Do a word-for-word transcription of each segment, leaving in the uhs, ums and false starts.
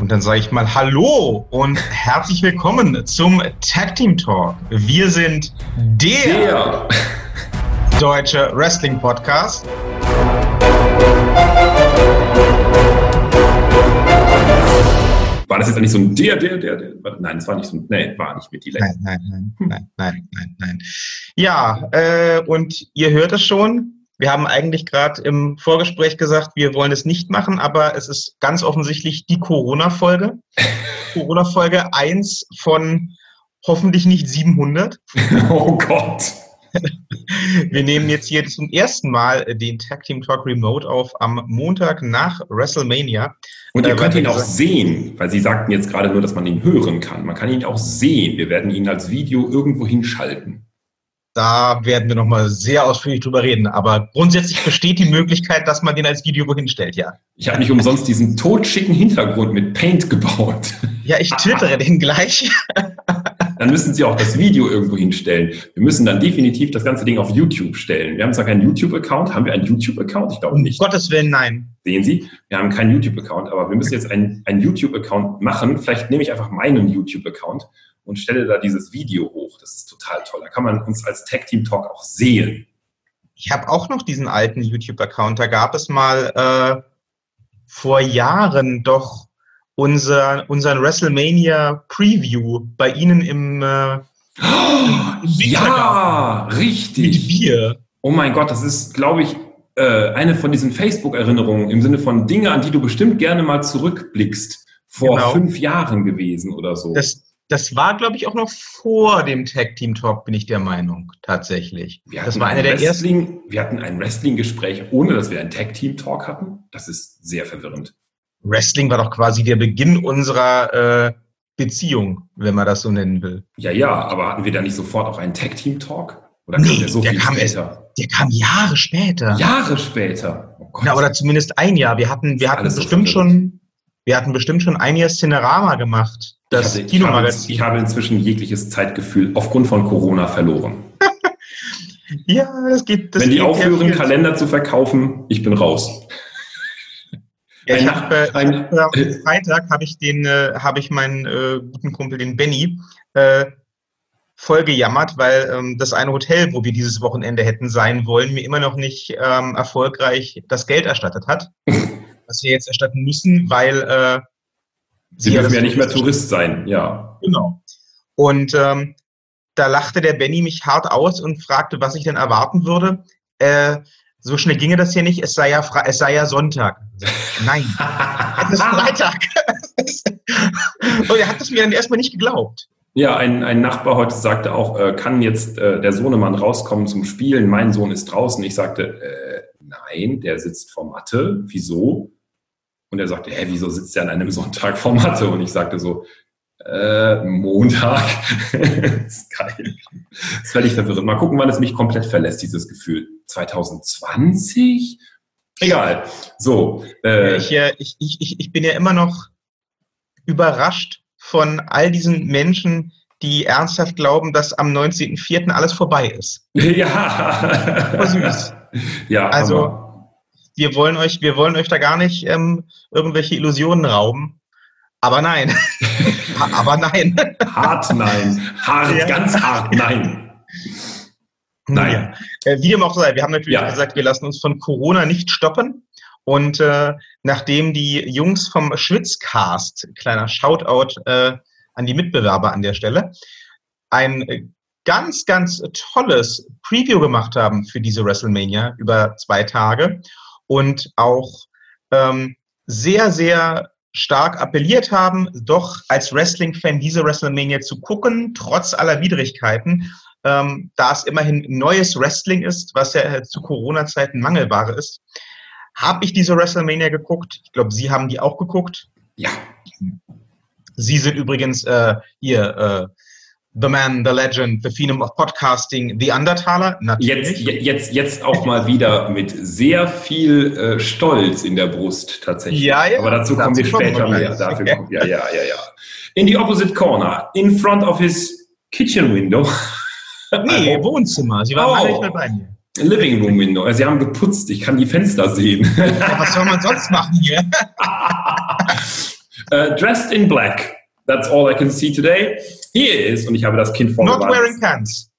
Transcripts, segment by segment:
Und dann sage ich mal Hallo und herzlich willkommen zum Tag Team Talk. Wir sind der, der. deutsche Wrestling Podcast. War das jetzt eigentlich so ein der, der, der, der? Nein, das war nicht so ein, nee, war nicht mit Delay. Nein, nein, nein, nein, nein, nein, nein. Ja, äh, und ihr hört es schon. Wir haben eigentlich gerade im Vorgespräch gesagt, wir wollen es nicht machen, aber es ist ganz offensichtlich die Corona-Folge. Corona-Folge eins von hoffentlich nicht siebenhundert. Oh Gott. Wir nehmen jetzt hier zum ersten Mal den Tag Team Talk Remote auf am Montag nach WrestleMania. Und ihr könnt ihn auch sehen, weil Sie sagten jetzt gerade nur, dass man ihn hören kann. Man kann ihn auch sehen. Wir werden ihn als Video irgendwo hinschalten. Da werden wir nochmal sehr ausführlich drüber reden. Aber grundsätzlich besteht die Möglichkeit, dass man den als Video wohin stellt, ja. Ich habe nicht umsonst diesen totschicken Hintergrund mit Paint gebaut. Ja, ich twittere den gleich. Dann müssen Sie auch das Video irgendwo hinstellen. Wir müssen dann definitiv das ganze Ding auf YouTube stellen. Wir haben zwar keinen YouTube-Account. Haben wir einen YouTube-Account? Ich glaube Um nicht. Gottes Willen, nein. Sehen Sie, wir haben keinen YouTube-Account, aber wir müssen jetzt einen, einen YouTube-Account machen. Vielleicht nehme ich einfach meinen YouTube-Account und stelle da dieses Video hoch. Das ist total toll. Da kann man uns als Tag Team Talk auch sehen. Ich habe auch noch diesen alten YouTube-Account. Da gab es mal äh, vor Jahren doch unser, unseren WrestleMania-Preview bei Ihnen im, äh, im, im Ja, richtig. Mit Bier. Oh mein Gott, das ist, glaube ich, äh, eine von diesen Facebook-Erinnerungen im Sinne von Dinge, an die du bestimmt gerne mal zurückblickst. Vor Genau. fünf Jahren gewesen oder so. Das, das war, glaube ich, auch noch vor dem Tag Team Talk, bin ich der Meinung, tatsächlich. Wir Das hatten war ein einer der ersten. Wrestling, wir hatten ein Wrestling-Gespräch, ohne dass wir einen Tag Team Talk hatten. Das ist sehr verwirrend. Wrestling war doch quasi der Beginn unserer äh, Beziehung, wenn man das so nennen will. Ja, ja, aber hatten wir da nicht sofort auch einen Tag Team Talk? Oder kam Nee, der so der viel kam später? Der kam Jahre später. Jahre später. Oh Gott. Ja, oder zumindest ein Jahr. Wir hatten, wir hatten Alles so bestimmt verwirrend. schon, wir hatten bestimmt schon ein Jahr Cinerama gemacht. Das ich, hatte, ich, habe, Kinomagazin. ich habe inzwischen jegliches Zeitgefühl aufgrund von Corona verloren. Ja, das geht. Das Wenn die geht aufhören, sehr viel. Kalender zu verkaufen, ich bin raus. Ja, ich ein- hab, äh, ein- ich hab, am Freitag habe ich den, äh, habe ich meinen äh, guten Kumpel, den Benny, äh, voll gejammert, weil ähm, das eine Hotel, wo wir dieses Wochenende hätten sein wollen, mir immer noch nicht ähm, erfolgreich das Geld erstattet hat, was wir jetzt erstatten müssen, weil äh, Sie dürfen das ja nicht mehr Tourist sein, ja. Genau. Und ähm, da lachte der Benny mich hart aus und fragte, was ich denn erwarten würde. Äh, so schnell ginge das hier nicht, es sei ja, Fre- es sei ja Sonntag. Nein, es ist Freitag. Und er hat es mir dann erstmal nicht geglaubt. Ja, ein, ein Nachbar heute sagte auch, äh, kann jetzt äh, der Sohnemann rauskommen zum Spielen? Mein Sohn ist draußen. Ich sagte, äh, nein, der sitzt vor Matte. Wieso? Und er sagte, hä, wieso sitzt er an einem Sonntag vor Matte? Und ich sagte so, äh, Montag. Das ist geil. Das ist völlig verwirrend. Mal gucken, wann es mich komplett verlässt, dieses Gefühl. zwanzig zwanzig? Egal. So. Äh, Ich, äh, ich, ich, ich ich bin ja immer noch überrascht von all diesen Menschen, die ernsthaft glauben, dass am neunzehnten vierten alles vorbei ist. ja. Super süß. Ja, Also, aber Wir wollen euch, wir wollen euch da gar nicht ähm, irgendwelche Illusionen rauben. Aber nein. Aber nein. hart nein. Hart, Ja. ganz hart nein. Nein. Ja. Äh, wie dem auch sei, wir haben natürlich Ja. gesagt, wir lassen uns von Corona nicht stoppen. Und äh, nachdem die Jungs vom Schwitzcast, kleiner Shoutout äh, an die Mitbewerber an der Stelle, ein äh, ganz, ganz tolles Preview gemacht haben für diese WrestleMania über zwei Tage und auch ähm, sehr, sehr stark appelliert haben, doch als Wrestling-Fan diese WrestleMania zu gucken, trotz aller Widrigkeiten, ähm, da es immerhin neues Wrestling ist, was ja äh, zu Corona-Zeiten Mangelware ist, habe ich diese WrestleMania geguckt. Ich glaube, Sie haben die auch geguckt. Ja. Sie sind übrigens äh, hier äh, The Man, The Legend, The Phenom of Podcasting, The Undertaler. Jetzt, jetzt, jetzt auch mal wieder mit sehr viel äh, Stolz in der Brust tatsächlich. Ja, ja. Aber dazu kommen wir Dazu kommen später wir mehr. gleich. Dafür kommen, ja, ja, ja, ja. In the opposite corner, in front of his kitchen window. Nee, Wohnzimmer. Sie waren Oh. alle nicht mehr bei mir. Living Room Window. Sie haben geputzt, ich kann die Fenster sehen. Ja, was soll man sonst machen hier? Uh, dressed in black. That's all I can see today. Here is, und ich habe das Kind vorgewarnt. Not wearing pants.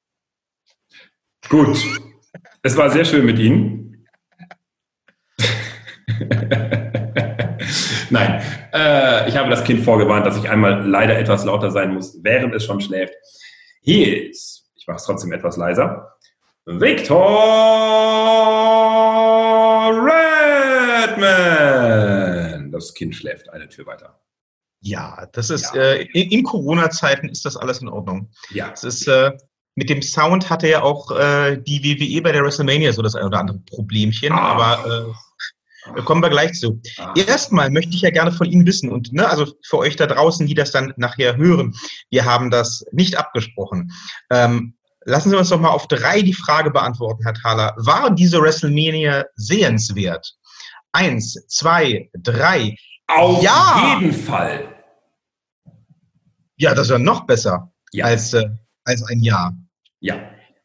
Gut. Es war sehr schön mit Ihnen. Nein, äh, ich habe das Kind vorgewarnt, dass ich einmal leider etwas lauter sein muss, während es schon schläft. Hier ist, ich mache es trotzdem etwas leiser, Victor Redman. Das Kind schläft eine Tür weiter. Ja, das ist, Ja. äh, in, in Corona-Zeiten ist das alles in Ordnung. Ja. Es ist, äh, mit dem Sound hatte ja auch äh, die W W E bei der WrestleMania so das ein oder andere Problemchen, Ah. aber äh, kommen wir gleich zu. Ah. Erstmal möchte ich ja gerne von Ihnen wissen und ne, also für euch da draußen, die das dann nachher hören, wir haben das nicht abgesprochen. Ähm, lassen Sie uns doch mal auf drei die Frage beantworten, Herr Thaler. War diese WrestleMania sehenswert? Eins, zwei, drei. Auf Ja. jeden Fall. Ja, das ist ja noch besser Ja. als, äh, als ein Jahr. Ja.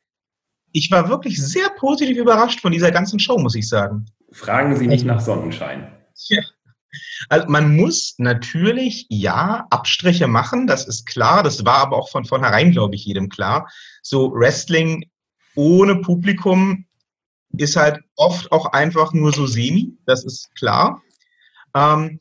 Ich war wirklich sehr positiv überrascht von dieser ganzen Show, muss ich sagen. Fragen Sie nicht nach Sonnenschein. Ja. Also man muss natürlich, ja, Abstriche machen, das ist klar. Das war aber auch von vornherein, glaube ich, jedem klar. So Wrestling ohne Publikum ist halt oft auch einfach nur so semi, das ist klar. Ähm,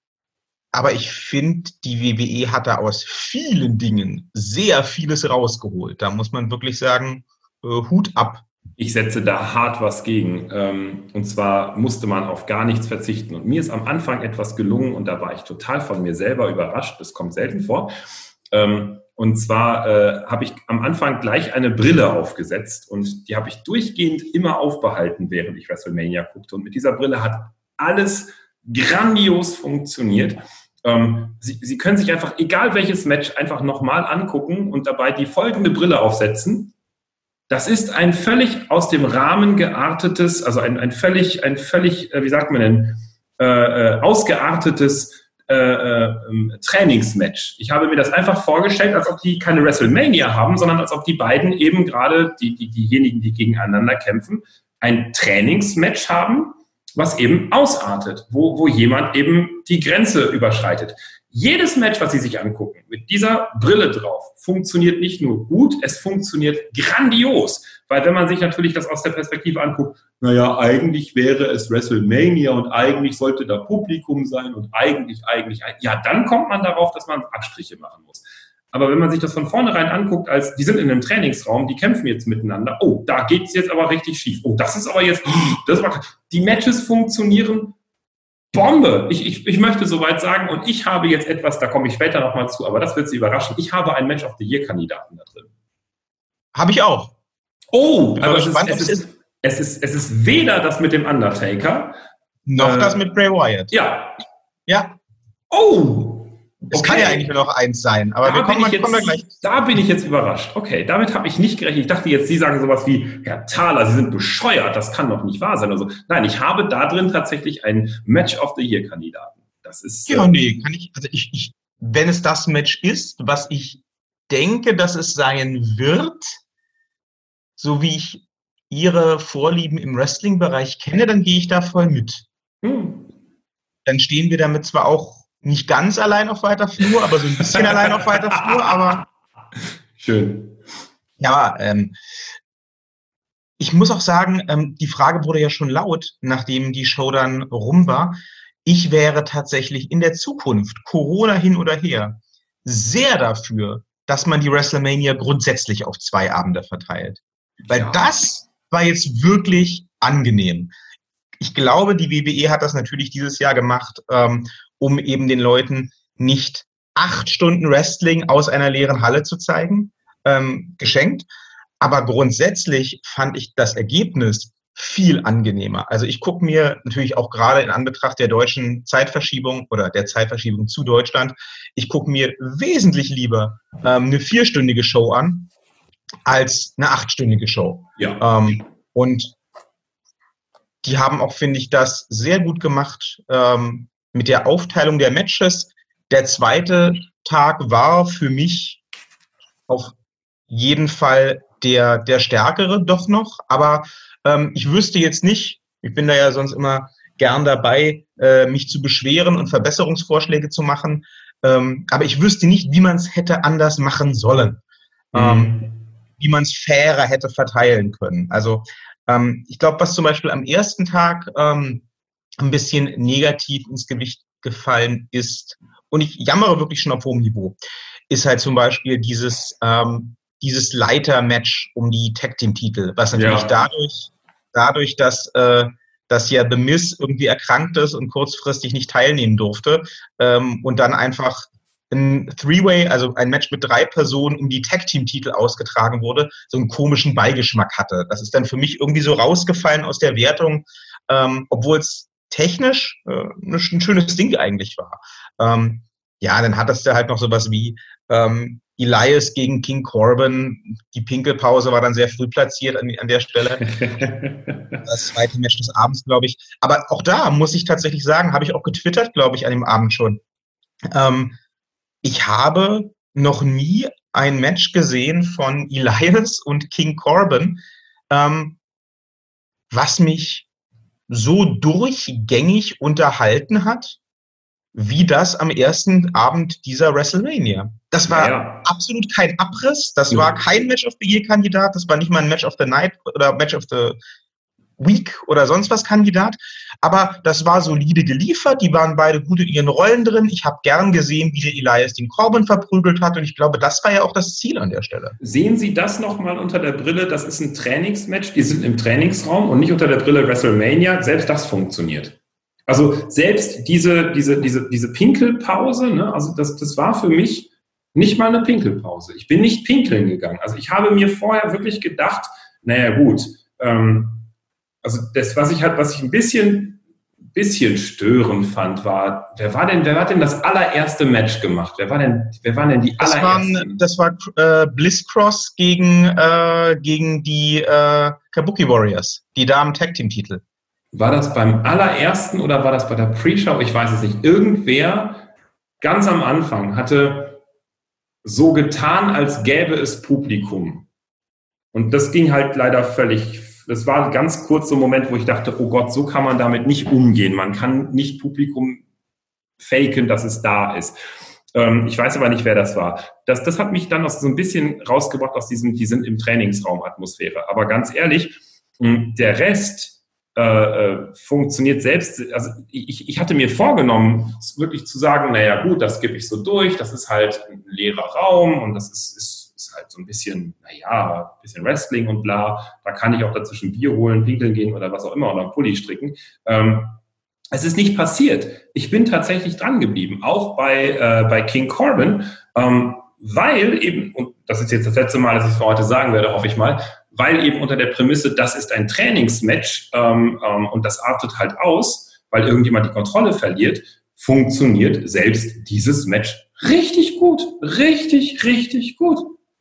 aber ich finde, die W W E hat da aus vielen Dingen sehr vieles rausgeholt. Da muss man wirklich sagen, äh, Hut ab. Ich setze da hart was gegen. Ähm, und zwar musste man auf gar nichts verzichten. Und mir ist am Anfang etwas gelungen und da war ich total von mir selber überrascht. Das kommt selten vor. Ähm, und zwar äh, habe ich am Anfang gleich eine Brille aufgesetzt und die habe ich durchgehend immer aufbehalten, während ich WrestleMania guckte. Und mit dieser Brille hat alles grandios funktioniert. Ähm, Sie, Sie können sich einfach, egal welches Match, einfach nochmal angucken und dabei die folgende Brille aufsetzen. Das ist ein völlig aus dem Rahmen geartetes, also ein, ein völlig, ein völlig, äh, wie sagt man denn, äh, äh, ausgeartetes äh, äh, Trainingsmatch. Ich habe mir das einfach vorgestellt, als ob die keine WrestleMania haben, sondern als ob die beiden eben gerade, die, die, diejenigen, die gegeneinander kämpfen, ein Trainingsmatch haben, was eben ausartet, wo, wo jemand eben die Grenze überschreitet. Jedes Match, was Sie sich angucken, mit dieser Brille drauf, funktioniert nicht nur gut, es funktioniert grandios. Weil wenn man sich natürlich das aus der Perspektive anguckt, naja, eigentlich wäre es WrestleMania und eigentlich sollte da Publikum sein und eigentlich, eigentlich, ja, dann kommt man darauf, dass man Abstriche machen muss. Aber wenn man sich das von vornherein anguckt, als die sind in einem Trainingsraum, die kämpfen jetzt miteinander, oh, da geht es jetzt aber richtig schief. Oh, das ist aber jetzt, das war, die Matches funktionieren Bombe. Ich, ich, ich möchte soweit sagen, und ich habe jetzt etwas, da komme ich später nochmal zu, aber das wird Sie überraschen. Ich habe einen Match of the Year-Kandidaten da drin. Habe ich auch. Oh, Bin aber aber es ist, gespannt, es, ob es ist, es, ist, es ist weder das mit dem Undertaker, Noch Äh, das mit Bray Wyatt. ja. Ja, Oh, es kann ja eigentlich nur noch eins sein, aber Da wir kommen, bin ich wir kommen da gleich. jetzt, da bin ich jetzt überrascht. Okay, damit habe ich nicht gerechnet. Ich dachte jetzt, Sie sagen sowas wie, Herr Thaler, Sie sind bescheuert, das kann doch nicht wahr sein. Also, nein, ich habe da drin tatsächlich einen Match of the Year-Kandidaten. Das ist. Ja, äh, nee, kann ich, also ich, ich, wenn es das Match ist, was ich denke, dass es sein wird, so wie ich Ihre Vorlieben im Wrestling-Bereich kenne, dann gehe ich da voll mit. hm. Dann stehen wir damit zwar auch nicht ganz allein auf weiter Flur, aber so ein bisschen allein auf weiter Flur, aber Schön. ja, ähm, ich muss auch sagen, ähm, die Frage wurde ja schon laut, nachdem die Show dann rum war. Ich wäre tatsächlich in der Zukunft, Corona hin oder her, sehr dafür, dass man die WrestleMania grundsätzlich auf zwei Abende verteilt. Weil Ja. das war jetzt wirklich angenehm. Ich glaube, die W W E hat das natürlich dieses Jahr gemacht, ähm, um eben den Leuten nicht acht Stunden Wrestling aus einer leeren Halle zu zeigen, ähm, geschenkt. Aber grundsätzlich fand ich das Ergebnis viel angenehmer. Also ich gucke mir natürlich auch gerade in Anbetracht der deutschen Zeitverschiebung oder der Zeitverschiebung zu Deutschland, ich gucke mir wesentlich lieber ähm, eine vierstündige Show an als eine achtstündige Show. Ja. Ähm, und die haben auch, finde ich, das sehr gut gemacht ähm, mit der Aufteilung der Matches. Der zweite Tag war für mich auf jeden Fall der, der stärkere doch noch. Aber ähm, ich wüsste jetzt nicht, ich bin da ja sonst immer gern dabei, äh, mich zu beschweren und Verbesserungsvorschläge zu machen. Ähm, aber ich wüsste nicht, wie man es hätte anders machen sollen. Mhm. Ähm, wie man es fairer hätte verteilen können. Also ähm, ich glaube, was zum Beispiel am ersten Tag ähm, ein bisschen negativ ins Gewicht gefallen ist, und ich jammere wirklich schon auf hohem Niveau, ist halt zum Beispiel dieses, ähm, dieses Leiter-Match um die Tag-Team-Titel, was natürlich Ja. dadurch, dadurch, dass, äh, dass ja The Miz irgendwie erkrankt ist und kurzfristig nicht teilnehmen durfte, ähm, und dann einfach ein Three-Way, also ein Match mit drei Personen um die Tag-Team-Titel ausgetragen wurde, so einen komischen Beigeschmack hatte. Das ist dann für mich irgendwie so rausgefallen aus der Wertung, ähm, obwohl es technisch äh, ein schönes Ding eigentlich war. Ähm, ja, dann hattest du halt noch sowas wie ähm, Elias gegen King Corbin. Die Pinkelpause war dann sehr früh platziert an, an der Stelle. Das zweite Match des Abends, glaube ich. Aber auch da muss ich tatsächlich sagen, habe ich auch getwittert, glaube ich, an dem Abend schon. Ähm, ich habe noch nie ein Match gesehen von Elias und King Corbin, ähm, was mich so durchgängig unterhalten hat, wie das am ersten Abend dieser WrestleMania. Das war Ja. absolut kein Abriss, das Ja. war kein Match of the Year Kandidat, das war nicht mal ein Match of the Night oder Match of the Week oder sonst was Kandidat, aber das war solide geliefert, die waren beide gut in ihren Rollen drin. Ich habe gern gesehen, wie der Elias den Corbin verprügelt hat, und ich glaube, das war ja auch das Ziel an der Stelle. Sehen Sie das nochmal unter der Brille, das ist ein Trainingsmatch, die sind im Trainingsraum und nicht unter der Brille WrestleMania, selbst das funktioniert. Also selbst diese, diese, diese, diese Pinkelpause, ne, also das, das war für mich nicht mal eine Pinkelpause. Ich bin nicht pinkeln gegangen. Also ich habe mir vorher wirklich gedacht, naja gut, ähm, also das, was ich halt, was ich ein bisschen, bisschen störend fand, war, wer war denn, wer hat denn das allererste Match gemacht? Wer war denn, wer waren denn die das allerersten? Waren, das war äh, Bliss Cross gegen, äh, gegen die äh, Kabuki Warriors, die Damen Tag Team Titel. War das beim allerersten oder war das bei der Pre-Show? Ich weiß es nicht. Irgendwer ganz am Anfang hatte so getan, als gäbe es Publikum. Und das ging halt leider völlig. Das war ganz kurz so ein Moment, wo ich dachte, oh Gott, so kann man damit nicht umgehen. Man kann nicht Publikum faken, dass es da ist. Ähm, ich weiß aber nicht, wer das war. Das, das hat mich dann auch so ein bisschen rausgebracht aus diesem, die sind im Trainingsraum-Atmosphäre. Aber ganz ehrlich, der Rest äh, funktioniert selbst. Also ich, ich hatte mir vorgenommen, wirklich zu sagen, naja gut, das gebe ich so durch, das ist halt ein leerer Raum und das ist, ist halt so ein bisschen, naja, ein bisschen Wrestling und bla, da kann ich auch dazwischen Bier holen, pinkeln gehen oder was auch immer oder einen Pulli stricken. Ähm, es ist nicht passiert. Ich bin tatsächlich dran geblieben, auch bei, äh, bei King Corbin, ähm, weil eben, und das ist jetzt das letzte Mal, dass ich es für heute sagen werde, hoffe ich mal, weil eben unter der Prämisse, das ist ein Trainingsmatch ähm, ähm, und das artet halt aus, weil irgendjemand die Kontrolle verliert, funktioniert selbst dieses Match richtig gut. Richtig, richtig gut.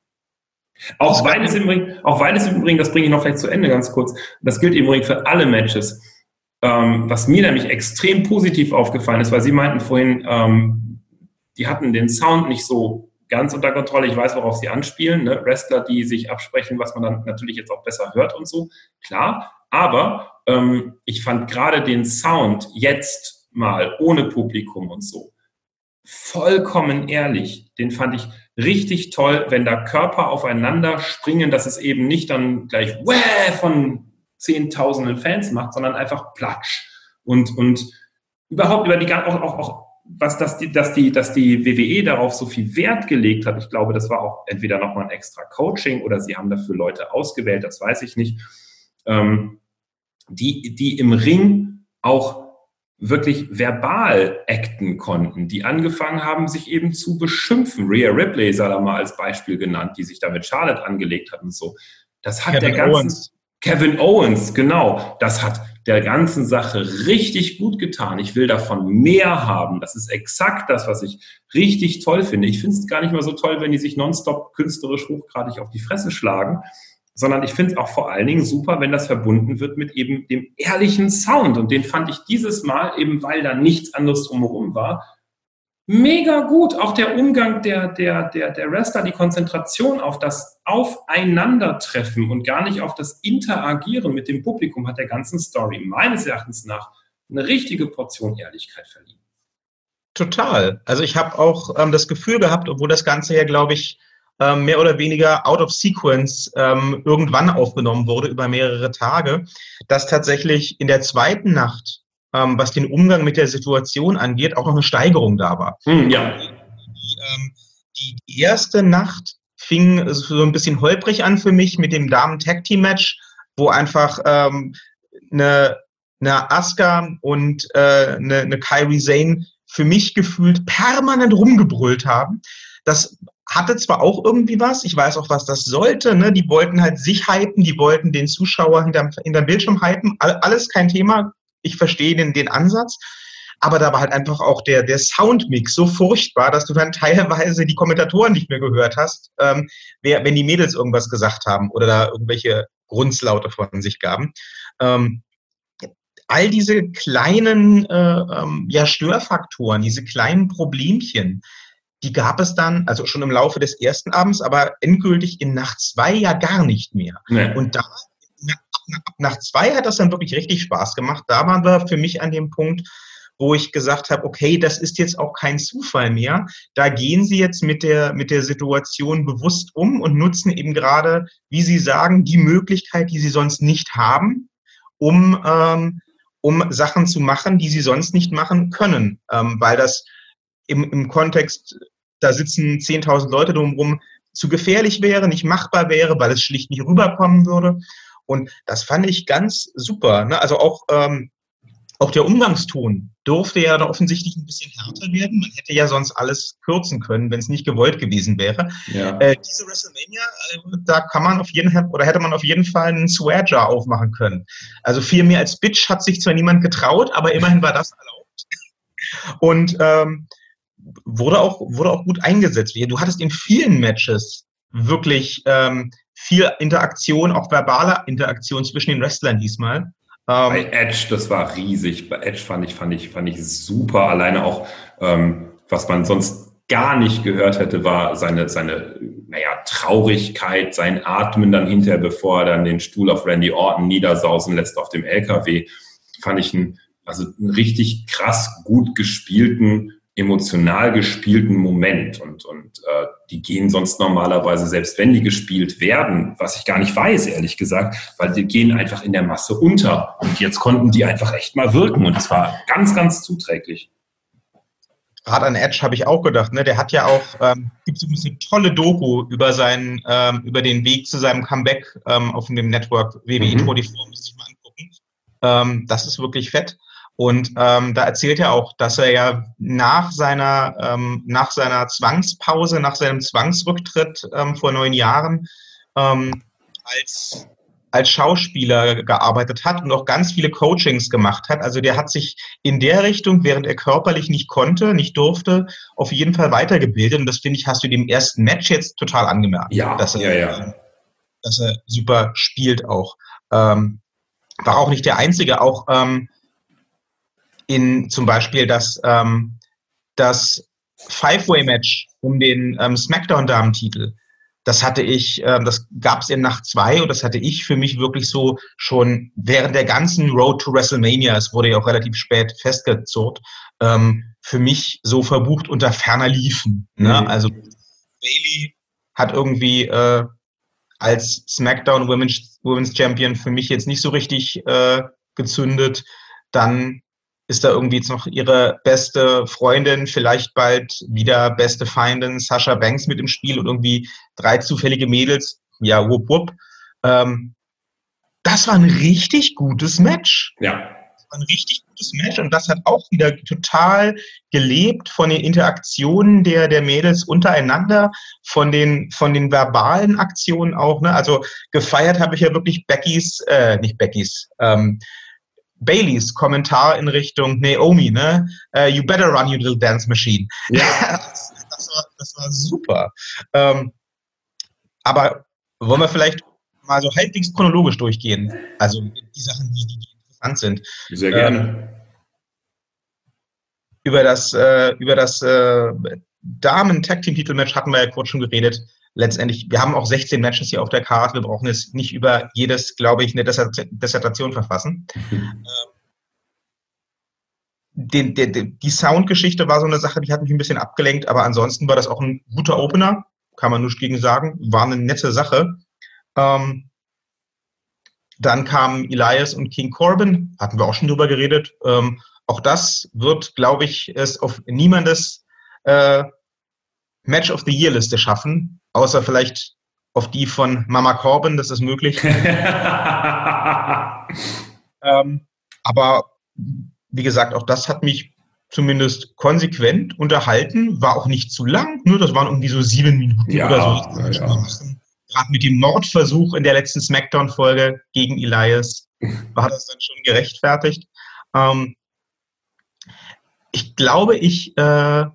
Auch weil es im Übrigen, auch weil es im Übrigen, das bringe ich noch vielleicht zu Ende ganz kurz, das gilt im Übrigen für alle Matches. Ähm, was mir nämlich extrem positiv aufgefallen ist, weil Sie meinten vorhin, ähm, die hatten den Sound nicht so ganz unter Kontrolle. Ich weiß, worauf Sie anspielen. Ne? Wrestler, die sich absprechen, was man dann natürlich jetzt auch besser hört und so. Klar. Aber ähm, ich fand gerade den Sound jetzt mal ohne Publikum und so vollkommen ehrlich. Den fand ich richtig toll, wenn da Körper aufeinander springen, dass es eben nicht dann gleich Wäh von zehntausenden Fans macht, sondern einfach Platsch. Und, und überhaupt über die, auch, auch, auch was das die, dass die, dass die W W E darauf so viel Wert gelegt hat. Ich glaube, das war auch entweder nochmal ein extra Coaching oder sie haben dafür Leute ausgewählt, das weiß ich nicht, ähm, die, die im Ring auch wirklich verbal acten konnten, die angefangen haben, sich eben zu beschimpfen. Rhea Ripley sei da mal als Beispiel genannt, die sich da mit Charlotte angelegt hat und so. Das hat Kevin der ganzen, Owens. Kevin Owens, genau. Das hat der ganzen Sache richtig gut getan. Ich will davon mehr haben. Das ist exakt das, was ich richtig toll finde. Ich finde es gar nicht mehr so toll, wenn die sich nonstop künstlerisch hochgradig auf die Fresse schlagen, sondern ich finde es auch vor allen Dingen super, wenn das verbunden wird mit eben dem ehrlichen Sound. Und den fand ich dieses Mal, eben weil da nichts anderes drumherum war, mega gut. Auch der Umgang der, der, der, der Wrestler, die Konzentration auf das Aufeinandertreffen und gar nicht auf das Interagieren mit dem Publikum hat der ganzen Story meines Erachtens nach eine richtige Portion Ehrlichkeit verliehen. Total. Also ich habe auch ähm, das Gefühl gehabt, obwohl das Ganze ja, glaube ich, ähm, mehr oder weniger out of sequence ähm, irgendwann aufgenommen wurde über mehrere Tage, dass tatsächlich in der zweiten Nacht, ähm, was den Umgang mit der Situation angeht, auch noch eine Steigerung da war. Hm, ja. Die, ähm, die, die erste Nacht fing so ein bisschen holprig an für mich mit dem Damen-Tag-Team-Match, wo einfach ähm, eine, eine Asuka und äh, eine, eine Kairi Sane für mich gefühlt permanent rumgebrüllt haben. Das hatte zwar auch irgendwie was, ich weiß auch, was das sollte, ne? Die wollten halt sich hypen, die wollten den Zuschauer hinterm, hinterm Bildschirm hypen, alles kein Thema, ich verstehe den, den Ansatz, aber da war halt einfach auch der, der Soundmix so furchtbar, dass du dann teilweise die Kommentatoren nicht mehr gehört hast, ähm, wer, wenn die Mädels irgendwas gesagt haben oder da irgendwelche Grunzlaute von sich gaben. Ähm, all diese kleinen äh, ähm, ja, Störfaktoren, diese kleinen Problemchen, die gab es dann, also schon im Laufe des ersten Abends, aber endgültig in Nacht zwei ja gar nicht mehr. Nee. Und da, nach, nach zwei hat das dann wirklich richtig Spaß gemacht. Da waren wir für mich an dem Punkt, wo ich gesagt habe, okay, das ist jetzt auch kein Zufall mehr. Da gehen Sie jetzt mit der, mit der Situation bewusst um und nutzen eben gerade, wie Sie sagen, die Möglichkeit, die Sie sonst nicht haben, um, ähm, um Sachen zu machen, die Sie sonst nicht machen können. Ähm, weil das im, im Kontext, da sitzen zehntausend Leute drumherum, zu gefährlich wäre, nicht machbar wäre, weil es schlicht nicht rüberkommen würde. Und das fand ich ganz super. Ne? Also auch, ähm, auch der Umgangston durfte ja da offensichtlich ein bisschen härter werden. Man hätte ja sonst alles kürzen können, wenn es nicht gewollt gewesen wäre. Ja. Äh, diese WrestleMania, äh, da kann man auf jeden Fall, oder hätte man auf jeden Fall einen Swear-Jar aufmachen können. Also viel mehr als Bitch hat sich zwar niemand getraut, aber immerhin war das erlaubt. Und ähm, wurde auch, wurde auch gut eingesetzt. Du hattest in vielen Matches wirklich ähm, viel Interaktion, auch verbale Interaktion zwischen den Wrestlern diesmal. Bei Edge, das war riesig. Bei Edge fand ich, fand ich, fand ich super. Alleine auch, ähm, was man sonst gar nicht gehört hätte, war seine, seine, naja, Traurigkeit, sein Atmen dann hinterher, bevor er dann den Stuhl auf Randy Orton niedersausen lässt auf dem L K W. Fand ich einen, also einen richtig krass gut gespielten, emotional gespielten Moment. Und, und äh, die gehen sonst normalerweise, selbst wenn die gespielt werden, was ich gar nicht weiß, ehrlich gesagt, weil die gehen einfach in der Masse unter. Und jetzt konnten die einfach echt mal wirken. Und das war ganz, ganz zuträglich. Gerade an Edge habe ich auch gedacht, ne? Der hat ja auch, ähm, gibt so eine tolle Doku über seinen, ähm, über den Weg zu seinem Comeback ähm, auf dem Network W W E mhm. vierundzwanzig, muss ich mal angucken. Ähm, das ist wirklich fett. Und ähm, da erzählt er auch, dass er ja nach seiner ähm, nach seiner Zwangspause, nach seinem Zwangsrücktritt ähm, vor neun Jahren ähm, als als Schauspieler gearbeitet hat und auch ganz viele Coachings gemacht hat. Also der hat sich in der Richtung, während er körperlich nicht konnte, nicht durfte, auf jeden Fall weitergebildet. Und das, finde ich, hast du dem ersten Match jetzt total angemerkt. Ja, dass er, ja, ja. Dass er super spielt auch. Ähm, war auch nicht der Einzige, auch ähm, in zum Beispiel das, ähm, das Five-Way-Match um den ähm, SmackDown-Damen-Titel. Das hatte ich, ähm, das gab es in Nacht zwei und das hatte ich für mich wirklich so schon während der ganzen Road to WrestleMania, es wurde ja auch relativ spät festgezurrt, ähm, für mich so verbucht unter ferner Liefen. Mhm. Ne? Also Bayley hat irgendwie äh, als SmackDown Women's, Women's Champion für mich jetzt nicht so richtig äh, gezündet. Dann ist da irgendwie jetzt noch ihre beste Freundin, vielleicht bald wieder beste Feindin Sasha Banks mit im Spiel und irgendwie drei zufällige Mädels. Ja, wupp, wupp. Ähm, das war ein richtig gutes Match. Ja. Das war ein richtig gutes Match und das hat auch wieder total gelebt von den Interaktionen der, der Mädels untereinander, von den, von den verbalen Aktionen auch. Ne? Also gefeiert habe ich ja wirklich Beckys, äh, nicht Beckys, ähm, Baileys Kommentar in Richtung Naomi, ne? Uh, you better run, you little dance machine. Ja. das, das, war, das war super. Ähm, aber wollen wir vielleicht mal so halbwegs chronologisch durchgehen? Also die Sachen, die, die interessant sind. Sehr gerne. Ähm, über das, äh, über das äh, Damen-Tag-Team-Titel-Match hatten wir ja kurz schon geredet. Letztendlich, wir haben auch sechzehn Matches hier auf der Karte. Wir brauchen jetzt nicht über jedes, glaube ich, eine Dissertation verfassen. Mhm. den, der, der, die Soundgeschichte war so eine Sache, die hat mich ein bisschen abgelenkt, aber ansonsten war das auch ein guter Opener, kann man nichts gegen sagen, war eine nette Sache. Ähm, dann kamen Elias und King Corbin, hatten wir auch schon drüber geredet. Ähm, auch das wird, glaube ich, es auf niemandes äh, Match of the Year Liste schaffen, außer vielleicht auf die von Mama Corbin, das ist möglich. ähm, aber wie gesagt, auch das hat mich zumindest konsequent unterhalten, war auch nicht zu lang, ne? Das waren irgendwie so sieben Minuten ja, oder so. Ja. Gerade mit dem Mordversuch in der letzten Smackdown-Folge gegen Elias war das dann schon gerechtfertigt. Ähm, ich glaube, ich, äh,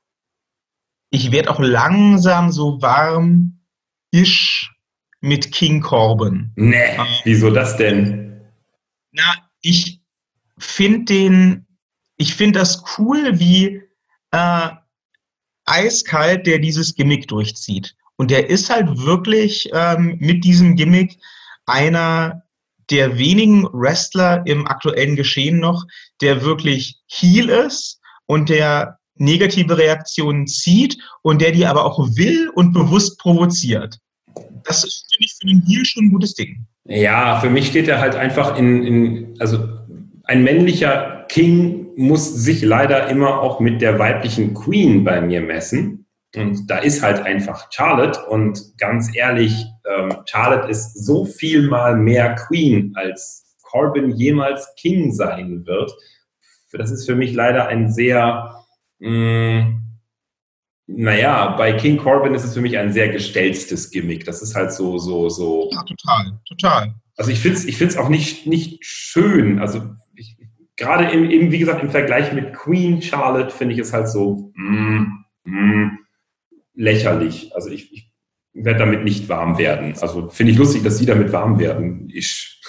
ich werde auch langsam so warm-isch mit King Corbin. Nee, ähm, wieso das denn? Na, ich finde den, ich finde das cool, wie äh, eiskalt der dieses Gimmick durchzieht. Und der ist halt wirklich ähm, mit diesem Gimmick einer der wenigen Wrestler im aktuellen Geschehen noch, der wirklich heel ist und der negative Reaktionen zieht und der die aber auch will und bewusst provoziert. Das ist, finde ich, für einen Heel schon ein gutes Ding. Ja, für mich steht er halt einfach in, in, also ein männlicher King muss sich leider immer auch mit der weiblichen Queen bei mir messen. Und da ist halt einfach Charlotte. Und ganz ehrlich, ähm, Charlotte ist so viel mal mehr Queen, als Corbin jemals King sein wird. Das ist für mich leider ein sehr, mh, naja, bei King Corbin ist es für mich ein sehr gestelztes Gimmick. Das ist halt so, so, so. Ja, total, total. Also ich finde es ich find's auch nicht, nicht schön. Also ich, gerade im, im, wie gesagt, im Vergleich mit Queen Charlotte finde ich es halt so mm, mm, lächerlich. Also ich, ich werde damit nicht warm werden. Also finde ich lustig, dass Sie damit warm werden. Ich,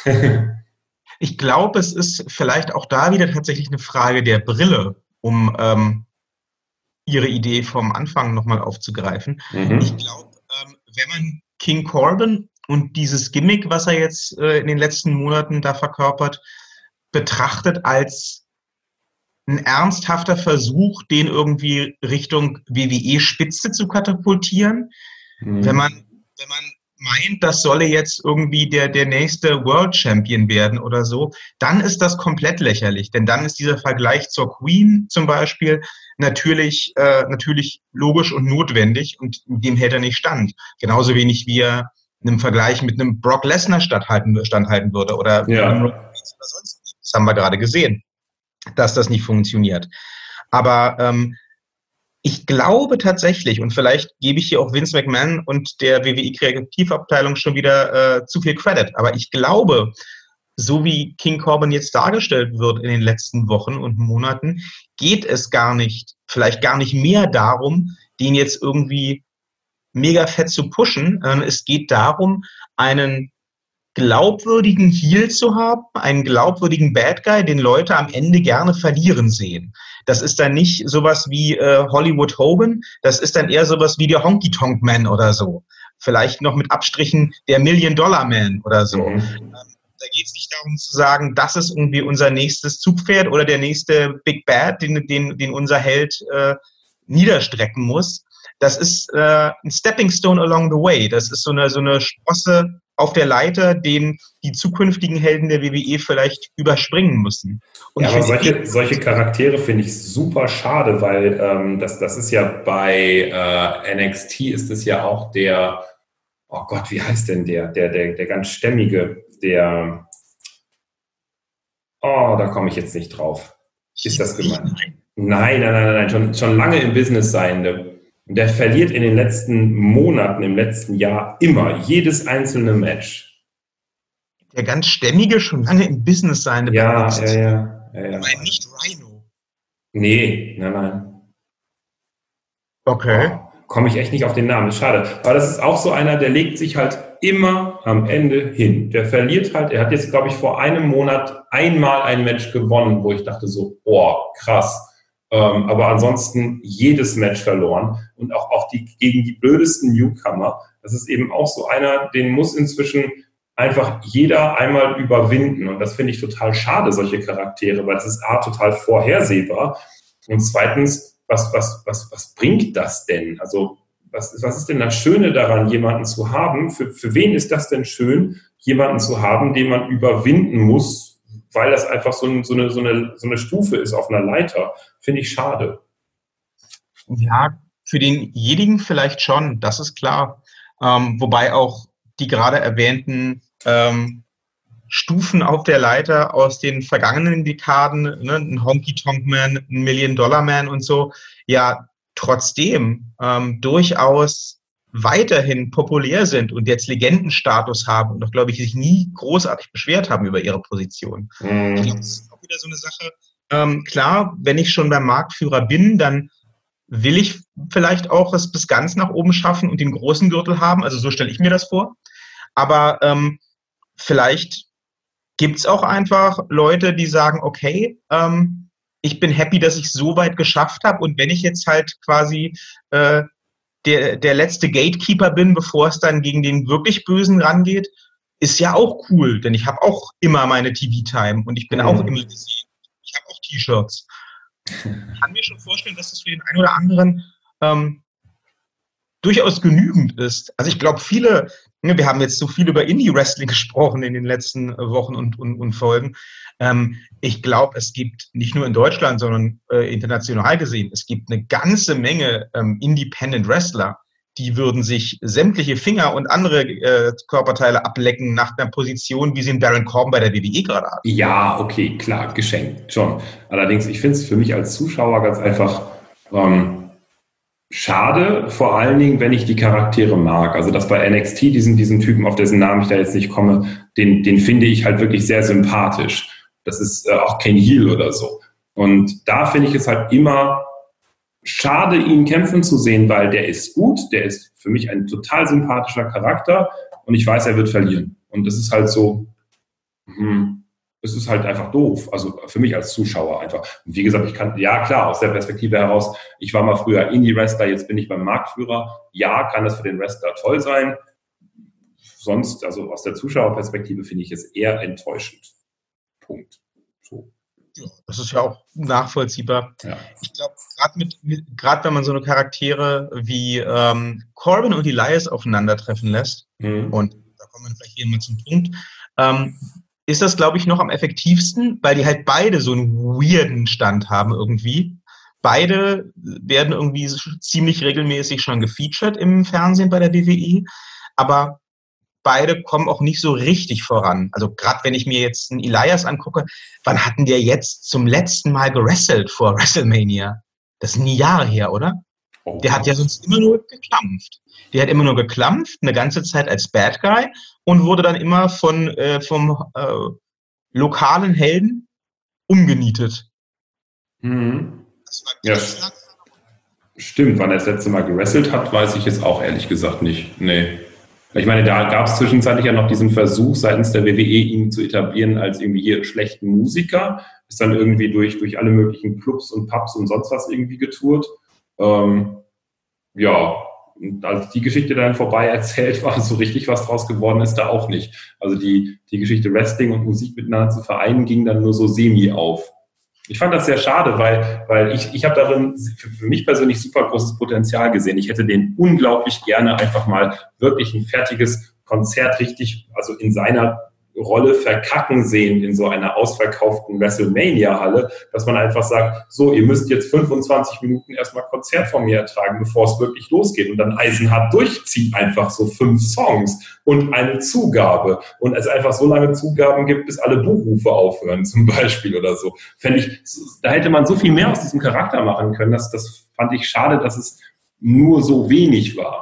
ich glaube, es ist vielleicht auch da wieder tatsächlich eine Frage der Brille, um ähm, Ihre Idee vom Anfang nochmal aufzugreifen. Mhm. Ich glaube, ähm, wenn man King Corbin und dieses Gimmick, was er jetzt äh, in den letzten Monaten da verkörpert, betrachtet als ein ernsthafter Versuch, den irgendwie Richtung W W E-Spitze zu katapultieren. Mhm. Wenn man, wenn man meint, das solle jetzt irgendwie der, der nächste World Champion werden oder so, dann ist das komplett lächerlich. Denn dann ist dieser Vergleich zur Queen zum Beispiel natürlich, äh, natürlich logisch und notwendig und dem hält er nicht stand. Genauso wenig wie er einem Vergleich mit einem Brock Lesnar standhalten, standhalten würde oder ja. einem oder sonst. Das haben wir gerade gesehen, dass das nicht funktioniert. Aber ähm, ich glaube tatsächlich, und vielleicht gebe ich hier auch Vince McMahon und der W W E-Kreativabteilung schon wieder äh, zu viel Credit, aber ich glaube, so wie King Corbin jetzt dargestellt wird in den letzten Wochen und Monaten, geht es gar nicht, vielleicht gar nicht mehr darum, den jetzt irgendwie mega fett zu pushen. Ähm, es geht darum, einen glaubwürdigen Heel zu haben, einen glaubwürdigen Bad Guy, den Leute am Ende gerne verlieren sehen. Das ist dann nicht sowas wie äh, Hollywood Hogan, das ist dann eher sowas wie der Honky Tonk Man oder so. Vielleicht noch mit Abstrichen der Million Dollar Man oder so. Mhm. Ähm, da geht es nicht darum zu sagen, das ist irgendwie unser nächstes Zugpferd oder der nächste Big Bad, den, den, den unser Held äh, niederstrecken muss. Das ist äh, ein Stepping Stone along the way. Das ist so eine, so eine Sprosse auf der Leiter, den die zukünftigen Helden der W W E vielleicht überspringen müssen. Und ja, aber solche, solche Charaktere finde ich super schade, weil ähm, das, das ist ja bei äh, N X T ist es ja auch der, oh Gott, wie heißt denn der, der, der, der ganz stämmige, der, oh, da komme ich jetzt nicht drauf. Ist das gemeint? Nein, nein, nein, nein, schon, schon lange im Business seiende. Und der verliert in den letzten Monaten, im letzten Jahr immer jedes einzelne Match. Der ganz stämmige, schon lange im Business sein. Ja, ja, ja, ja, ja. Aber nicht Rhino. Nee, nein, nein. Okay. Oh, komme ich echt nicht auf den Namen, ist schade. Aber das ist auch so einer, der legt sich halt immer am Ende hin. Der verliert halt, er hat jetzt, glaube ich, vor einem Monat einmal ein Match gewonnen, wo ich dachte so, oh, krass. Ähm, aber ansonsten jedes Match verloren und auch, auch die, gegen die blödesten Newcomer. Das ist eben auch so einer, den muss inzwischen einfach jeder einmal überwinden. Und das finde ich total schade, solche Charaktere, weil das ist A, total vorhersehbar. Und zweitens, was, was, was, was bringt das denn? Also was, was ist denn das Schöne daran, jemanden zu haben? Für, für wen ist das denn schön, jemanden zu haben, den man überwinden muss, weil das einfach so, ein, so, eine, so, eine, so eine Stufe ist auf einer Leiter? Finde ich schade. Ja, für denjenigen vielleicht schon, das ist klar. Ähm, wobei auch die gerade erwähnten ähm, Stufen auf der Leiter aus den vergangenen Dekaden, ne, ein Honky-Tonk-Man, ein Million-Dollar-Man und so, ja trotzdem ähm, durchaus weiterhin populär sind und jetzt Legendenstatus haben und auch, glaube ich, sich nie großartig beschwert haben über ihre Position. Mhm. Ich glaube, das ist auch wieder so eine Sache. Ähm, klar, wenn ich schon beim Marktführer bin, dann will ich vielleicht auch es bis ganz nach oben schaffen und den großen Gürtel haben. Also so stelle ich mir das vor. Aber ähm, vielleicht gibt es auch einfach Leute, die sagen, okay, ähm, ich bin happy, dass ich so weit geschafft habe. Und wenn ich jetzt halt quasi äh, der, der letzte Gatekeeper bin, bevor es dann gegen den wirklich Bösen rangeht, ist ja auch cool. Denn ich habe auch immer meine T V-Time und ich bin mhm. auch immer gesehen. Ich habe auch T-Shirts. Ich kann mir schon vorstellen, dass das für den einen oder anderen ähm, durchaus genügend ist. Also ich glaube, viele, ne, wir haben jetzt so viel über Indie-Wrestling gesprochen in den letzten Wochen und, und, und Folgen. Ähm, ich glaube, es gibt nicht nur in Deutschland, sondern äh, international gesehen, es gibt eine ganze Menge ähm, Independent-Wrestler, die würden sich sämtliche Finger und andere äh, Körperteile ablecken nach einer Position, wie sie in Baron Corbin bei der W W E gerade hat. Ja, okay, klar, geschenkt, schon. Allerdings, ich finde es für mich als Zuschauer ganz einfach ähm, schade, vor allen Dingen, wenn ich die Charaktere mag. Also dass bei N X T diesen, diesen Typen, auf dessen Namen ich da jetzt nicht komme, den, den finde ich halt wirklich sehr sympathisch. Das ist äh, auch Ken Heel oder so. Und da finde ich es halt immer schade, ihn kämpfen zu sehen, weil der ist gut, der ist für mich ein total sympathischer Charakter und ich weiß, er wird verlieren. Und das ist halt so, hm, es ist halt einfach doof, also für mich als Zuschauer einfach. Und wie gesagt, ich kann, ja klar, aus der Perspektive heraus, ich war mal früher Indie-Wrestler, jetzt bin ich beim Marktführer. Ja, kann das für den Wrestler toll sein. Sonst, also aus der Zuschauerperspektive finde ich es eher enttäuschend. Punkt. So. Ja, das ist ja auch nachvollziehbar. Ja. Ich glaube, gerade mit, mit, gerade wenn man so eine Charaktere wie ähm, Corbin und Elias aufeinandertreffen lässt, mhm. und da kommen wir vielleicht hier mal zum Punkt, ähm, ist das, glaube ich, noch am effektivsten, weil die halt beide so einen weirden Stand haben irgendwie. Beide werden irgendwie ziemlich regelmäßig schon gefeatured im Fernsehen bei der W W E, aber beide kommen auch nicht so richtig voran. Also gerade wenn ich mir jetzt einen Elias angucke, wann hatten der jetzt zum letzten Mal gewrestelt vor WrestleMania? Das ist nie Jahre her, oder? Oh, der hat ja sonst immer nur geklampft. Der hat immer nur geklampft, eine ganze Zeit als Bad Guy und wurde dann immer von äh, vom äh, lokalen Helden umgenietet. Mhm. Das war ja, stimmt, wann er das letzte Mal gewrestelt hat, weiß ich jetzt auch ehrlich gesagt nicht. Nee. Ich meine, da gab es zwischenzeitlich ja noch diesen Versuch seitens der W W E, ihn zu etablieren als irgendwie hier schlechten Musiker. Ist dann irgendwie durch, durch alle möglichen Clubs und Pubs und sonst was irgendwie getourt. Ähm, ja, und als die Geschichte dann vorbei erzählt war, so richtig was draus geworden ist da auch nicht. Also die, die Geschichte Wrestling und Musik miteinander zu vereinen, ging dann nur so semi auf. Ich fand das sehr schade, weil, weil ich, ich habe darin für, für mich persönlich super großes Potenzial gesehen. Ich hätte den unglaublich gerne einfach mal wirklich ein fertiges Konzert richtig, also in seiner Rolle verkacken sehen in so einer ausverkauften WrestleMania-Halle, dass man einfach sagt, so, ihr müsst jetzt fünfundzwanzig Minuten erstmal Konzert von mir ertragen, bevor es wirklich losgeht und dann eisenhart durchzieht einfach so fünf Songs und eine Zugabe und es einfach so lange Zugaben gibt, bis alle Buchrufe aufhören zum Beispiel oder so. Fände ich, da hätte man so viel mehr aus diesem Charakter machen können, das, das fand ich schade, dass es nur so wenig war.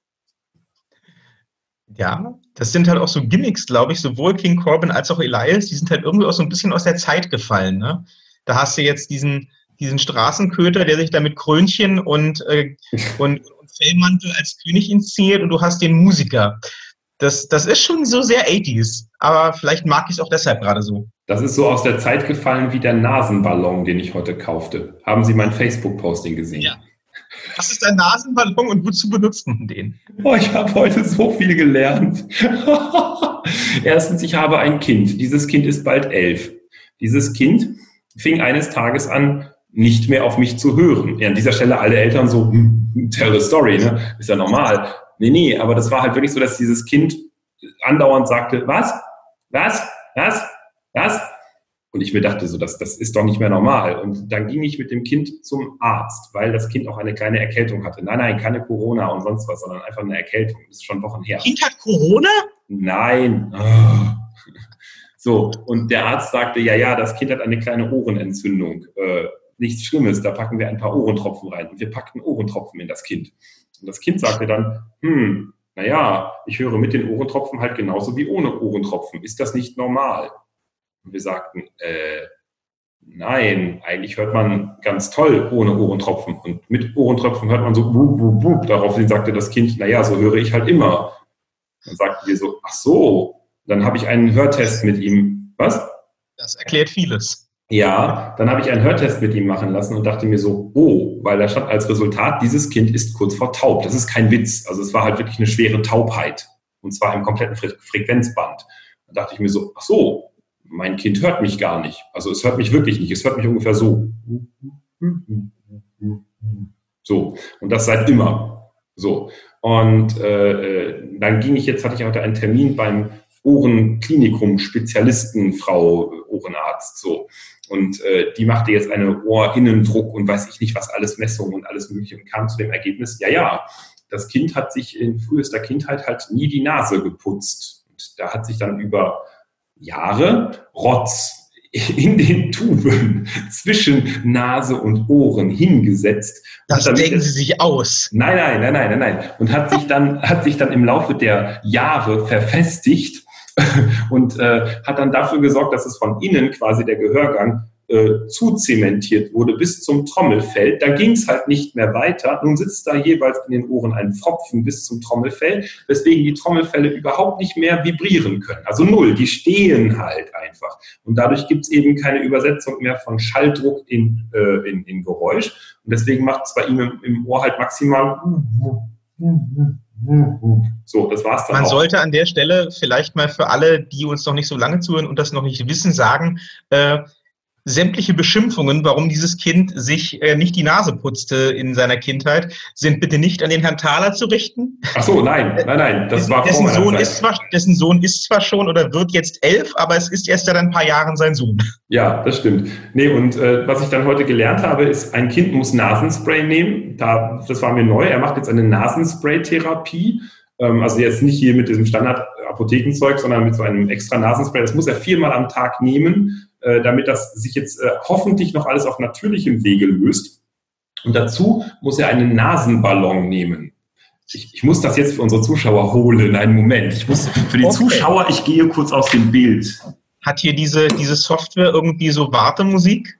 Ja, das sind halt auch so Gimmicks, glaube ich, sowohl King Corbin als auch Elias, die sind halt irgendwie auch so ein bisschen aus der Zeit gefallen, ne? Da hast du jetzt diesen, diesen Straßenköter, der sich da mit Krönchen und, äh, und, und Fellmantel als König inszeniert und du hast den Musiker. Das, das ist schon so sehr achtziger, aber vielleicht mag ich es auch deshalb gerade so. Das ist so aus der Zeit gefallen wie der Nasenballon, den ich heute kaufte. Haben Sie mein Facebook-Posting gesehen? Ja. Was ist ein Nasenballon und wozu benutzt man den? Oh, ich habe heute so viel gelernt. Erstens, ich habe ein Kind. Dieses Kind ist bald elf. Dieses Kind fing eines Tages an, nicht mehr auf mich zu hören. Ja, an dieser Stelle alle Eltern so, hm, tell the story, ne? Ist ja normal. Nee, nee, aber das war halt wirklich so, dass dieses Kind andauernd sagte, was? Was? Was? Was? Und ich mir dachte so, das, das ist doch nicht mehr normal. Und dann ging ich mit dem Kind zum Arzt, weil das Kind auch eine kleine Erkältung hatte. Nein, nein, keine Corona und sonst was, sondern einfach eine Erkältung. Das ist schon Wochen her. Kind hat Corona? Nein. Oh. So, und der Arzt sagte, ja, ja, das Kind hat eine kleine Ohrenentzündung. Äh, nichts Schlimmes, da packen wir ein paar Ohrentropfen rein. Und wir packten Ohrentropfen in das Kind. Und das Kind sagte dann, hm, naja, ich höre mit den Ohrentropfen halt genauso wie ohne Ohrentropfen. Ist das nicht normal? Und wir sagten, äh, nein, eigentlich hört man ganz toll ohne Ohrentropfen. Und mit Ohrentropfen hört man so, bup, bup, bup. Daraufhin sagte das Kind, naja, so höre ich halt immer. Dann sagten wir so, ach so, dann habe ich einen Hörtest mit ihm. Was? Das erklärt vieles. Ja, dann habe ich einen Hörtest mit ihm machen lassen und dachte mir so, oh, weil da stand als Resultat, dieses Kind ist kurz vor taub. Das ist kein Witz. Also es war halt wirklich eine schwere Taubheit. Und zwar im kompletten Fre- Frequenzband. Da dachte ich mir so, ach so, mein Kind hört mich gar nicht. Also es hört mich wirklich nicht. Es hört mich ungefähr so. So. Und das seit immer. So. Und äh, dann ging ich jetzt, hatte ich heute einen Termin beim Ohrenklinikum, Spezialistenfrau, Ohrenarzt. So. Und äh, die machte jetzt eine Ohrinnendruck und weiß ich nicht was, alles Messungen und alles Mögliche und kam zu dem Ergebnis, ja, ja, das Kind hat sich in frühester Kindheit halt nie die Nase geputzt. Und da hat sich dann über Jahre Rotz in den Tuben zwischen Nase und Ohren hingesetzt. Das denken Sie sich aus. Nein, nein, nein, nein, nein, nein. Und hat sich dann, hat sich dann im Laufe der Jahre verfestigt und äh, hat dann dafür gesorgt, dass es von innen quasi der Gehörgang äh, zuzementiert wurde bis zum Trommelfell. Da ging es halt nicht mehr weiter. Nun sitzt da jeweils in den Ohren ein Pfropfen bis zum Trommelfell, weswegen die Trommelfelle überhaupt nicht mehr vibrieren können. Also null, die stehen halt einfach. Und dadurch gibt es eben keine Übersetzung mehr von Schalldruck in, äh, in, in Geräusch. Und deswegen macht es bei ihm im, im Ohr halt maximal so, das war's dann. Man auch. sollte an der Stelle vielleicht mal für alle, die uns noch nicht so lange zuhören und das noch nicht wissen, sagen, äh, sämtliche Beschimpfungen, warum dieses Kind sich äh, nicht die Nase putzte in seiner Kindheit, sind bitte nicht an den Herrn Thaler zu richten. Ach so, nein, nein, nein, das war dessen vor meiner Sohn Zeit. ist zwar, dessen Sohn ist zwar schon oder wird jetzt elf, aber es ist erst seit ein paar Jahren sein Sohn. Ja, das stimmt. Nee, und äh, was ich dann heute gelernt habe, ist, ein Kind muss Nasenspray nehmen. Da, das war mir neu. Er macht jetzt eine Nasenspray-Therapie. Ähm, also jetzt nicht hier mit diesem Standard-Apothekenzeug, sondern mit so einem extra Nasenspray. Das muss er viermal am Tag nehmen, äh, damit das sich jetzt äh, hoffentlich noch alles auf natürlichem Wege löst. Und dazu muss er einen Nasenballon nehmen. Ich, ich muss das jetzt für unsere Zuschauer holen. Einen Moment. Ich muss für die Okay. Zuschauer, ich gehe kurz aus dem Bild. Hat hier diese, diese Software irgendwie so Wartemusik?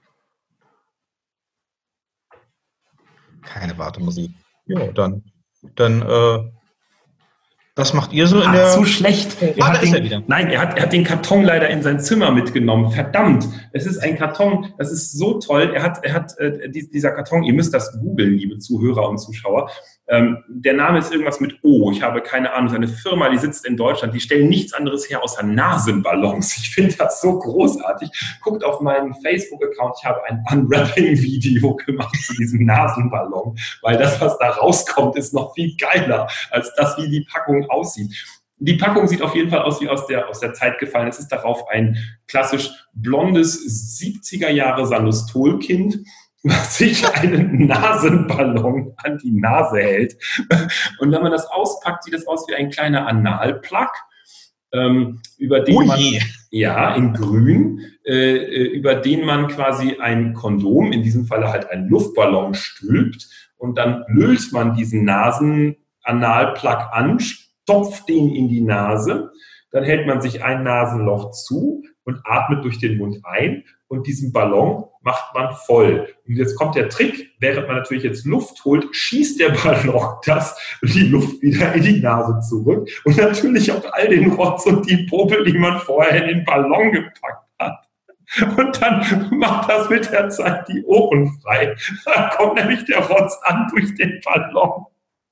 Keine Wartemusik. Ja, dann, dann, äh, was macht ihr so in Ah, der... zu schlecht. Er Ah, hat da ist den, er wieder. Nein, er hat, er hat den Karton leider in sein Zimmer mitgenommen. Verdammt, es ist ein Karton, das ist so toll. Er hat, er hat äh, die, dieser Karton, ihr müsst das googeln, liebe Zuhörer und Zuschauer. Ähm, der Name ist irgendwas mit O. Ich habe keine Ahnung. Seine Firma, die sitzt in Deutschland, die stellen nichts anderes her außer Nasenballons. Ich finde das so großartig. Guckt auf meinen Facebook-Account. Ich habe ein Unwrapping-Video gemacht zu diesem Nasenballon, weil das, was da rauskommt, ist noch viel geiler als das, wie die Packung aussieht. Die Packung sieht auf jeden Fall aus wie aus der, aus der Zeit gefallen. Es ist darauf ein klassisch blondes siebziger Jahre Sanustol-Kind, was sich einen Nasenballon an die Nase hält. Und wenn man das auspackt, sieht das aus wie ein kleiner Analplug, ähm, über den Oh man, je. ja, in grün, äh, über den man quasi ein Kondom, in diesem Falle halt einen Luftballon stülpt und dann lüllt man diesen Nasenanalplug an, stopft den in die Nase, dann hält man sich ein Nasenloch zu und atmet durch den Mund ein und diesen Ballon macht man voll. Und jetzt kommt der Trick, während man natürlich jetzt Luft holt, schießt der Ballon das die Luft wieder in die Nase zurück und natürlich auch all den Rotz und die Popel, die man vorher in den Ballon gepackt hat. Und dann macht das mit der Zeit die Ohren frei. Da kommt nämlich der Rotz an durch den Ballon.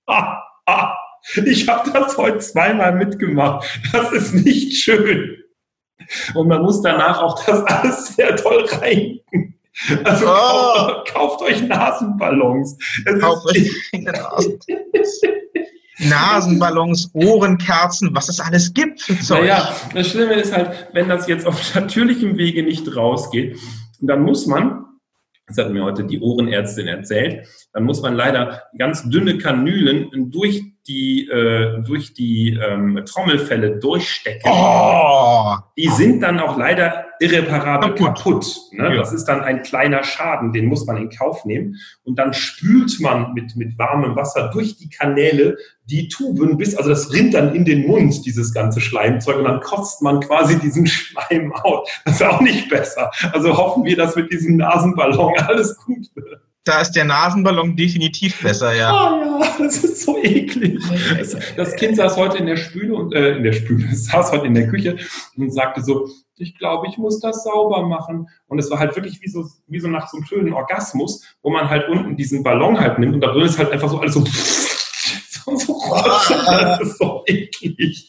Ich habe das heute zweimal mitgemacht. Das ist nicht schön. Und man muss danach auch das alles sehr toll reinigen. Also Oh. kauft, kauft euch Nasenballons. Es Kauft ist- euch Nasen- Nasenballons, Ohrenkerzen, was es alles gibt für Zeug. Naja, das Schlimme ist halt, wenn das jetzt auf natürlichem Wege nicht rausgeht, dann muss man, das hat mir heute die Ohrenärztin erzählt, dann muss man leider ganz dünne Kanülen durch die, äh, durch die ähm, Trommelfelle durchstecken. Oh, Die sind dann auch leider irreparabel Kaputt. kaputt. Ne? Ja. Das ist dann ein kleiner Schaden, den muss man in Kauf nehmen. Und dann spült man mit, mit warmem Wasser durch die Kanäle die Tuben bis, also das rinnt dann in den Mund, dieses ganze Schleimzeug, und dann kotzt man quasi diesen Schleim aus. Das ist auch nicht besser. Also hoffen wir, dass mit diesem Nasenballon alles gut wird. da ist der Nasenballon definitiv besser, ja. Ah ja, das ist so eklig. Das, das Kind saß heute in der Spüle und äh, in der Spüle, es saß heute in der Küche und sagte so, ich glaube, ich muss das sauber machen. Und es war halt wirklich wie so, wie so nach so einem schönen Orgasmus, wo man halt unten diesen Ballon halt nimmt und da drin ist halt einfach so alles so, so, so das ist so eklig.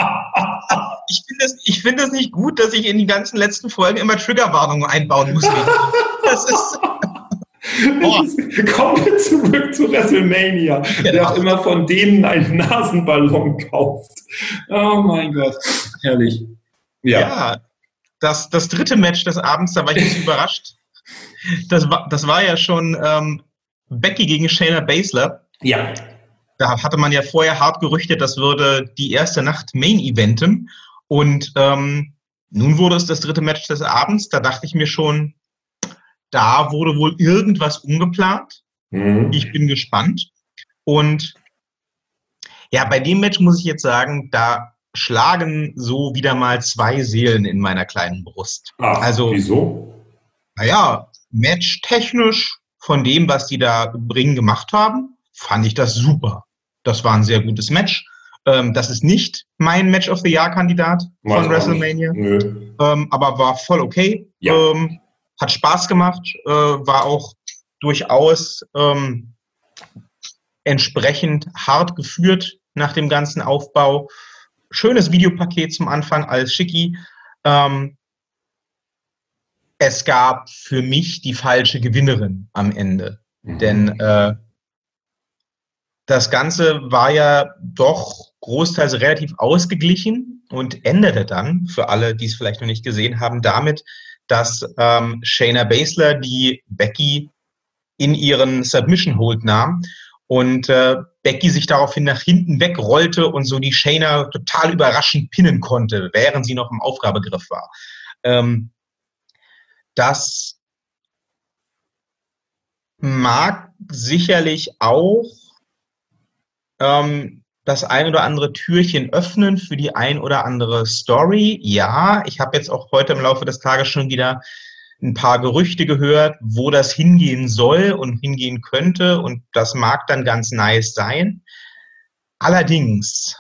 Ich finde es ich finde es nicht gut, dass ich in die ganzen letzten Folgen immer Triggerwarnungen einbauen muss. Das ist, Oh. Kommen wir zurück zu WrestleMania, Genau. der auch immer von denen einen Nasenballon kauft. Oh mein Gott, herrlich. ja, Ja, das, das dritte Match des Abends, da war ich ein bisschen überrascht. Das war, das war ja schon ähm, Becky gegen Shayna Baszler. ja. Da hatte man ja vorher hart gerüchtet, das würde die erste Nacht Main-Eventen. Und ähm, nun wurde es das dritte Match des Abends. Da dachte ich mir schon, da wurde wohl irgendwas umgeplant. Mhm. Ich bin gespannt. Und ja, bei dem Match muss ich jetzt sagen, da schlagen so wieder mal zwei Seelen in meiner kleinen Brust. Ach, Also, wieso? naja, matchtechnisch von dem, was die da im Ring gemacht haben, fand ich das super. Das war ein sehr gutes Match. Ähm, das ist nicht mein Match of the Jahr-Kandidat Weiß von auch WrestleMania, nicht. Nö. ähm, aber war voll okay. Ja. Ähm, hat Spaß gemacht, äh, war auch durchaus ähm, entsprechend hart geführt nach dem ganzen Aufbau. Schönes Videopaket zum Anfang als Schicki. Ähm, es gab für mich die falsche Gewinnerin am Ende. Mhm. Denn äh, das Ganze war ja doch großteils relativ ausgeglichen und endete dann, für alle, die es vielleicht noch nicht gesehen haben, damit, dass ähm, Shayna Baszler die Becky in ihren Submission Hold nahm und äh, Becky sich daraufhin nach hinten wegrollte und so die Shayna total überraschend pinnen konnte, während sie noch im Aufgabegriff war. Ähm, das mag sicherlich auch ähm, das ein oder andere Türchen öffnen für die ein oder andere Story. Ja, ich habe jetzt auch heute im Laufe des Tages schon wieder ein paar Gerüchte gehört, wo das hingehen soll und hingehen könnte, und das mag dann ganz nice sein. Allerdings,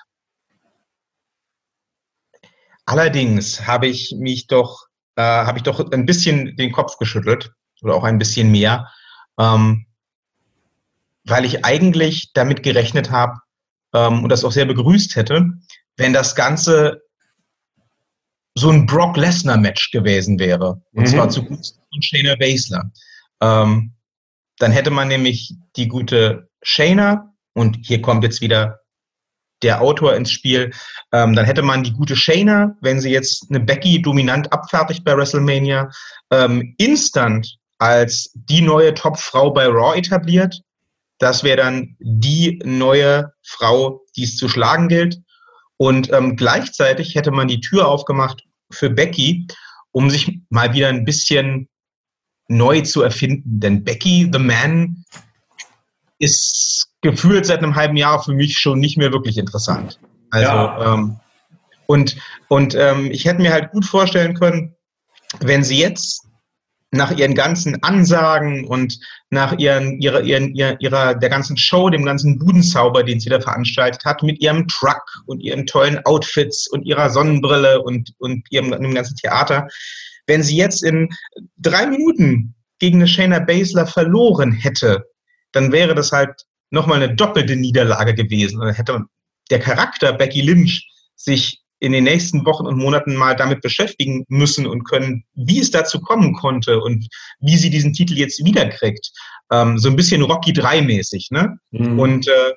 allerdings habe ich mich doch, äh, habe ich doch ein bisschen den Kopf geschüttelt oder auch ein bisschen mehr, ähm, weil ich eigentlich damit gerechnet habe, ähm, und das auch sehr begrüßt hätte, wenn das Ganze so ein Brock Lesnar-Match gewesen wäre. Und Mhm. zwar zugunsten von Shayna Baszler. Ähm, dann hätte man nämlich die gute Shayna, und hier kommt jetzt wieder der Autor ins Spiel, ähm, dann hätte man die gute Shayna, wenn sie jetzt eine Becky dominant abfertigt bei WrestleMania, ähm, instant als die neue Top-Frau bei Raw etabliert. Das wäre dann die neue Frau, die es zu schlagen gilt. Und ähm, gleichzeitig hätte man die Tür aufgemacht für Becky, um sich mal wieder ein bisschen neu zu erfinden. Denn Becky, the Man, ist gefühlt seit einem halben Jahr für mich schon nicht mehr wirklich interessant. Also, Ja. ähm, und, und ähm, ich hätte mir halt gut vorstellen können, wenn sie jetzt nach ihren ganzen Ansagen und nach ihren, ihrer, ihren, ihrer, ihrer, der ganzen Show, dem ganzen Budenzauber, den sie da veranstaltet hat, mit ihrem Truck und ihren tollen Outfits und ihrer Sonnenbrille und, und ihrem, dem ganzen Theater, wenn sie jetzt in drei Minuten gegen eine Shayna Baszler verloren hätte, dann wäre das halt nochmal eine doppelte Niederlage gewesen. Dann hätte der Charakter Becky Lynch sich in den nächsten Wochen und Monaten mal damit beschäftigen müssen und können, wie es dazu kommen konnte und wie sie diesen Titel jetzt wiederkriegt. Ähm, so ein bisschen Rocky drei mäßig, ne? Mhm. Und äh,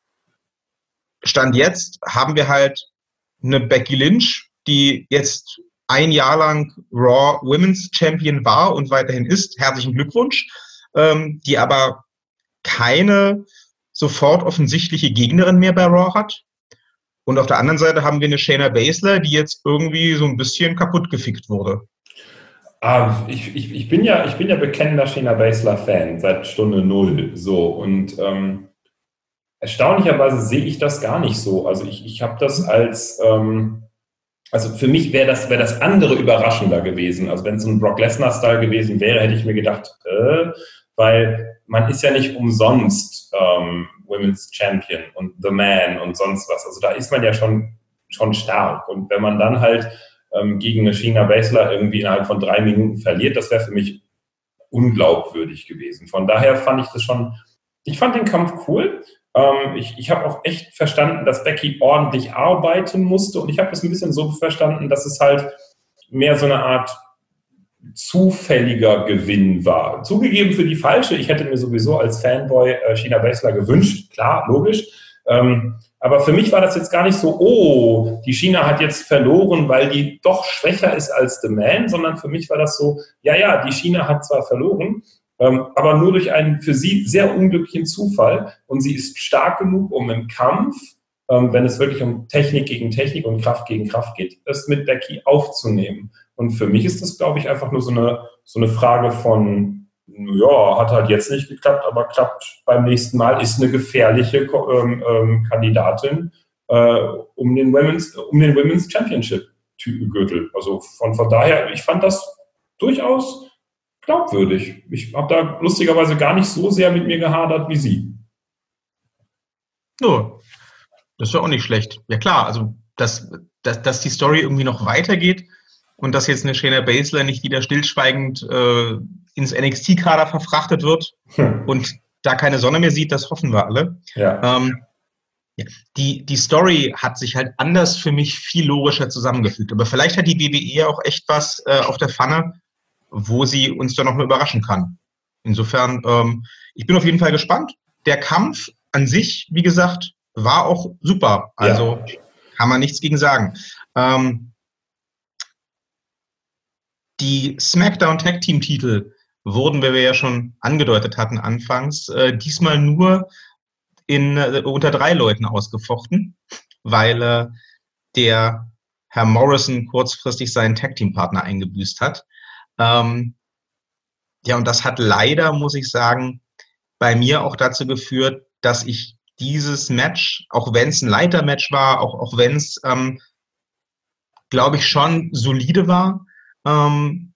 Stand jetzt haben wir halt eine Becky Lynch, die jetzt ein Jahr lang Raw Women's Champion war und weiterhin ist. Herzlichen Glückwunsch. Ähm, die aber keine sofort offensichtliche Gegnerin mehr bei Raw hat. Und auf der anderen Seite haben wir eine Shayna Baszler, die jetzt irgendwie so ein bisschen kaputt gefickt wurde. Ah, ich, ich, ich, bin ja, ich bin ja bekennender Shayna Baszler-Fan seit Stunde Null. So, und ähm, erstaunlicherweise sehe ich das gar nicht so. Also ich, ich habe das als, ähm, also für mich wäre das, wär das andere überraschender gewesen. Also wenn es so ein Brock Lesnar-Style gewesen wäre, hätte ich mir gedacht, äh, weil man ist ja nicht umsonst ähm, Women's Champion und The Man und sonst was. Also da ist man ja schon, schon stark. Und wenn man dann halt ähm, gegen eine Shayna Baszler irgendwie innerhalb von drei Minuten verliert, das wäre für mich unglaubwürdig gewesen. Von daher fand ich das schon, ich fand den Kampf cool. Ähm, ich ich habe auch echt verstanden, dass Becky ordentlich arbeiten musste. Und ich habe das ein bisschen so verstanden, dass es halt mehr so eine Art zufälliger Gewinn war. Zugegeben für die falsche. Ich hätte mir sowieso als Fanboy äh, Shayna Baszler gewünscht. Klar, logisch. Ähm, aber für mich war das jetzt gar nicht so, oh, die Shayna hat jetzt verloren, weil die doch schwächer ist als The Man, sondern für mich war das so, ja, ja, die Shayna hat zwar verloren, ähm, aber nur durch einen für sie sehr unglücklichen Zufall und sie ist stark genug, um im Kampf, ähm, wenn es wirklich um Technik gegen Technik und Kraft gegen Kraft geht, das mit Becky aufzunehmen. Und für mich ist das, glaube ich, einfach nur so eine, so eine Frage von, ja, hat halt jetzt nicht geklappt, aber klappt beim nächsten Mal, ist eine gefährliche ähm, ähm, Kandidatin äh, um den Women's, um den Women's Championship-Gürtel. Also von, von daher, ich fand das durchaus glaubwürdig. Ich habe da lustigerweise gar nicht so sehr mit mir gehadert wie Sie. No, das ist ja auch nicht schlecht. Ja klar, also dass, dass, dass die Story irgendwie noch weitergeht und dass jetzt eine Shayna Baszler nicht wieder stillschweigend äh, ins N X T-Kader verfrachtet wird hm. und da keine Sonne mehr sieht, das hoffen wir alle. Ja. Ähm, ja. Die, die Story hat sich halt anders für mich viel logischer zusammengefügt. Aber vielleicht hat die W W E auch echt was äh, auf der Pfanne, wo sie uns da noch mal überraschen kann. Insofern, ähm, ich bin auf jeden Fall gespannt. Der Kampf an sich, wie gesagt, war auch super. Also ja. Kann man nichts gegen sagen. Ähm, die SmackDown Tag Team Titel wurden, wie wir ja schon angedeutet hatten anfangs, äh, diesmal nur in, äh, unter drei Leuten ausgefochten, weil äh, der Herr Morrison kurzfristig seinen Tag Team Partner eingebüßt hat. Ähm, ja, und das hat leider, muss ich sagen, bei mir auch dazu geführt, dass ich dieses Match, auch wenn es ein Leitermatch war, auch, auch wenn es, ähm, glaube ich, schon solide war, ähm,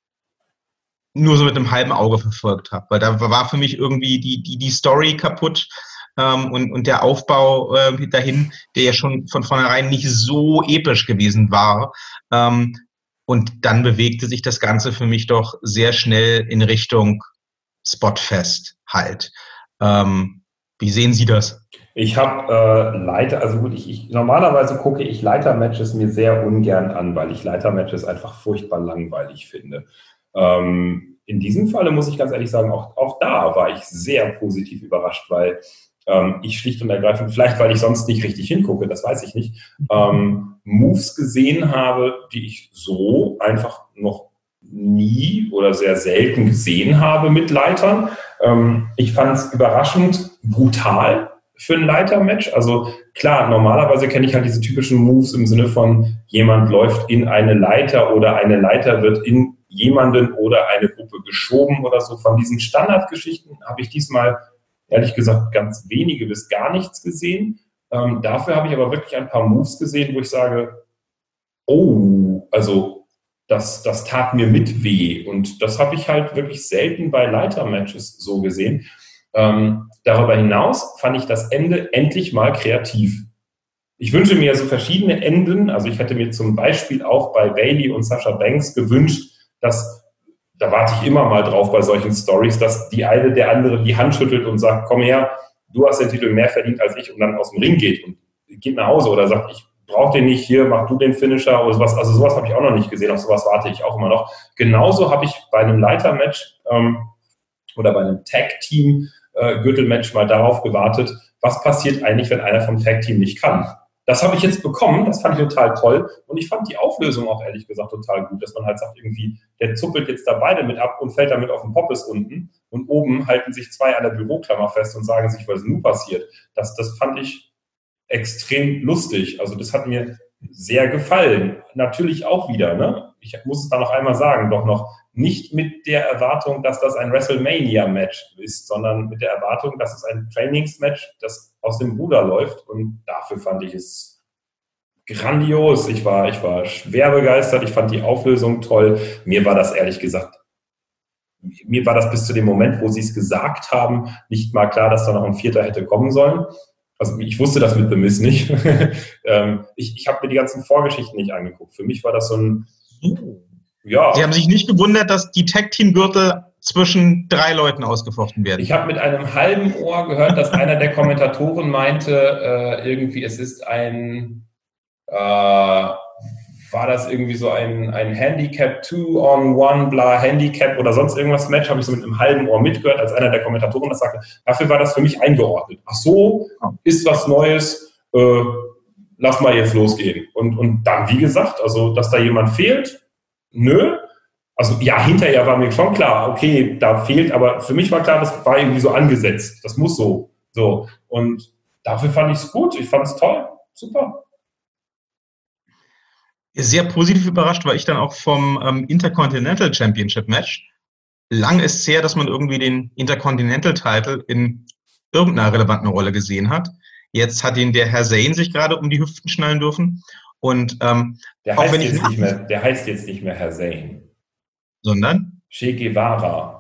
nur so mit einem halben Auge verfolgt habe. Weil da war für mich irgendwie die, die, die Story kaputt ähm, und, und der Aufbau äh, dahin, der ja schon von vornherein nicht so episch gewesen war. Ähm, und dann bewegte sich das Ganze für mich doch sehr schnell in Richtung Spotfest halt. Ähm, wie sehen Sie das? Ich habe äh, Leiter, also gut, ich, ich normalerweise gucke ich Leitermatches mir sehr ungern an, weil ich Leitermatches einfach furchtbar langweilig finde. Ähm, in diesem Falle muss ich ganz ehrlich sagen, auch, auch da war ich sehr positiv überrascht, weil ähm, ich schlicht und ergreifend, vielleicht weil ich sonst nicht richtig hingucke, das weiß ich nicht, ähm, Moves gesehen habe, die ich so einfach noch nie oder sehr selten gesehen habe mit Leitern. Ähm, ich fand es überraschend brutal für ein Leitermatch. Also klar, normalerweise kenne ich halt diese typischen Moves im Sinne von, jemand läuft in eine Leiter oder eine Leiter wird in jemanden oder eine Gruppe geschoben oder so. Von diesen Standardgeschichten habe ich diesmal, ehrlich gesagt, ganz wenige bis gar nichts gesehen. Ähm, dafür habe ich aber wirklich ein paar Moves gesehen, wo ich sage, oh, also das, das tat mir mit weh. Und das habe ich halt wirklich selten bei Leitermatches so gesehen. Ähm, darüber hinaus fand ich das Ende endlich mal kreativ. Ich wünsche mir so verschiedene Enden. Also ich hätte mir zum Beispiel auch bei Bayley und Sasha Banks gewünscht, dass, da warte ich immer mal drauf bei solchen Stories, dass die eine der andere die Hand schüttelt und sagt, komm her, du hast den Titel mehr verdient als ich und dann aus dem Ring geht und geht nach Hause oder sagt, ich brauche den nicht, hier, mach du den Finisher oder sowas. Also sowas habe ich auch noch nicht gesehen, auf sowas warte ich auch immer noch. Genauso habe ich bei einem Leitermatch ähm, oder bei einem Tag-Team-Gürtelmatch mal darauf gewartet, was passiert eigentlich, wenn einer vom Tag-Team nicht kann. Das habe ich jetzt bekommen, das fand ich total toll und ich fand die Auflösung auch ehrlich gesagt total gut, dass man halt sagt, irgendwie, der zuppelt jetzt da beide mit ab und fällt damit auf den Poppes unten und oben halten sich zwei an der Büroklammer fest und sagen sich, was nun passiert. Das, das fand ich extrem lustig, also das hat mir sehr gefallen. Natürlich auch wieder, ne? Ich muss es da noch einmal sagen, doch noch nicht mit der Erwartung, dass das ein WrestleMania-Match ist, sondern mit der Erwartung, dass es ein Trainingsmatch, das aus dem Ruder läuft und dafür fand ich es grandios. Ich war, ich war schwer begeistert, ich fand die Auflösung toll. Mir war das ehrlich gesagt, mir war das bis zu dem Moment, wo sie es gesagt haben, nicht mal klar, dass da noch ein Vierter hätte kommen sollen. Also ich wusste das mit The Miz nicht. ich ich habe mir die ganzen Vorgeschichten nicht angeguckt. Für mich war das so ein... Ja. Sie haben sich nicht gewundert, dass die Tag-Team-Gürtel zwischen drei Leuten ausgefochten werden. Ich habe mit einem halben Ohr gehört, dass einer der Kommentatoren meinte, äh, irgendwie es ist ein... Äh, war das irgendwie so ein, ein Handicap two on one, bla, Handicap oder sonst irgendwas Match, habe ich so mit einem halben Ohr mitgehört, als einer der Kommentatoren das sagte. Dafür war das für mich eingeordnet. Ach so, ist was Neues, äh, lass mal jetzt losgehen. Und, und dann, wie gesagt, also, dass da jemand fehlt, nö. Also, ja, hinterher war mir schon klar, okay, da fehlt, aber für mich war klar, das war irgendwie so angesetzt. Das muss so, so. Und dafür fand ich es gut, ich fand es toll, super. Sehr positiv überrascht war ich dann auch vom ähm, Intercontinental Championship Match. Lang ist es her, dass man irgendwie den Intercontinental Title in irgendeiner relevanten Rolle gesehen hat. Jetzt hat ihn der Herr Zayn sich gerade um die Hüften schnallen dürfen. Und ähm, der, heißt wenn jetzt nicht mehr, der heißt jetzt nicht mehr Herr Zayn. Sondern? Che Guevara.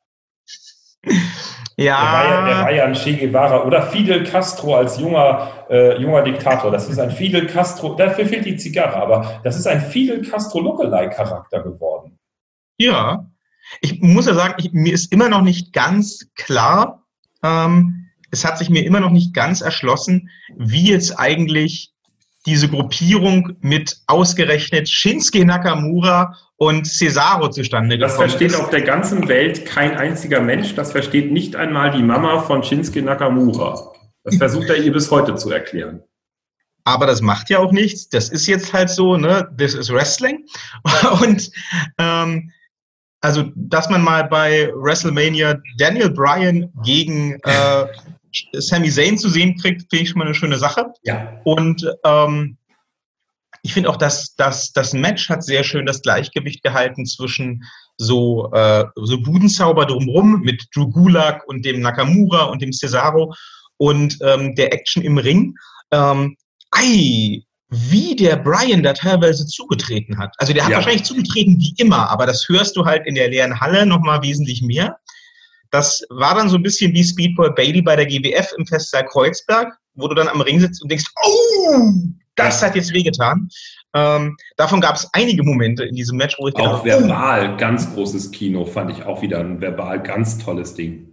Ja. Der war ja, der war ja ein Che Guevara oder Fidel Castro als junger, äh, junger Diktator. Das ist ein Fidel Castro, dafür fehlt die Zigarre, aber das ist ein Fidel Castro Lookalike-Charakter geworden. Ja, ich muss ja sagen, ich, mir ist immer noch nicht ganz klar, ähm, es hat sich mir immer noch nicht ganz erschlossen, wie jetzt eigentlich diese Gruppierung mit ausgerechnet Shinsuke Nakamura und Cesaro zustande gekommen ist. Das versteht auf der ganzen Welt kein einziger Mensch. Das versteht nicht einmal die Mama von Shinsuke Nakamura. Das versucht er ihr bis heute zu erklären. Aber das macht ja auch nichts. Das ist jetzt halt so, ne? This is Wrestling. Und ähm, also, dass man mal bei WrestleMania Daniel Bryan gegen äh, Sami Zayn zu sehen kriegt, finde ich schon mal eine schöne Sache. Ja. Und ähm, ich finde auch, dass, dass das Match hat sehr schön das Gleichgewicht gehalten zwischen so, äh, so Budenzauber drumherum mit Drew Gulak und dem Nakamura und dem Cesaro und ähm, der Action im Ring. Ähm, ei, wie der Bryan da teilweise zugetreten hat. Also der hat ja wahrscheinlich zugetreten wie immer, aber das hörst du halt in der leeren Halle nochmal wesentlich mehr. Das war dann so ein bisschen wie Speedball Bailey bei der G W F im Festsaal Kreuzberg, wo du dann am Ring sitzt und denkst, oh, das hat jetzt wehgetan. Ähm, davon gab es einige Momente in diesem Match, wo ich auch gedacht, verbal, oh, ganz großes Kino, fand ich auch wieder ein verbal ganz tolles Ding.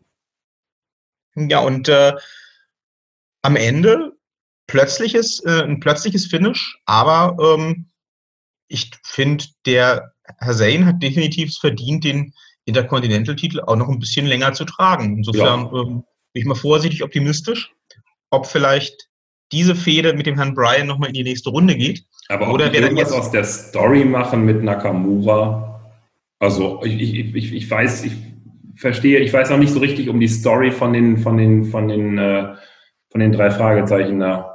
Ja, und äh, am Ende plötzliches, äh, ein plötzliches Finish, aber ähm, ich finde, der Herr Zayn hat definitiv verdient, den Intercontinental-Titel auch noch ein bisschen länger zu tragen. Insofern ja. ähm, bin ich mal vorsichtig optimistisch, ob vielleicht diese Fehde mit dem Herrn Bryan nochmal in die nächste Runde geht. Aber oder wir irgendwas aus der Story machen mit Nakamura. Also ich, ich, ich, ich weiß, ich verstehe, ich weiß auch nicht so richtig um die Story von den, von den, von den, äh, von den drei Fragezeichen da.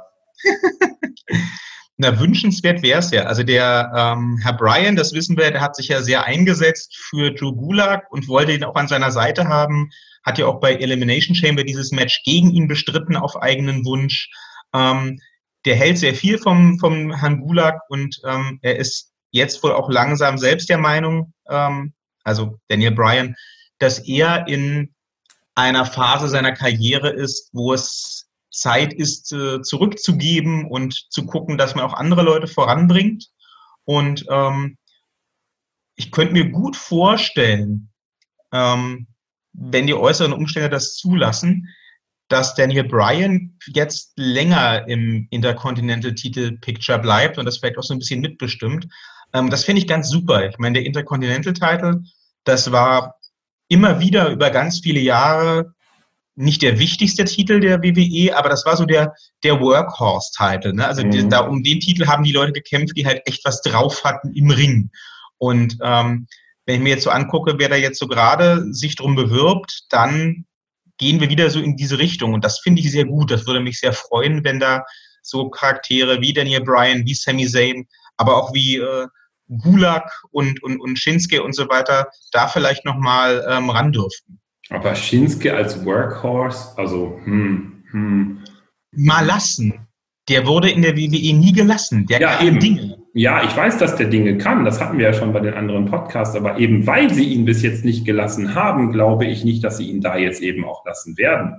Na, wünschenswert wäre es ja. Also der ähm, Herr Bryan, das wissen wir, der hat sich ja sehr eingesetzt für Drew Gulak und wollte ihn auch an seiner Seite haben. Hat ja auch bei Elimination Chamber dieses Match gegen ihn bestritten auf eigenen Wunsch. Ähm, der hält sehr viel vom, vom Herrn Gulak und ähm, er ist jetzt wohl auch langsam selbst der Meinung, ähm, also Daniel Bryan, dass er in einer Phase seiner Karriere ist, wo es Zeit ist, äh, zurückzugeben und zu gucken, dass man auch andere Leute voranbringt. Und ähm, ich könnte mir gut vorstellen, ähm, wenn die äußeren Umstände das zulassen, dass Daniel Bryan jetzt länger im Intercontinental-Titel-Picture bleibt und das vielleicht auch so ein bisschen mitbestimmt. Ähm, das finde ich ganz super. Ich meine, der Intercontinental-Title, das war immer wieder über ganz viele Jahre nicht der wichtigste Titel der W W E, aber das war so der, der Workhorse-Titel. Ne? Also mhm. die, da um den Titel haben die Leute gekämpft, die halt echt was drauf hatten im Ring. Und ähm, wenn ich mir jetzt so angucke, wer da jetzt so gerade sich drum bewirbt, dann gehen wir wieder so in diese Richtung. Und das finde ich sehr gut. Das würde mich sehr freuen, wenn da so Charaktere wie Daniel Bryan, wie Sami Zayn, aber auch wie äh, Gulak und, und, und Shinsuke und so weiter da vielleicht nochmal ähm, ran dürften. Aber Shinsuke als Workhorse, also hm, hm. Mal lassen. Der wurde in der W W E nie gelassen. Der ja, kann eben. Dinge. Ja, ich weiß, dass der Dinge kann. Das hatten wir ja schon bei den anderen Podcasts. Aber eben weil sie ihn bis jetzt nicht gelassen haben, glaube ich nicht, dass sie ihn da jetzt eben auch lassen werden.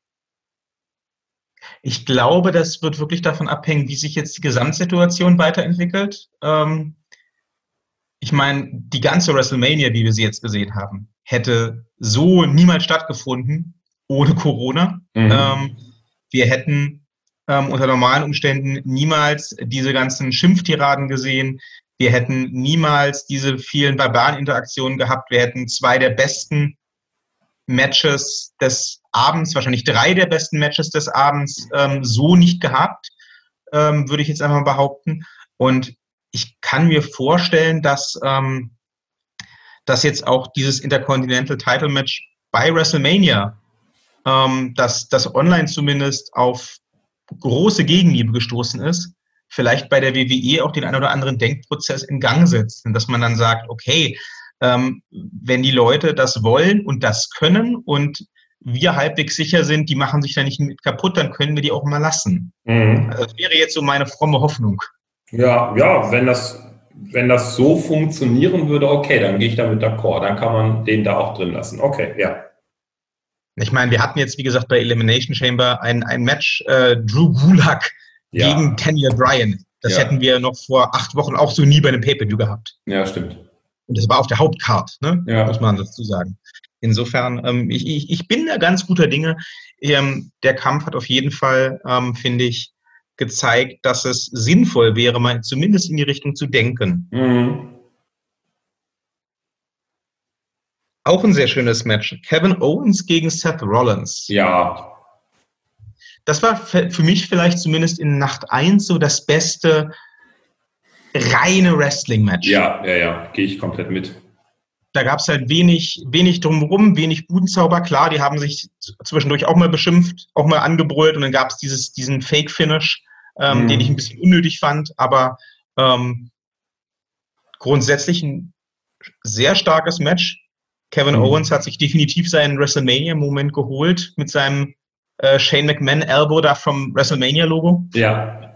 Ich glaube, das wird wirklich davon abhängen, wie sich jetzt die Gesamtsituation weiterentwickelt. Ähm, ich meine, die ganze WrestleMania, wie wir sie jetzt gesehen haben, hätte so niemals stattgefunden ohne Corona. Mhm. Ähm, wir hätten ähm, unter normalen Umständen niemals diese ganzen Schimpftiraden gesehen. Wir hätten niemals diese vielen Barbaren-Interaktionen gehabt. Wir hätten zwei der besten Matches des Abends, wahrscheinlich drei der besten Matches des Abends ähm, so nicht gehabt, ähm, würde ich jetzt einfach mal behaupten. Und ich kann mir vorstellen, dass, ähm, dass jetzt auch dieses Intercontinental Title Match bei WrestleMania, ähm, dass das online zumindest auf große Gegenliebe gestoßen ist, vielleicht bei der W W E auch den einen oder anderen Denkprozess in Gang setzt. Und dass man dann sagt, okay, ähm, wenn die Leute das wollen und das können und wir halbwegs sicher sind, die machen sich da nicht mit kaputt, dann können wir die auch mal lassen. Mhm. Also das wäre jetzt so meine fromme Hoffnung. Ja, ja, wenn das, wenn das so funktionieren würde, okay, dann gehe ich damit d'accord. Dann kann man den da auch drin lassen. Okay, ja. Ich meine, wir hatten jetzt, wie gesagt, bei Elimination Chamber ein, ein Match äh, Drew Gulak ja. gegen Daniel Bryan. Das ja. hätten wir noch vor acht Wochen auch so nie bei einem Pay-Per-View gehabt. Ja, stimmt. Und das war auf der Hauptcard, ne? Ja. Muss man dazu sagen. Insofern, ähm, ich, ich, ich bin da ganz guter Dinge. Ähm, der Kampf hat auf jeden Fall, ähm, finde ich, gezeigt, dass es sinnvoll wäre, mal zumindest in die Richtung zu denken. Mhm. Auch ein sehr schönes Match. Kevin Owens gegen Seth Rollins. Ja. Das war für mich vielleicht zumindest in Nacht eins so das beste reine Wrestling-Match. Ja, ja, ja, gehe ich komplett mit. Da gab es halt wenig, wenig drumherum, wenig Budenzauber. Klar, die haben sich zwischendurch auch mal beschimpft, auch mal angebrüllt und dann gab es dieses, diesen Fake-Finish, ähm, mhm. den ich ein bisschen unnötig fand, aber ähm, grundsätzlich ein sehr starkes Match. Kevin mhm. Owens hat sich definitiv seinen WrestleMania-Moment geholt mit seinem äh, Shane McMahon-Elbow da vom WrestleMania-Logo. Ja.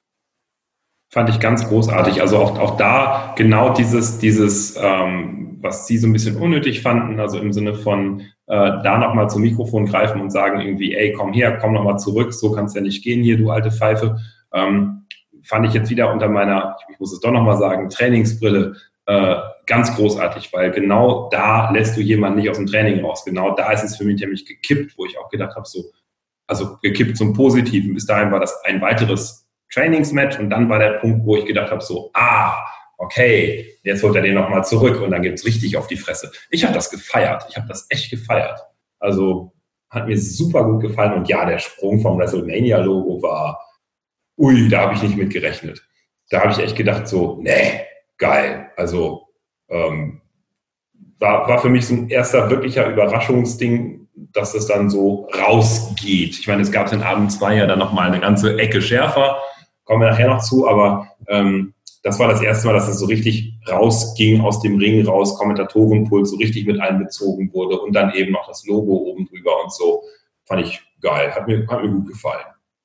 Fand ich ganz großartig. Also auch, auch da genau dieses, dieses ähm, was sie so ein bisschen unnötig fanden, also im Sinne von äh, da nochmal zum Mikrofon greifen und sagen irgendwie, ey, komm her, komm nochmal zurück, so kann es ja nicht gehen hier, du alte Pfeife. Ähm, fand ich jetzt wieder unter meiner, ich muss es doch nochmal sagen, Trainingsbrille äh, ganz großartig, weil genau da lässt du jemanden nicht aus dem Training raus. Genau da ist es für mich nämlich gekippt, wo ich auch gedacht habe, so, also gekippt zum Positiven. Bis dahin war das ein weiteres Trainingsmatch und dann war der Punkt, wo ich gedacht habe, so, ah, okay, jetzt holt er den nochmal zurück und dann gibt's richtig auf die Fresse. Ich habe das gefeiert, ich habe das echt gefeiert. Also hat mir super gut gefallen und ja, der Sprung vom WrestleMania-Logo war, ui, da habe ich nicht mit gerechnet. Da habe ich echt gedacht so, nee, geil. Also ähm, war, war für mich so ein erster wirklicher Überraschungsding, dass es dann so rausgeht. Ich meine, es gab in Abend zwei ja dann nochmal eine ganze Ecke schärfer, kommen wir nachher noch zu, aber ähm, das war das erste Mal, dass es so richtig rausging aus dem Ring raus, Kommentatorenpult so richtig mit einbezogen wurde und dann eben noch das Logo oben drüber und so. Fand ich geil, hat mir, hat mir gut gefallen.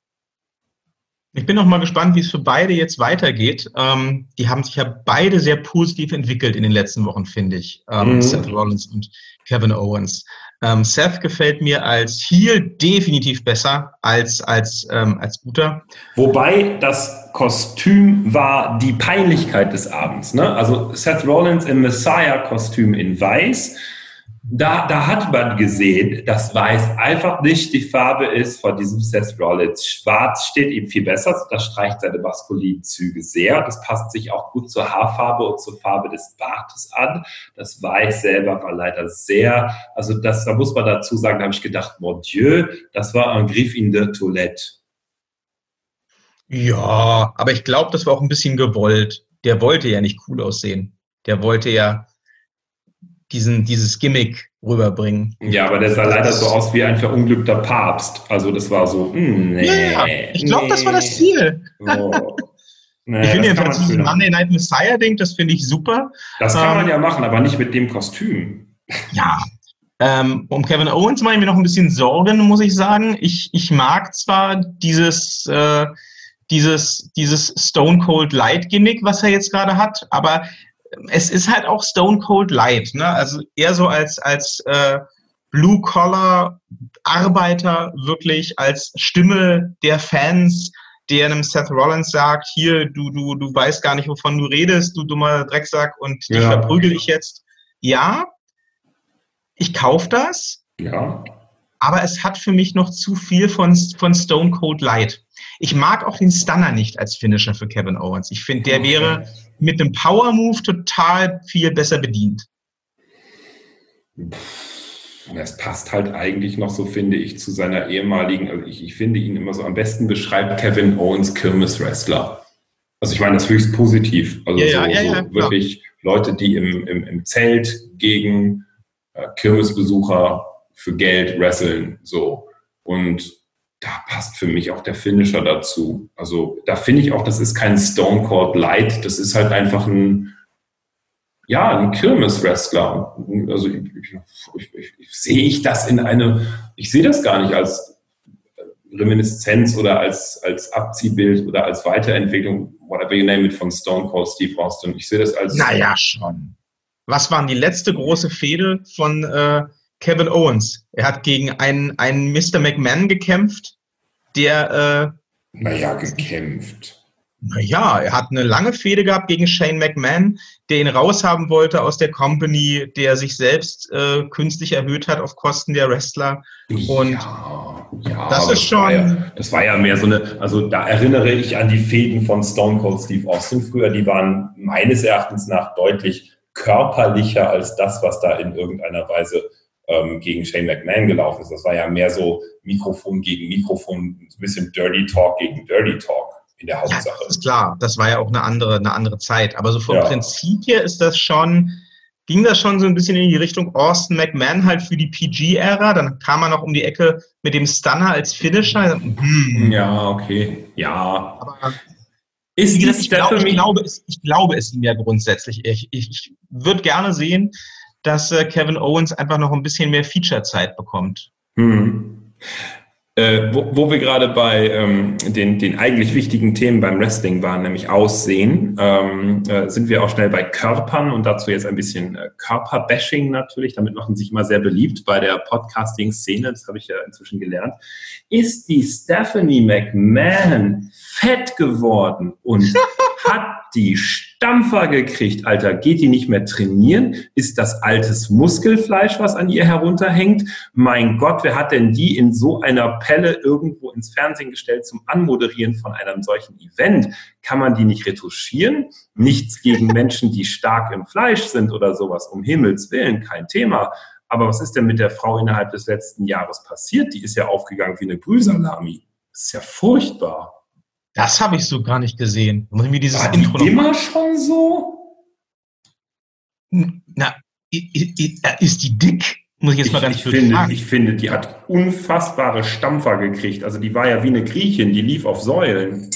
Ich bin noch mal gespannt, wie es für beide jetzt weitergeht. Ähm, die haben sich ja beide sehr positiv entwickelt in den letzten Wochen, finde ich. Ähm, mhm. Seth Rollins und Kevin Owens. Ähm, Seth gefällt mir als Heel definitiv besser als, als, ähm, als Guter. Wobei das Kostüm war die Peinlichkeit des Abends. Ne? Also Seth Rollins im Messiah-Kostüm in Weiß. Da, da hat man gesehen, dass Weiß einfach nicht die Farbe ist von diesem Seth Rollins. Schwarz steht ihm viel besser, das streicht seine maskulinen Züge sehr. Das passt sich auch gut zur Haarfarbe und zur Farbe des Bartes an. Das Weiß selber war leider sehr, also das, da muss man dazu sagen, da habe ich gedacht, mon Dieu, das war ein Griff in der Toilette. Ja, aber ich glaube, das war auch ein bisschen gewollt. Der wollte ja nicht cool aussehen. Der wollte ja diesen, dieses Gimmick rüberbringen. Ja, aber der sah leider so aus wie ein verunglückter Papst. Also das war so, mh, nee. Ja, ich glaube, nee. Das war das Ziel. Oh. Nee, ich finde jedenfalls dieses Monday Night Messiah-Ding, das finde ich super. Das kann ähm, man ja machen, aber nicht mit dem Kostüm. Ja, ähm, um Kevin Owens mache ich mir noch ein bisschen Sorgen, muss ich sagen. Ich, ich mag zwar dieses, äh, dieses, dieses Stone Cold Light Gimmick, was er jetzt gerade hat, aber es ist halt auch Stone Cold Light, ne? Also eher so als, als äh, Blue-Collar-Arbeiter wirklich, als Stimme der Fans, der einem Seth Rollins sagt, hier, du, du, du weißt gar nicht, wovon du redest, du dummer Drecksack, und dich ja. verprügel ich jetzt. Ja, ich kaufe das. Ja. Aber es hat für mich noch zu viel von, von Stone Cold Light. Ich mag auch den Stunner nicht als Finisher für Kevin Owens. Ich finde, der okay. wäre mit einem Power-Move total viel besser bedient. Das passt halt eigentlich noch, so finde ich, zu seiner ehemaligen, also ich, ich finde ihn immer so, am besten beschreibt Kevin Owens Kirmes-Wrestler. Also ich meine das höchst positiv. Also ja, so, ja, ja, so ja, wirklich Leute, die im, im, im Zelt gegen äh, Kirmesbesucher für Geld wresteln, so. Und da passt für mich auch der Finisher dazu. Also da finde ich auch, das ist kein Stone Cold Light, das ist halt einfach ein, ja, ein Kirmes-Wrestler. Also ich, ich, ich, ich, sehe ich das in eine, ich sehe das gar nicht als Reminiszenz oder als, als Abziehbild oder als Weiterentwicklung, whatever you name it, von Stone Cold Steve Austin. Ich sehe das als... Naja, schon. Was war die letzte große Fehde von äh, Kevin Owens? Er hat gegen einen, einen Mister McMahon gekämpft, der... Äh, naja, gekämpft. Naja, er hat eine lange Fehde gehabt gegen Shane McMahon, der ihn raushaben wollte aus der Company, der sich selbst äh, künstlich erhöht hat auf Kosten der Wrestler. Und ja, ja, das ist das schon... War ja, das war ja mehr so eine, also da erinnere ich an die Fehden von Stone Cold Steve Austin früher, die waren meines Erachtens nach deutlich körperlicher als das, was da in irgendeiner Weise ähm, gegen Shane McMahon gelaufen ist. Das war ja mehr so Mikrofon gegen Mikrofon, ein bisschen Dirty Talk gegen Dirty Talk. In der Hauptsache. Ja, das ist klar, das war ja auch eine andere, eine andere Zeit. Aber so vom ja. Prinzip her ist das schon, ging das schon so ein bisschen in die Richtung Austin McMahon halt für die P G-Ära. Dann kam er noch um die Ecke mit dem Stunner als Finisher. Hm. Ja, okay. Ja. Aber ist gesagt, ich, glaub, ich, glaube, es, ich glaube es ihm ja grundsätzlich. Ich, ich, ich würde gerne sehen, dass äh, Kevin Owens einfach noch ein bisschen mehr Feature-Zeit bekommt. Hm. Äh, wo, wo wir gerade bei ähm, den, den eigentlich wichtigen Themen beim Wrestling waren, nämlich Aussehen, ähm, äh, sind wir auch schnell bei Körpern und dazu jetzt ein bisschen äh, Körperbashing natürlich. Damit machen sich immer sehr beliebt bei der Podcasting-Szene, das habe ich ja inzwischen gelernt. Ist die Stephanie McMahon fett geworden und hat die Stampfer gekriegt, Alter? Geht die nicht mehr trainieren? Ist das altes Muskelfleisch, was an ihr herunterhängt? Mein Gott, wer hat denn die in so einer Pelle irgendwo ins Fernsehen gestellt zum Anmoderieren von einem solchen Event? Kann man die nicht retuschieren? Nichts gegen Menschen, die stark im Fleisch sind oder sowas, um Himmels Willen, kein Thema. Aber was ist denn mit der Frau innerhalb des letzten Jahres passiert? Die ist ja aufgegangen wie eine Brühsalami. Das ist ja furchtbar. Das habe ich so gar nicht gesehen. Muss ich mir dieses War die Intro noch immer schon so? Na, ist die dick? Muss ich jetzt ich, mal ganz ich kurz finde, fragen. Ich finde, die hat unfassbare Stampfer gekriegt. Also die war ja wie eine Griechin, die lief auf Säulen.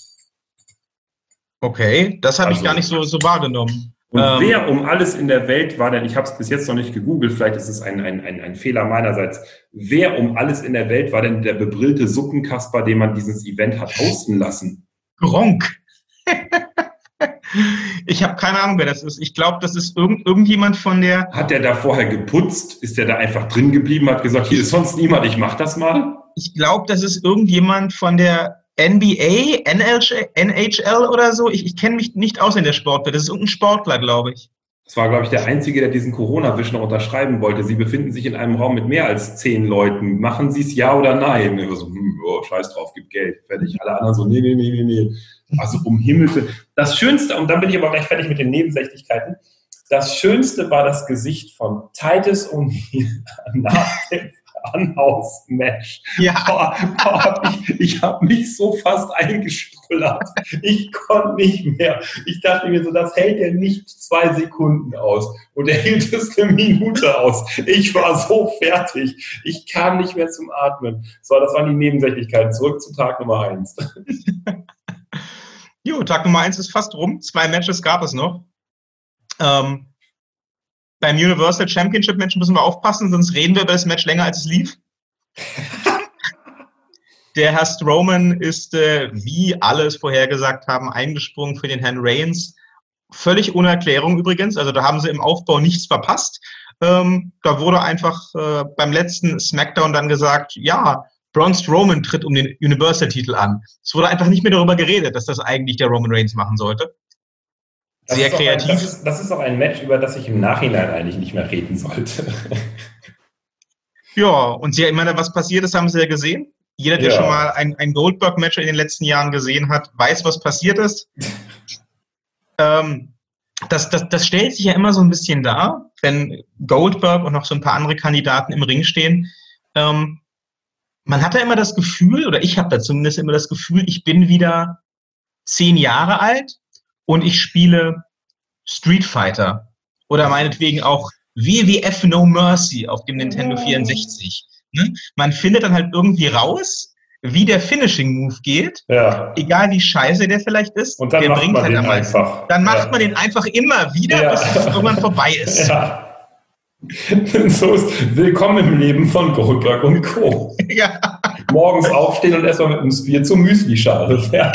Okay, das habe also, ich gar nicht so, so wahrgenommen. Und ähm, wer um alles in der Welt war denn, ich habe es bis jetzt noch nicht gegoogelt, vielleicht ist es ein, ein, ein, ein Fehler meinerseits, wer um alles in der Welt war denn der bebrillte Suppenkasper, den man dieses Event hat hosten lassen? Gronk. Ich habe keine Ahnung, wer das ist. Ich glaube, das ist irgend, irgendjemand von der... Hat der da vorher geputzt? Ist der da einfach drin geblieben, hat gesagt, hier ist sonst niemand, ich mach das mal? Ich glaube, das ist irgendjemand von der N B A, N H L oder so. Ich, ich kenne mich nicht aus in der Sportwelt. Das ist irgendein Sportler, glaube ich. Das war, glaube ich, der Einzige, der diesen Corona-Wisch noch unterschreiben wollte. Sie befinden sich in einem Raum mit mehr als zehn Leuten. Machen Sie es ja oder nein? Und ich so, hm, oh, scheiß drauf, gib Geld. Fertig. Alle anderen so, nee, nee, nee, nee, nee. Also um Himmels Willen. Das Schönste, und dann bin ich aber gleich fertig mit den Nebensächlichkeiten, das Schönste war das Gesicht von Titus O'Neil nach dem Funhouse-Match. Ja. Boah, boah, ich ich habe mich so fast eingespullert. Ich konnte nicht mehr. Ich dachte mir so, das hält er nicht zwei Sekunden aus. Und er hielt es eine Minute aus. Ich war so fertig. Ich kam nicht mehr zum Atmen. So, das waren die Nebensächlichkeiten. Zurück zu Tag Nummer eins. Jo, Tag Nummer eins ist fast rum. Zwei Matches gab es noch. Ähm, beim Universal Championship Match müssen wir aufpassen, sonst reden wir über das Match länger, als es lief. Der Herr Strowman ist, äh, wie alle es vorhergesagt haben, eingesprungen für den Herrn Reigns. Völlig ohne Erklärung übrigens. Also da haben sie im Aufbau nichts verpasst. Ähm, da wurde einfach äh, beim letzten SmackDown dann gesagt, ja, Braun Strowman tritt um den Universal-Titel an. Es wurde einfach nicht mehr darüber geredet, dass das eigentlich der Roman Reigns machen sollte. Sehr das kreativ. Ein, das, ist, das ist auch ein Match, über das ich im Nachhinein eigentlich nicht mehr reden sollte. Ja, und sie, ich meine, was passiert ist, haben sie ja gesehen. Jeder, der ja. schon mal ein, ein Goldberg-Match in den letzten Jahren gesehen hat, weiß, was passiert ist. ähm, das, das, das stellt sich ja immer so ein bisschen dar, wenn Goldberg und noch so ein paar andere Kandidaten im Ring stehen. Ähm, man hat ja immer das Gefühl, oder ich habe da zumindest immer das Gefühl, ich bin wieder zehn Jahre alt und ich spiele Street Fighter oder meinetwegen auch W W F No Mercy auf dem Nintendo vierundsechzig. Ne? Man findet dann halt irgendwie raus, wie der Finishing-Move geht, ja. egal wie scheiße der vielleicht ist. Und dann der macht bringt man halt den am meisten. einfach. Dann macht ja. man den einfach immer wieder, ja. bis es irgendwann vorbei ist. Ja. So ist Willkommen im Leben von Goldberg und Co. Ja. Morgens aufstehen und erstmal mit einem Bier zur Müsli-Schale. Ja.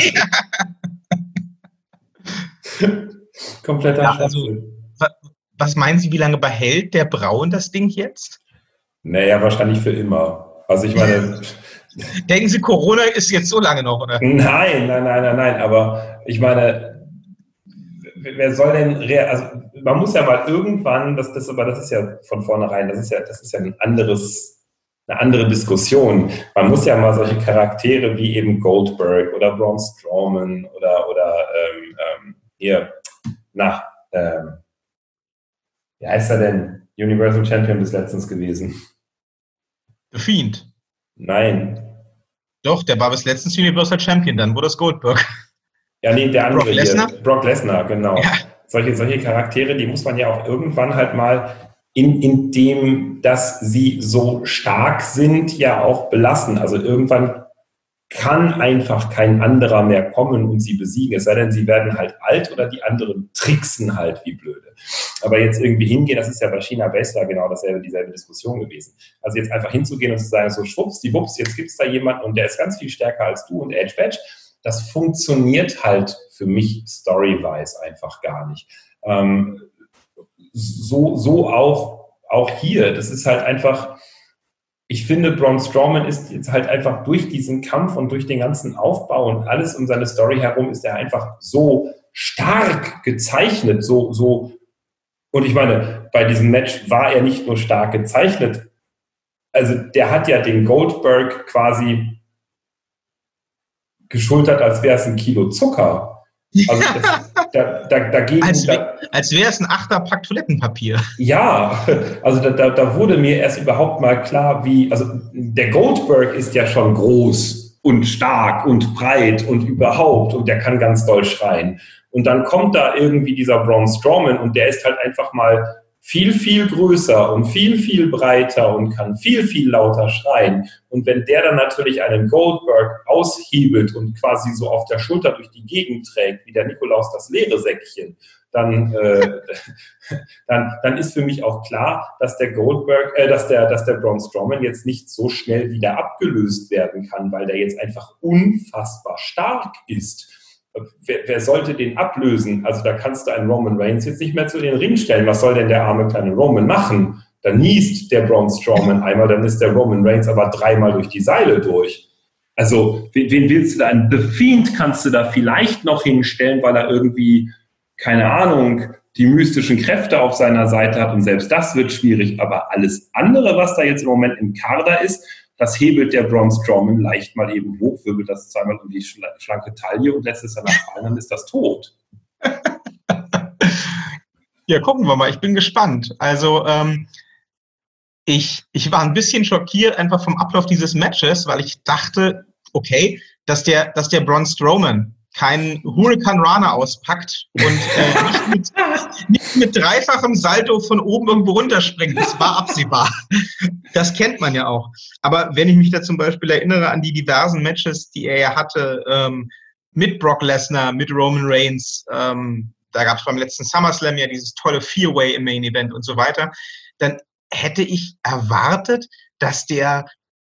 Kompletter ja, also, was meinen Sie, wie lange behält der Braun das Ding jetzt? Naja, wahrscheinlich für immer. Also ich meine... Denken Sie, Corona ist jetzt so lange noch, oder? Nein, nein, nein, nein, nein. Aber ich meine, wer soll denn... Rea- also man muss ja mal irgendwann, das, das, aber das ist ja von vornherein, das ist ja, das ist ja ein anderes, eine andere Diskussion. Man muss ja mal solche Charaktere wie eben Goldberg oder Braun Strowman oder, oder ähm, ähm, hier, na, ähm, wie heißt er denn? Universal Champion bis letztens gewesen. The Fiend. Nein. Doch, der war bis letztens Universal Champion, dann wurde es Goldberg. Ja, nee, der andere Brock Lesnar? hier. Brock Lesnar, genau. Ja. Solche, solche Charaktere, die muss man ja auch irgendwann halt mal in, in dem, dass sie so stark sind, ja auch belassen. Also irgendwann kann einfach kein anderer mehr kommen und sie besiegen. Es sei denn, sie werden halt alt oder die anderen tricksen halt wie blöde. Aber jetzt irgendwie hingehen, das ist ja bei Shayna Baszler genau dasselbe, dieselbe Diskussion gewesen. Also jetzt einfach hinzugehen und zu sagen, so schwupps, die Wups, jetzt gibt's da jemanden und der ist ganz viel stärker als du und Edge Badge. Das funktioniert halt für mich story-wise einfach gar nicht. Ähm, so, so auch, auch hier. Das ist halt einfach, ich finde, Braun Strowman ist jetzt halt einfach durch diesen Kampf und durch den ganzen Aufbau und alles um seine Story herum ist er einfach so stark gezeichnet, so, so. Und ich meine, bei diesem Match war er nicht nur stark gezeichnet. Also der hat ja den Goldberg quasi geschultert, als wäre es ein Kilo Zucker. Also das, da, da, dagegen, als da, als wäre es ein Achterpack Toilettenpapier. Ja, also da, da, da wurde mir erst überhaupt mal klar, wie, also der Goldberg ist ja schon groß und stark und breit und überhaupt und der kann ganz doll schreien. Und dann kommt da irgendwie dieser Braun Strowman und der ist halt einfach mal viel, viel größer und viel, viel breiter und kann viel, viel lauter schreien. Und wenn der dann natürlich einen Goldberg aushebelt und quasi so auf der Schulter durch die Gegend trägt, wie der Nikolaus das leere Säckchen, dann, äh, dann, dann ist für mich auch klar, dass der Goldberg, äh, dass der, dass der Braun Strowman jetzt nicht so schnell wieder abgelöst werden kann, weil der jetzt einfach unfassbar stark ist. wer, wer sollte den ablösen? Also da kannst du einen Roman Reigns jetzt nicht mehr zu den Ring stellen. Was soll denn der arme kleine Roman machen? Dann niest der Braun Strowman einmal, dann ist der Roman Reigns aber dreimal durch die Seile durch. Also wen, wen willst du da? Ein The Fiend kannst du da vielleicht noch hinstellen, weil er irgendwie, keine Ahnung, die mystischen Kräfte auf seiner Seite hat und selbst das wird schwierig. Aber alles andere, was da jetzt im Moment im Kader ist, das hebelt der Braun Strowman leicht mal eben hoch, wirbelt das zweimal um die schlanke Taille und lässt es danach fallen, dann ist das tot. Ja, gucken wir mal. Ich bin gespannt. Also ähm, ich, ich war ein bisschen schockiert einfach vom Ablauf dieses Matches, weil ich dachte, okay, dass der, dass der Braun Strowman keinen Hurricane Rana auspackt und äh, nicht, mit, nicht mit dreifachem Salto von oben irgendwo runterspringt. Das war absehbar. Das kennt man ja auch. Aber wenn ich mich da zum Beispiel erinnere an die diversen Matches, die er ja hatte, ähm, mit Brock Lesnar, mit Roman Reigns, ähm, da gab es beim letzten SummerSlam ja dieses tolle Vier-Way im Main Event und so weiter, dann hätte ich erwartet, dass der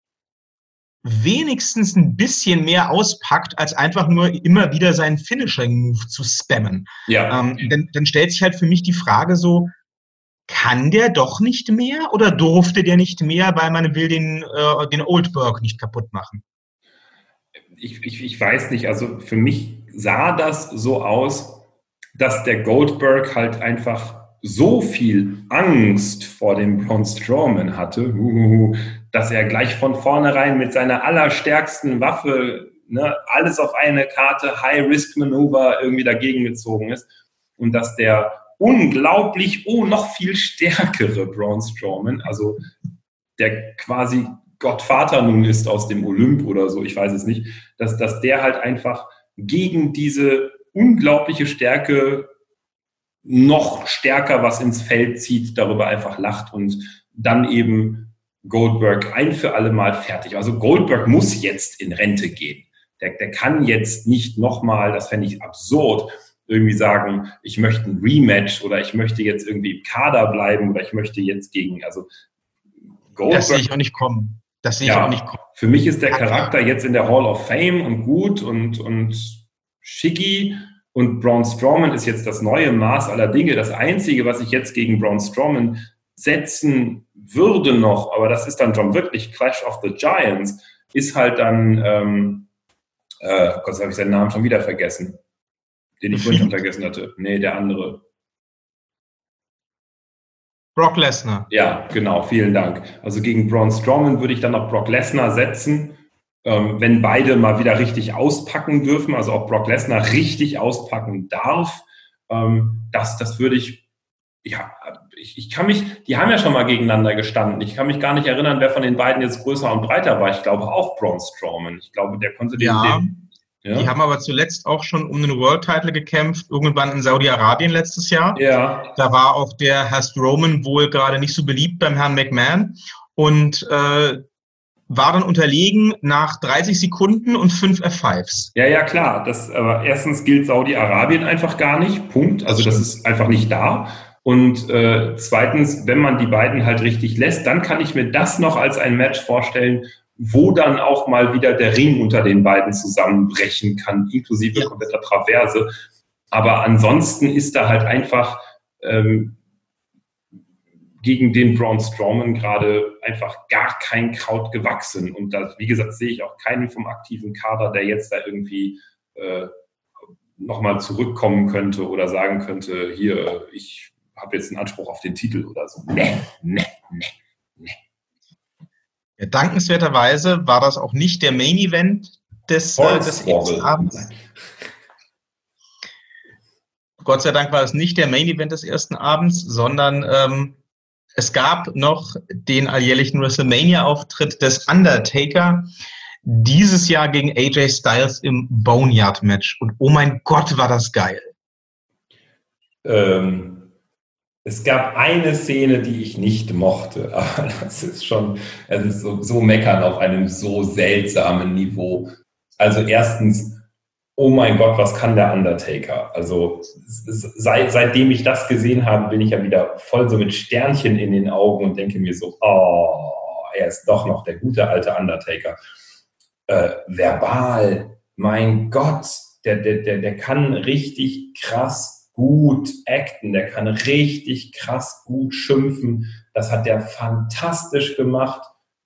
wenigstens ein bisschen mehr auspackt, als einfach nur immer wieder seinen Finishing-Move zu spammen. Ja. Ähm, dann, dann stellt sich halt für mich die Frage so, kann der doch nicht mehr oder durfte der nicht mehr, weil man will den, äh, den Oldberg nicht kaputt machen? Ich, ich, ich weiß nicht, also für mich sah das so aus, dass der Goldberg halt einfach so viel Angst vor dem Braun Strowman hatte, dass er gleich von vornherein mit seiner allerstärksten Waffe, ne, alles auf eine Karte, High-Risk-Manöver irgendwie dagegen gezogen ist und dass der unglaublich, oh, noch viel stärkere Braun Strowman, also der quasi Gottvater nun ist aus dem Olymp oder so, ich weiß es nicht, dass, dass der halt einfach gegen diese unglaubliche Stärke noch stärker was ins Feld zieht, darüber einfach lacht und dann eben Goldberg ein für alle Mal fertig. Also Goldberg muss jetzt in Rente gehen. Der, der kann jetzt nicht nochmal, das fände ich absurd, irgendwie sagen, ich möchte ein Rematch oder ich möchte jetzt irgendwie im Kader bleiben oder ich möchte jetzt gegen, also Goldberg. Das sehe ich auch nicht kommen. Das sehe ich ja, auch nicht kommen. Für mich ist der Charakter jetzt in der Hall of Fame und gut und, und schicki. Und Braun Strowman ist jetzt das neue Maß aller Dinge. Das Einzige, was ich jetzt gegen Braun Strowman setzen würde noch, aber das ist dann schon wirklich Clash of the Giants, ist halt dann, ähm, äh, Gott, jetzt habe ich seinen Namen schon wieder vergessen, den ich vorhin schon vergessen hatte. Nee, der andere. Brock Lesnar. Ja, genau, vielen Dank. Also gegen Braun Strowman würde ich dann noch Brock Lesnar setzen, Ähm, wenn beide mal wieder richtig auspacken dürfen, also auch Brock Lesnar richtig auspacken darf, ähm, das, das würde ich, ja, ich, ich kann mich, die haben ja schon mal gegeneinander gestanden. Ich kann mich gar nicht erinnern, wer von den beiden jetzt größer und breiter war. Ich glaube auch Braun Strowman. Ich glaube, der konnte den... Ja, den, ja? Die haben aber zuletzt auch schon um den World Title gekämpft, irgendwann in Saudi-Arabien letztes Jahr. Ja. Da war auch der Herr Strowman wohl gerade nicht so beliebt beim Herrn McMahon und äh, war dann unterlegen nach dreißig Sekunden und fünf F fünfs. Ja, ja, klar. Das, aber erstens gilt Saudi-Arabien einfach gar nicht. Punkt. Also das, das ist einfach nicht da. Und äh, zweitens, wenn man die beiden halt richtig lässt, dann kann ich mir das noch als ein Match vorstellen, wo dann auch mal wieder der Ring unter den beiden zusammenbrechen kann, inklusive ja. kompletter Traverse. Aber ansonsten ist da halt einfach ähm, gegen den Braun Strowman gerade einfach gar kein Kraut gewachsen. Und da, wie gesagt, sehe ich auch keinen vom aktiven Kader, der jetzt da irgendwie äh, nochmal zurückkommen könnte oder sagen könnte, hier, ich habe jetzt einen Anspruch auf den Titel oder so. Nee, nee, nee, nee. Ja, dankenswerterweise war das auch nicht der Main Event des, äh, des ersten Abends. Gott sei Dank war es nicht der Main Event des ersten Abends, sondern ähm, es gab noch den alljährlichen WrestleMania-Auftritt des Undertaker, dieses Jahr gegen A J Styles im Boneyard-Match. Und oh mein Gott, war das geil. Ähm, es gab eine Szene, die ich nicht mochte, aber das ist schon, es ist so, so meckern auf einem so seltsamen Niveau. Also erstens, oh mein Gott, was kann der Undertaker? Also seit, seitdem ich das gesehen habe, bin ich ja wieder voll so mit Sternchen in den Augen und denke mir so, oh, er ist doch noch der gute alte Undertaker. Äh, verbal, mein Gott, der, der, der, der kann richtig krass gut acten, der kann richtig krass gut schimpfen. Das hat der fantastisch gemacht.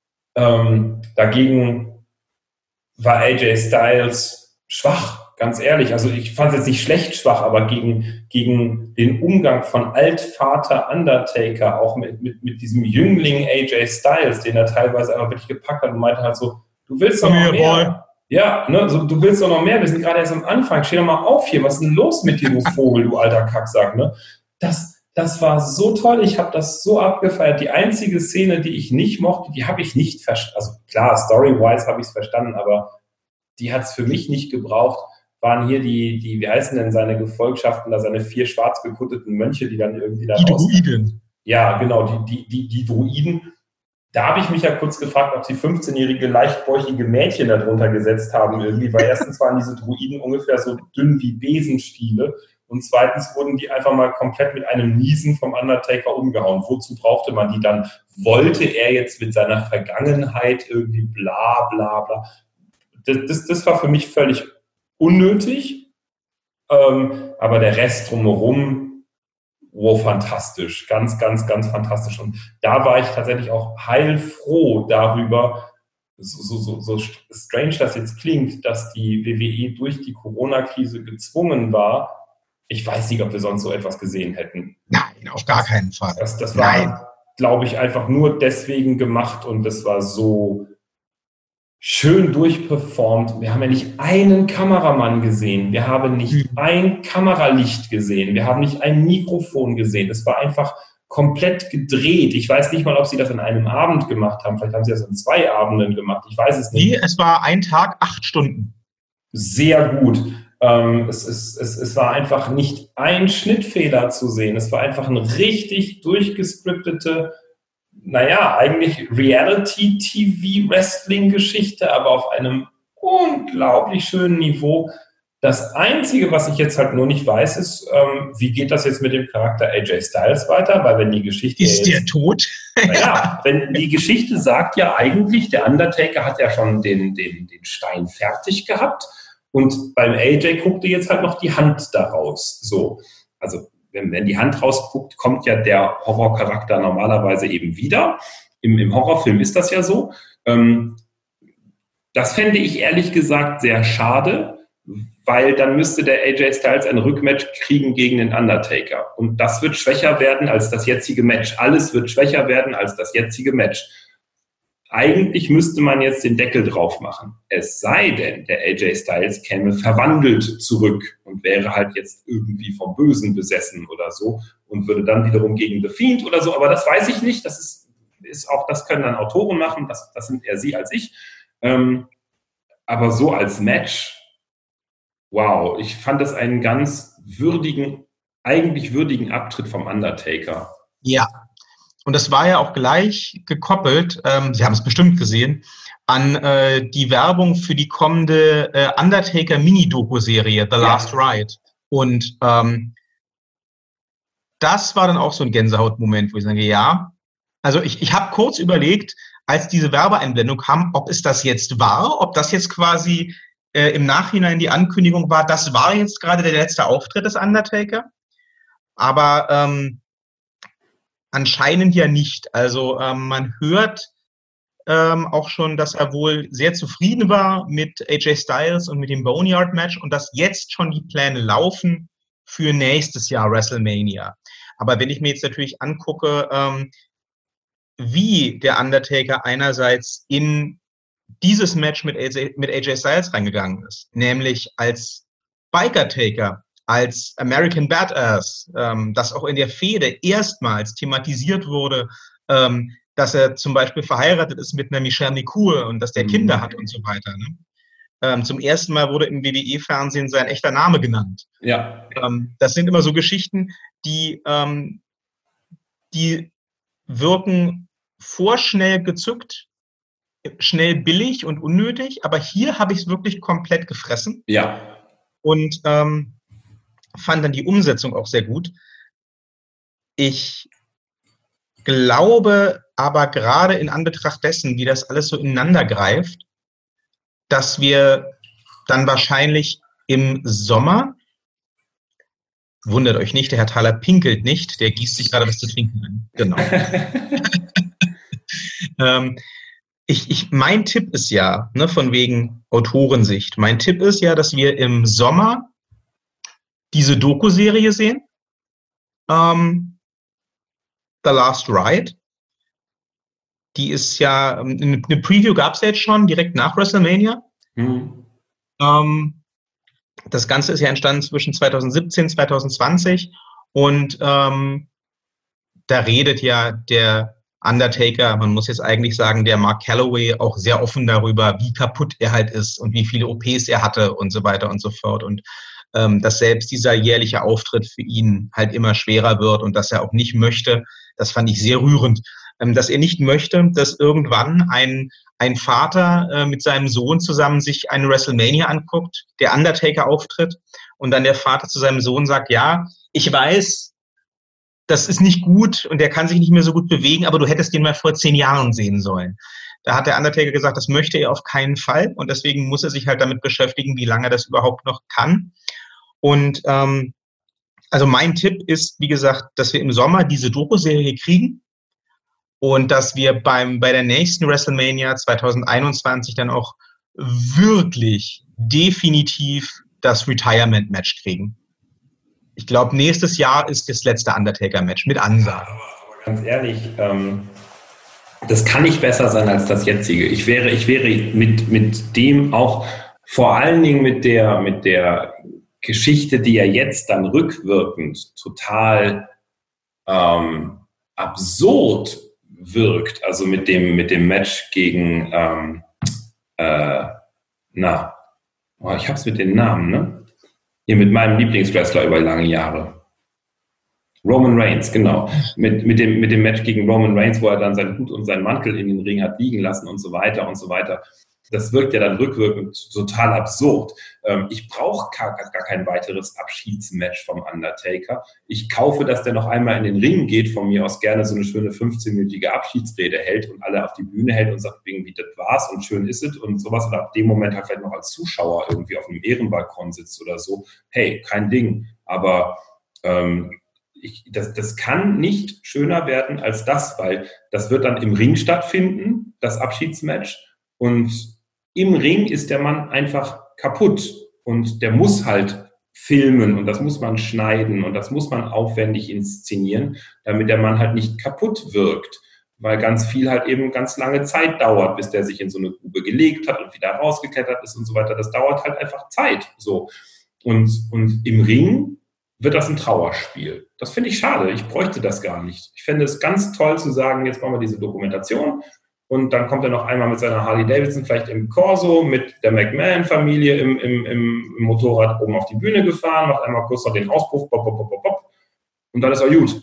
Ähm, dagegen war A J Styles schwach, ganz ehrlich. Also ich fand es jetzt nicht schlecht schwach, aber gegen, gegen den Umgang von Altvater Undertaker, auch mit, mit, mit diesem Jüngling A J Styles, den er teilweise einfach wirklich gepackt hat und meinte halt so, du willst doch noch mehr. Ja, ne, so, du willst doch noch mehr. Wir sind gerade erst am Anfang. Steh doch mal auf hier. Was ist denn los mit dir, du Vogel, du alter Kacksack, ne? Das, das war so toll. Ich habe das so abgefeiert. Die einzige Szene, die ich nicht mochte, die habe ich nicht verstanden. Also klar, story-wise habe ich es verstanden, aber die hat es für mich nicht gebraucht. Waren hier die, die, wie heißen denn seine Gefolgschaften da, seine vier schwarz gekutteten Mönche, die dann irgendwie da Die Druiden. Ja, genau, die, die, die, die Druiden. Da habe ich mich ja kurz gefragt, ob sie fünfzehnjährige, leichtbäuchige Mädchen darunter gesetzt haben irgendwie, weil erstens waren diese Druiden ungefähr so dünn wie Besenstiele und zweitens wurden die einfach mal komplett mit einem Niesen vom Undertaker umgehauen. Wozu brauchte man die dann? Wollte er jetzt mit seiner Vergangenheit irgendwie bla bla bla? Das, das, das war für mich völlig unnötig, ähm, aber der Rest drumherum, oh, fantastisch, ganz, ganz, ganz fantastisch. Und da war ich tatsächlich auch heilfroh darüber, so, so, so, so strange das jetzt klingt, dass die W W E durch die Corona-Krise gezwungen war. Ich weiß nicht, ob wir sonst so etwas gesehen hätten. Nein, auf gar keinen Fall. Das, das war, glaube ich, einfach nur deswegen gemacht und das war so schön durchperformt. Wir haben ja nicht einen Kameramann gesehen. Wir haben nicht mhm. ein Kameralicht gesehen. Wir haben nicht ein Mikrofon gesehen. Es war einfach komplett gedreht. Ich weiß nicht mal, ob sie das an einem Abend gemacht haben. Vielleicht haben sie das an zwei Abenden gemacht. Ich weiß es nicht. Nee, es war ein Tag, acht Stunden. Sehr gut. Ähm, es, es, es, es war einfach nicht ein Schnittfehler zu sehen. Es war einfach eine richtig durchgescriptete, naja, eigentlich Reality-T V-Wrestling-Geschichte, aber auf einem unglaublich schönen Niveau. Das Einzige, was ich jetzt halt nur nicht weiß, ist, ähm, wie geht das jetzt mit dem Charakter A J Styles weiter? Weil wenn die Geschichte... Ist der tot? Naja, wenn die Geschichte sagt ja eigentlich, der Undertaker hat ja schon den, den, den Stein fertig gehabt und beim A J guckte jetzt halt noch die Hand daraus. So, also Wenn, wenn die Hand rausguckt, kommt ja der Horrorcharakter normalerweise eben wieder. Im, im Horrorfilm ist das ja so. Ähm, das fände ich ehrlich gesagt sehr schade, weil dann müsste der A J Styles ein Rückmatch kriegen gegen den Undertaker. Und das wird schwächer werden als das jetzige Match. Alles wird schwächer werden als das jetzige Match. Eigentlich müsste man jetzt den Deckel drauf machen. Es sei denn, der A J Styles käme verwandelt zurück und wäre halt jetzt irgendwie vom Bösen besessen oder so und würde dann wiederum gegen The Fiend oder so. Aber das weiß ich nicht. Das ist, ist auch, das können dann Autoren machen. Das, das sind eher sie als ich. Ähm, aber so als Match, wow, ich fand das einen ganz würdigen, eigentlich würdigen Abtritt vom Undertaker. Ja. Und das war ja auch gleich gekoppelt, ähm, Sie haben es bestimmt gesehen, an äh, die Werbung für die kommende äh, Undertaker-Mini-Doku-Serie The Last ja. Ride. Und ähm, das war dann auch so ein Gänsehautmoment, wo ich sage, ja, also ich, ich habe kurz überlegt, als diese Werbeeinblendung kam, ob es das jetzt war, ob das jetzt quasi äh, im Nachhinein die Ankündigung war, das war jetzt gerade der letzte Auftritt des Undertaker. Aber ähm, anscheinend ja nicht. Also ähm, man hört ähm, auch schon, dass er wohl sehr zufrieden war mit A J Styles und mit dem Boneyard-Match und dass jetzt schon die Pläne laufen für nächstes Jahr WrestleMania. Aber wenn ich mir jetzt natürlich angucke, ähm, wie der Undertaker einerseits in dieses Match mit A J, mit A J Styles reingegangen ist, nämlich als Biker-Taker, als American Badass, ähm, das auch in der Fehde erstmals thematisiert wurde, ähm, dass er zum Beispiel verheiratet ist mit einer Michelle McCool und dass der mhm. Kinder hat und so weiter. Ne? Ähm, zum ersten Mal wurde im W W E-Fernsehen sein echter Name genannt. Ja. Ähm, das sind immer so Geschichten, die, ähm, die wirken vorschnell gezückt, schnell billig und unnötig, aber hier habe ich es wirklich komplett gefressen. Ja. Und ähm, fand dann die Umsetzung auch sehr gut. Ich glaube aber gerade in Anbetracht dessen, wie das alles so ineinander greift, dass wir dann wahrscheinlich im Sommer, wundert euch nicht, der Herr Thaler pinkelt nicht, der gießt sich gerade was zu trinken ein. Genau. ähm, ich, ich, mein Tipp ist ja, ne, von wegen Autorensicht, mein Tipp ist ja, dass wir im Sommer diese Doku-Serie sehen, ähm, The Last Ride. Die ist ja, eine Preview gab es ja jetzt schon, direkt nach WrestleMania. Mhm. Ähm, das Ganze ist ja entstanden zwischen zwanzig siebzehn, zwanzig zwanzig und ähm, da redet ja der Undertaker, man muss jetzt eigentlich sagen, der Mark Calloway auch sehr offen darüber, wie kaputt er halt ist und wie viele O Ps er hatte und so weiter und so fort. Und ähm, dass selbst dieser jährliche Auftritt für ihn halt immer schwerer wird und dass er auch nicht möchte, das fand ich sehr rührend, ähm, dass er nicht möchte, dass irgendwann ein, ein Vater äh, mit seinem Sohn zusammen sich eine WrestleMania anguckt, der Undertaker auftritt und dann der Vater zu seinem Sohn sagt, ja, ich weiß, das ist nicht gut und der kann sich nicht mehr so gut bewegen, aber du hättest den mal vor zehn Jahren sehen sollen. Da hat der Undertaker gesagt, das möchte er auf keinen Fall und deswegen muss er sich halt damit beschäftigen, wie lange er das überhaupt noch kann. Und ähm, also mein Tipp ist, wie gesagt, dass wir im Sommer diese Doku-Serie kriegen und dass wir beim bei der nächsten WrestleMania zwanzig einundzwanzig dann auch wirklich definitiv das Retirement-Match kriegen. Ich glaube, nächstes Jahr ist das letzte Undertaker-Match mit Ansage. Aber, aber ganz ehrlich, ähm, das kann nicht besser sein als das jetzige. Ich wäre, ich wäre mit, mit dem auch vor allen Dingen mit der, mit der Geschichte, die ja jetzt dann rückwirkend total ähm, absurd wirkt, also mit dem, mit dem Match gegen, ähm, äh, na, oh, ich hab's mit den Namen, ne? Hier mit meinem Lieblingswrestler über lange Jahre. Roman Reigns, genau. Mit, mit, dem, mit dem Match gegen Roman Reigns, wo er dann seinen Hut und seinen Mantel in den Ring hat liegen lassen und so weiter und so weiter. Das wirkt ja dann rückwirkend total absurd. Ähm, ich brauche gar, gar kein weiteres Abschiedsmatch vom Undertaker. Ich kaufe, dass der noch einmal in den Ring geht, von mir aus gerne so eine schöne fünfzehnminütige Abschiedsrede hält und alle auf die Bühne hält und sagt, irgendwie, das war's und schön ist es und sowas. Oder ab dem Moment halt vielleicht noch als Zuschauer irgendwie auf einem Ehrenbalkon sitzt oder so. Hey, kein Ding. Aber ähm, ich, das, das kann nicht schöner werden als das, weil das wird dann im Ring stattfinden, das Abschiedsmatch. Und im Ring ist der Mann einfach kaputt und der muss halt filmen und das muss man schneiden und das muss man aufwendig inszenieren, damit der Mann halt nicht kaputt wirkt, weil ganz viel halt eben ganz lange Zeit dauert, bis der sich in so eine Grube gelegt hat und wieder rausgeklettert ist und so weiter. Das dauert halt einfach Zeit. So. Und, und im Ring wird das ein Trauerspiel. Das finde ich schade. Ich bräuchte das gar nicht. Ich fände es ganz toll zu sagen, jetzt machen wir diese Dokumentation. Und dann kommt er noch einmal mit seiner Harley Davidson, vielleicht im Corso, mit der McMahon-Familie im, im, im Motorrad oben auf die Bühne gefahren, macht einmal kurz noch den Auspuff, pop, pop, pop, pop, und dann ist er gut.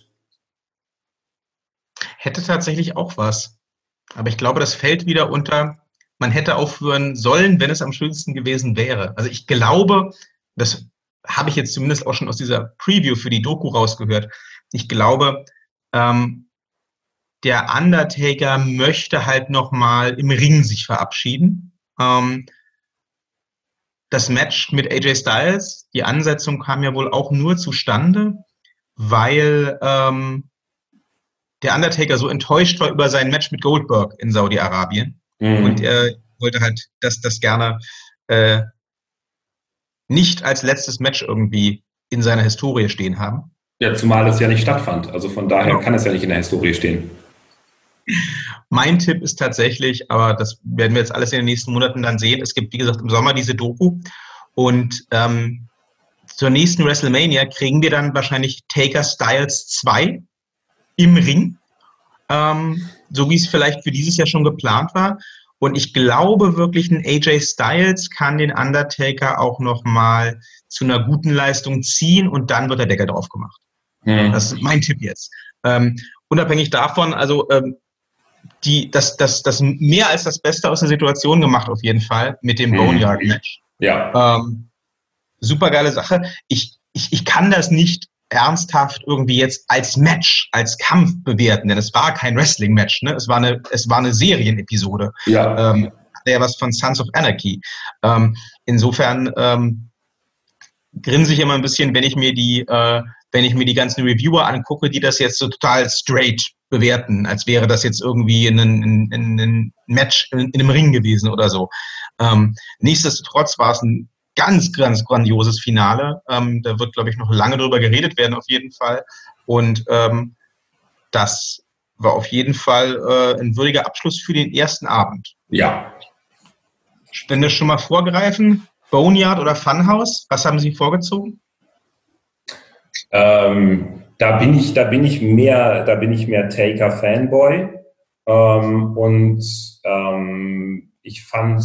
Hätte tatsächlich auch was. Aber ich glaube, das fällt wieder unter, man hätte aufhören sollen, wenn es am schönsten gewesen wäre. Also ich glaube, das habe ich jetzt zumindest auch schon aus dieser Preview für die Doku rausgehört. Ich glaube, ähm, der Undertaker möchte halt nochmal im Ring sich verabschieden. Ähm, das Match mit A J Styles, die Ansetzung kam ja wohl auch nur zustande, weil ähm, der Undertaker so enttäuscht war über sein Match mit Goldberg in Saudi-Arabien. Mhm. Und er wollte halt das, das gerne äh, nicht als letztes Match irgendwie in seiner Historie stehen haben. Ja, zumal das ja nicht stattfand. Also von daher genau. Kann es ja nicht in der Historie stehen. Mein Tipp ist tatsächlich, aber das werden wir jetzt alles in den nächsten Monaten dann sehen, es gibt, wie gesagt, im Sommer diese Doku und ähm, zur nächsten WrestleMania kriegen wir dann wahrscheinlich Taker Styles zwei im Ring, ähm, so wie es vielleicht für dieses Jahr schon geplant war. Und ich glaube wirklich, ein A J Styles kann den Undertaker auch nochmal zu einer guten Leistung ziehen und dann wird der Deckel drauf gemacht. Mhm. Das ist mein Tipp jetzt. Ähm, unabhängig davon, also ähm, die, das, das, das mehr als das Beste aus der Situation gemacht auf jeden Fall mit dem mhm. Boneyard-Match. Ja. Ähm, super geile Sache. Ich, ich, ich kann das nicht ernsthaft irgendwie jetzt als Match, als Kampf bewerten, denn es war kein Wrestling-Match, ne? Es war eine, es war eine Serienepisode. Ja. Ähm, der was von Sons of Anarchy. Ähm, insofern, ähm, grinse ich immer ein bisschen, wenn ich mir die, äh, wenn ich mir die ganzen Reviewer angucke, die das jetzt so total straight bewerten, als wäre das jetzt irgendwie ein, ein, ein Match in, in einem Ring gewesen oder so. Ähm, nichtsdestotrotz war es ein ganz, ganz grandioses Finale. Ähm, da wird, glaube ich, noch lange drüber geredet werden, auf jeden Fall. Und ähm, das war auf jeden Fall äh, ein würdiger Abschluss für den ersten Abend. Ja. Wenn wir schon mal vorgreifen, Boneyard oder Funhouse, was haben Sie vorgezogen? Ähm, da bin ich, da bin ich mehr, da bin ich mehr Taker-Fanboy. Ähm, und ähm, ich fand,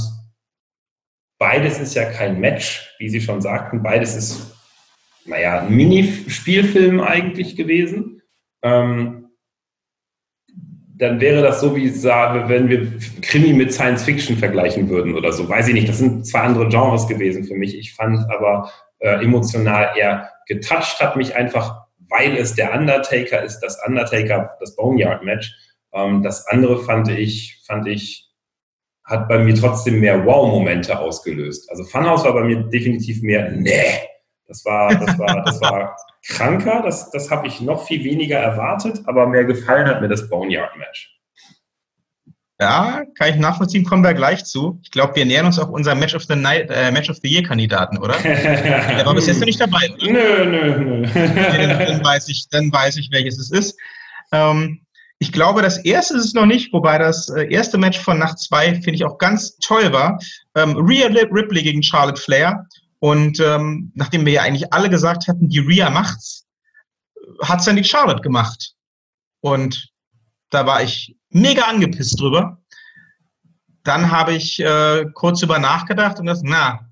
beides ist ja kein Match, wie Sie schon sagten. Beides ist, naja, ein Mini-Spielfilm eigentlich gewesen. Ähm, dann wäre das so, wie ich sage, wenn wir Krimi mit Science-Fiction vergleichen würden oder so. Weiß ich nicht, das sind zwei andere Genres gewesen für mich. Ich fand aber äh, emotional eher getoucht, hat mich einfach, weil es der Undertaker ist, das Undertaker, das Boneyard-Match. Ähm, das andere fand ich, fand ich, hat bei mir trotzdem mehr Wow-Momente ausgelöst. Also Funhouse war bei mir definitiv mehr, nee, das war, das war, das war kranker, das, das habe ich noch viel weniger erwartet, aber mehr gefallen hat mir das Boneyard-Match. Ja, kann ich nachvollziehen, kommen wir gleich zu. Ich glaube, wir nähern uns auch unserem Match of the Night, äh, Match of the Year-Kandidaten, oder? Der war bis jetzt noch nicht dabei, oder? Nö, nö, nö. Okay, dann, dann, weiß ich, dann weiß ich, welches es ist. Ähm, ich glaube, das erste ist es noch nicht, wobei das äh, erste Match von Nacht zwei, finde ich, auch ganz toll war. Ähm, Rhea Ripley gegen Charlotte Flair. Und ähm, nachdem wir ja eigentlich alle gesagt hatten, die Rhea macht's, hat's dann die Charlotte gemacht. Und da war ich mega angepisst drüber. Dann habe ich äh, kurz drüber nachgedacht und das, na,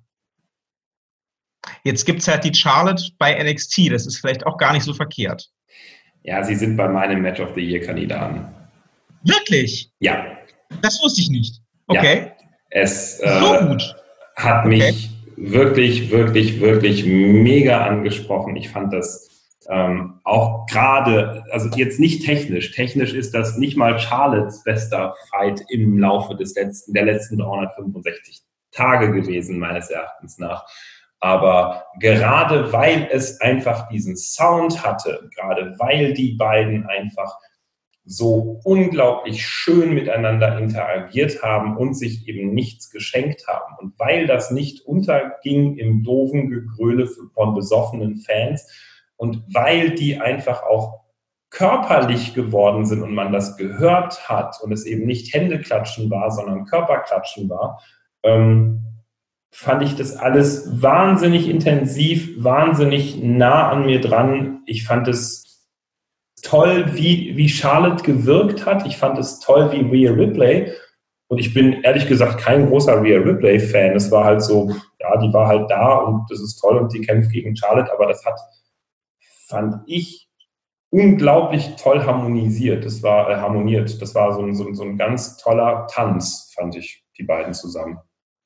jetzt gibt's halt die Charlotte bei N X T. Das ist vielleicht auch gar nicht so verkehrt. Ja, Sie sind bei meinem Match of the Year-Kandidaten. Wirklich? Ja. Das wusste ich nicht. Okay. Ja. Es äh, so gut. hat Okay. mich wirklich, wirklich, wirklich mega angesprochen. Ich fand das ähm, auch gerade, also jetzt nicht technisch. Technisch ist das nicht mal Charlottes bester Fight im Laufe des letzten, der letzten dreihundertfünfundsechzig Tage gewesen, meines Erachtens nach. Aber gerade weil es einfach diesen Sound hatte, gerade weil die beiden einfach so unglaublich schön miteinander interagiert haben und sich eben nichts geschenkt haben. Und weil das nicht unterging im doofen Gegröle von besoffenen Fans und weil die einfach auch körperlich geworden sind und man das gehört hat und es eben nicht Händeklatschen war, sondern Körperklatschen war, ähm, fand ich das alles wahnsinnig intensiv, wahnsinnig nah an mir dran. Ich fand es toll, wie, wie Charlotte gewirkt hat. Ich fand es toll, wie Rhea Ripley. Und ich bin ehrlich gesagt kein großer Rhea Ripley-Fan. Es war halt so, ja, die war halt da und das ist toll und die kämpft gegen Charlotte. Aber das hat, fand ich, unglaublich toll harmonisiert. Das war äh, harmoniert. Das war so ein, so, ein, so ein ganz toller Tanz, fand ich, die beiden zusammen.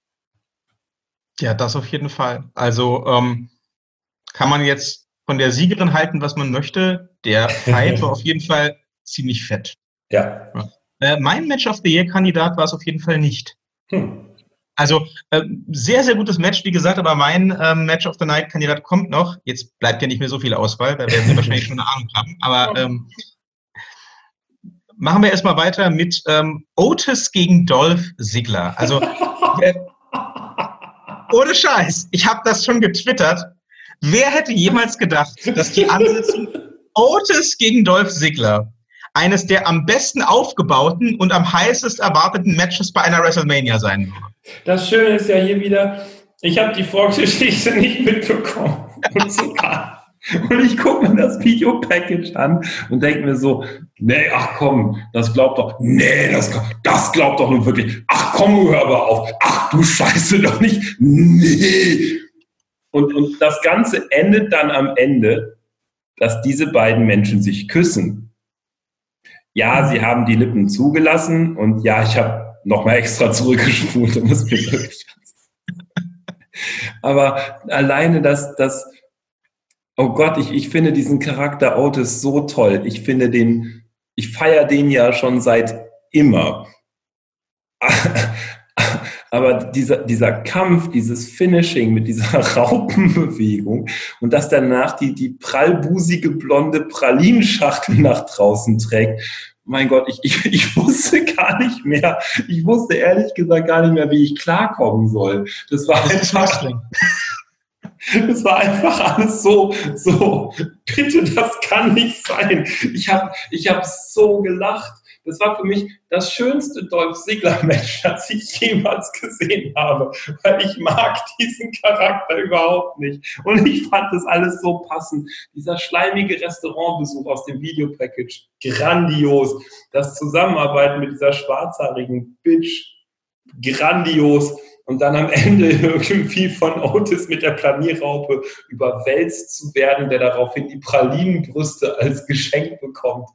Ja, das auf jeden Fall. Also ähm, kann man jetzt von der Siegerin halten, was man möchte. Der Fight war auf jeden Fall ziemlich fett. Ja. Äh, mein Match of the Year-Kandidat war es auf jeden Fall nicht. Hm. Also äh, sehr, sehr gutes Match, wie gesagt, aber mein äh, Match of the Night-Kandidat kommt noch. Jetzt bleibt ja nicht mehr so viel Auswahl, da werden Sie wahrscheinlich schon eine Ahnung haben. Aber ähm, machen wir erstmal weiter mit ähm, Otis gegen Dolph Ziggler. Also äh, ohne Scheiß, ich habe das schon getwittert. Wer hätte jemals gedacht, dass die Ansetzung Otis gegen Dolph Ziggler eines der am besten aufgebauten und am heißest erwarteten Matches bei einer WrestleMania sein wird? Das Schöne ist ja hier wieder, ich habe die Vorgeschichte nicht mitbekommen. Und, sogar, und ich gucke mir das Videopackage an und denke mir so, nee, ach komm, das glaubt doch, nee, das, das glaubt doch nun wirklich, ach komm, hör aber auf, ach du Scheiße doch nicht, nee. Und, und das Ganze endet dann am Ende, dass diese beiden Menschen sich küssen. Ja, sie haben die Lippen zugelassen und ja, ich habe nochmal extra zurückgespult, um es mir wirklich aber alleine das, das, oh Gott, ich, ich finde diesen Charakter Otis so toll. Ich finde den, ich feiere den ja schon seit immer. Aber dieser, dieser Kampf, dieses Finishing mit dieser Raupenbewegung und dass danach die, die prallbusige blonde Pralinenschachtel nach draußen trägt, mein Gott, ich, ich, ich wusste gar nicht mehr, ich wusste ehrlich gesagt gar nicht mehr, wie ich klarkommen soll. Das war einfach, das war einfach alles so, so, bitte, das kann nicht sein. Ich habe ich hab so gelacht. Das war für mich das schönste Dolph Ziggler-Match, das ich jemals gesehen habe, weil ich mag diesen Charakter überhaupt nicht. Und ich fand das alles so passend. Dieser schleimige Restaurantbesuch aus dem Videopackage, grandios. Das Zusammenarbeiten mit dieser schwarzhaarigen Bitch, grandios. Und dann am Ende irgendwie von Otis mit der Planierraupe überwälzt zu werden, der daraufhin die Pralinenbrüste als Geschenk bekommt.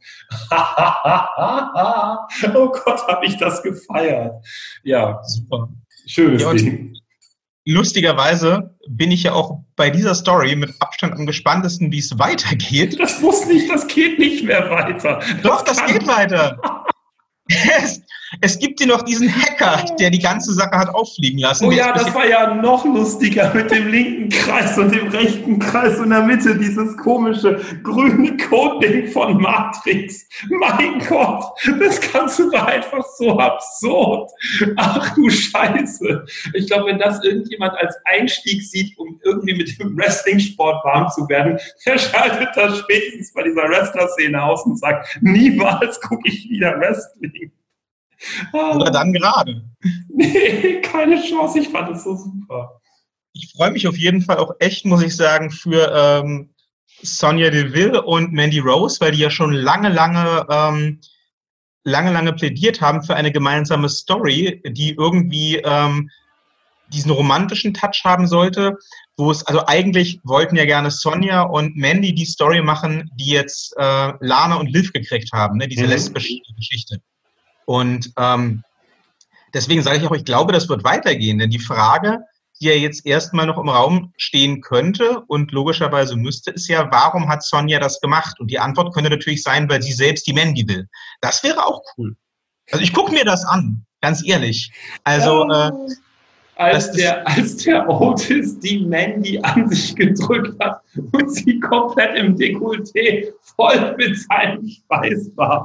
Oh Gott, habe ich das gefeiert. Ja, super. Schönes ja, Ding. Lustigerweise bin ich ja auch bei dieser Story mit Abstand am gespanntesten, wie es weitergeht. Das muss nicht, das geht nicht mehr weiter. Das Doch, das kann. geht weiter. Es, es gibt hier noch diesen Hacker, der die ganze Sache hat auffliegen lassen. Oh ja, das war ja noch lustiger mit dem linken Kreis und dem rechten Kreis und in der Mitte dieses komische grüne Coding von Matrix. Mein Gott, das Ganze war einfach so absurd. Ach du Scheiße. Ich glaube, wenn das irgendjemand als Einstieg sieht, um irgendwie mit dem Wrestling-Sport warm zu werden, der schaltet das spätestens bei dieser Wrestler-Szene aus und sagt, niemals gucke ich wieder Wrestling. Oder dann gerade. Nee, keine Chance. Ich fand es so super. Ich freue mich auf jeden Fall auch echt, muss ich sagen, für ähm, Sonya Deville und Mandy Rose, weil die ja schon lange, lange, ähm, lange, lange plädiert haben für eine gemeinsame Story, die irgendwie ähm, diesen romantischen Touch haben sollte, wo es, also eigentlich wollten ja gerne Sonya und Mandy die Story machen, die jetzt äh, Lana und Liv gekriegt haben, ne? Diese mhm. lesbische Geschichte. Und ähm, deswegen sage ich auch, ich glaube, das wird weitergehen, denn die Frage, die ja jetzt erstmal noch im Raum stehen könnte und logischerweise müsste, ist ja, warum hat Sonya das gemacht? Und die Antwort könnte natürlich sein, weil sie selbst die Mandy will. Das wäre auch cool. Also ich gucke mir das an, ganz ehrlich. Also äh, als, der, als der Otis die Mandy an sich gedrückt hat und sie komplett im Dekolleté voll mit seinem Schweiß war.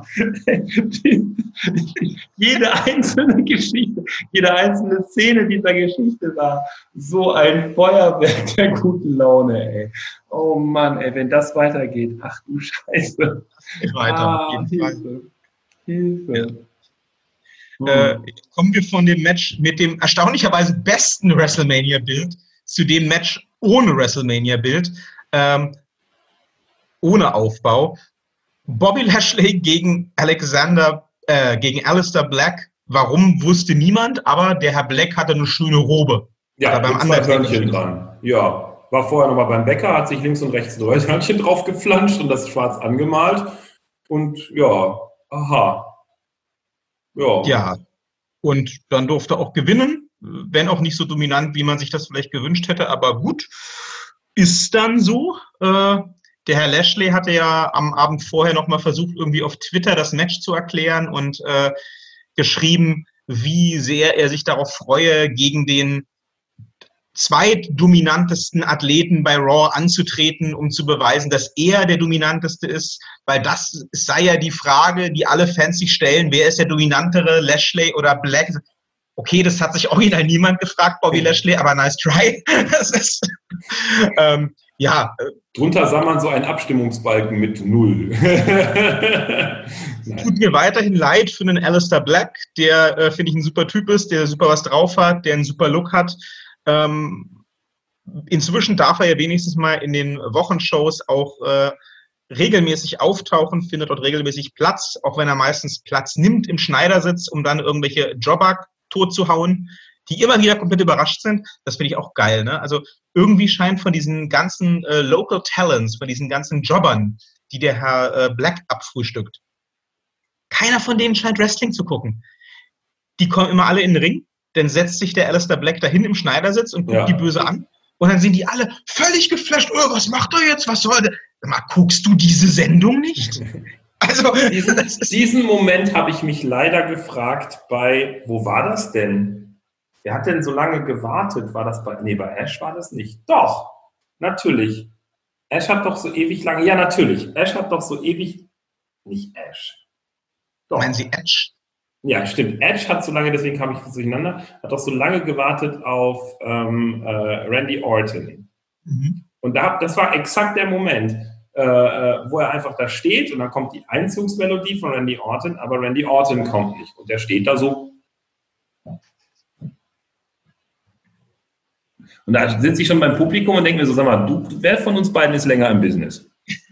Jede einzelne Geschichte, jede einzelne Szene dieser Geschichte war so ein Feuerwerk der guten Laune, ey. Oh Mann, ey, wenn das weitergeht, ach du Scheiße. Weiter, ah, auf jeden Hilfe. Fall. Hilfe. Ja. Äh, kommen wir von dem Match mit dem erstaunlicherweise besten WrestleMania-Bild zu dem Match ohne WrestleMania-Bild, ähm, ohne Aufbau. Bobby Lashley gegen Alexander, äh, gegen Aleister Black. Warum, wusste niemand, aber der Herr Black hatte eine schöne Robe. Ja, beim anderen Hörnchen dran. Ja, war vorher nochmal beim Bäcker, hat sich links und rechts ein neues Hörnchen drauf geflanscht und das schwarz angemalt. Und ja, aha. Ja. ja, und dann durfte er auch gewinnen, wenn auch nicht so dominant, wie man sich das vielleicht gewünscht hätte, aber gut, ist dann so. Äh, der Herr Lashley hatte ja am Abend vorher nochmal versucht, irgendwie auf Twitter das Match zu erklären und äh, geschrieben, wie sehr er sich darauf freue, gegen den zweitdominantesten Athleten bei Raw anzutreten, um zu beweisen, dass er der dominanteste ist, weil das sei ja die Frage, die alle Fans sich stellen, wer ist der dominantere, Lashley oder Black? Okay, das hat sich original niemand gefragt, Bobby Lashley, aber nice try. Das ist, ähm, ja. Drunter sah man so einen Abstimmungsbalken mit null. Tut mir weiterhin leid für den Aleister Black, der, äh, finde ich, ein super Typ ist, der super was drauf hat, der einen super Look hat. Ähm, inzwischen darf er ja wenigstens mal in den Wochenshows auch äh, regelmäßig auftauchen, findet dort regelmäßig Platz, auch wenn er meistens Platz nimmt im Schneidersitz, um dann irgendwelche Jobber tot zu hauen, die immer wieder komplett überrascht sind. Das finde ich auch geil, ne? Also irgendwie scheint von diesen ganzen äh, Local Talents, von diesen ganzen Jobbern, die der Herr äh, Black abfrühstückt, keiner von denen scheint Wrestling zu gucken. Die kommen immer alle in den Ring, dann setzt sich der Aleister Black dahin im Schneidersitz und guckt ja. die böse an. Und dann sind die alle völlig geflasht. Oh, was macht er jetzt? Was soll der? Mal, guckst du diese Sendung nicht? Also diesen, diesen Moment habe ich mich leider gefragt bei, wo war das denn? Wer hat denn so lange gewartet? War das bei, nee, bei Ash war das nicht. Doch, natürlich. Ash hat doch so ewig lange, ja, natürlich. Ash hat doch so ewig, nicht Ash. Doch. Meinen Sie Edge? Ja, stimmt. Edge hat so lange, deswegen kam ich durcheinander, hat doch so lange gewartet auf ähm, äh, Randy Orton. Mhm. Und da, das war exakt der Moment, äh, wo er einfach da steht und dann kommt die Einzugsmelodie von Randy Orton, aber Randy Orton kommt nicht. Und der steht da so. Und da sitze ich schon beim Publikum und denke mir so, sag mal, du, wer von uns beiden ist länger im Business?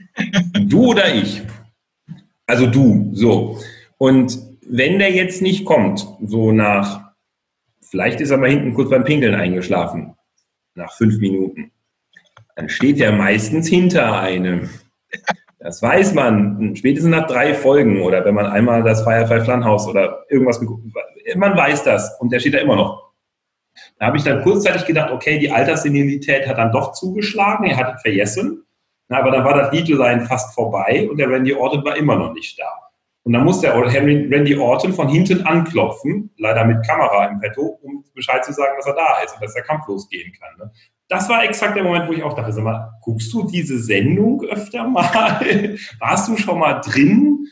Du oder ich? Also du, so. Und wenn der jetzt nicht kommt, so nach, vielleicht ist er mal hinten kurz beim Pinkeln eingeschlafen, nach fünf Minuten, dann steht er meistens hinter einem. Das weiß man, spätestens nach drei Folgen oder wenn man einmal das Firefly Funhouse oder irgendwas geguckt hat, man weiß das und der steht da immer noch. Da habe ich dann kurzzeitig gedacht, okay, die Alterssenilität hat dann doch zugeschlagen, er hat es vergessen, aber dann war das Liedlein fast vorbei und der Randy Orton war immer noch nicht da. Und dann muss der Randy Orton von hinten anklopfen, leider mit Kamera im Petto, um Bescheid zu sagen, dass er da ist und dass der Kampf losgehen kann. Ne? Das war exakt der Moment, wo ich auch dachte, sag mal, guckst du diese Sendung öfter mal? Warst du schon mal drin?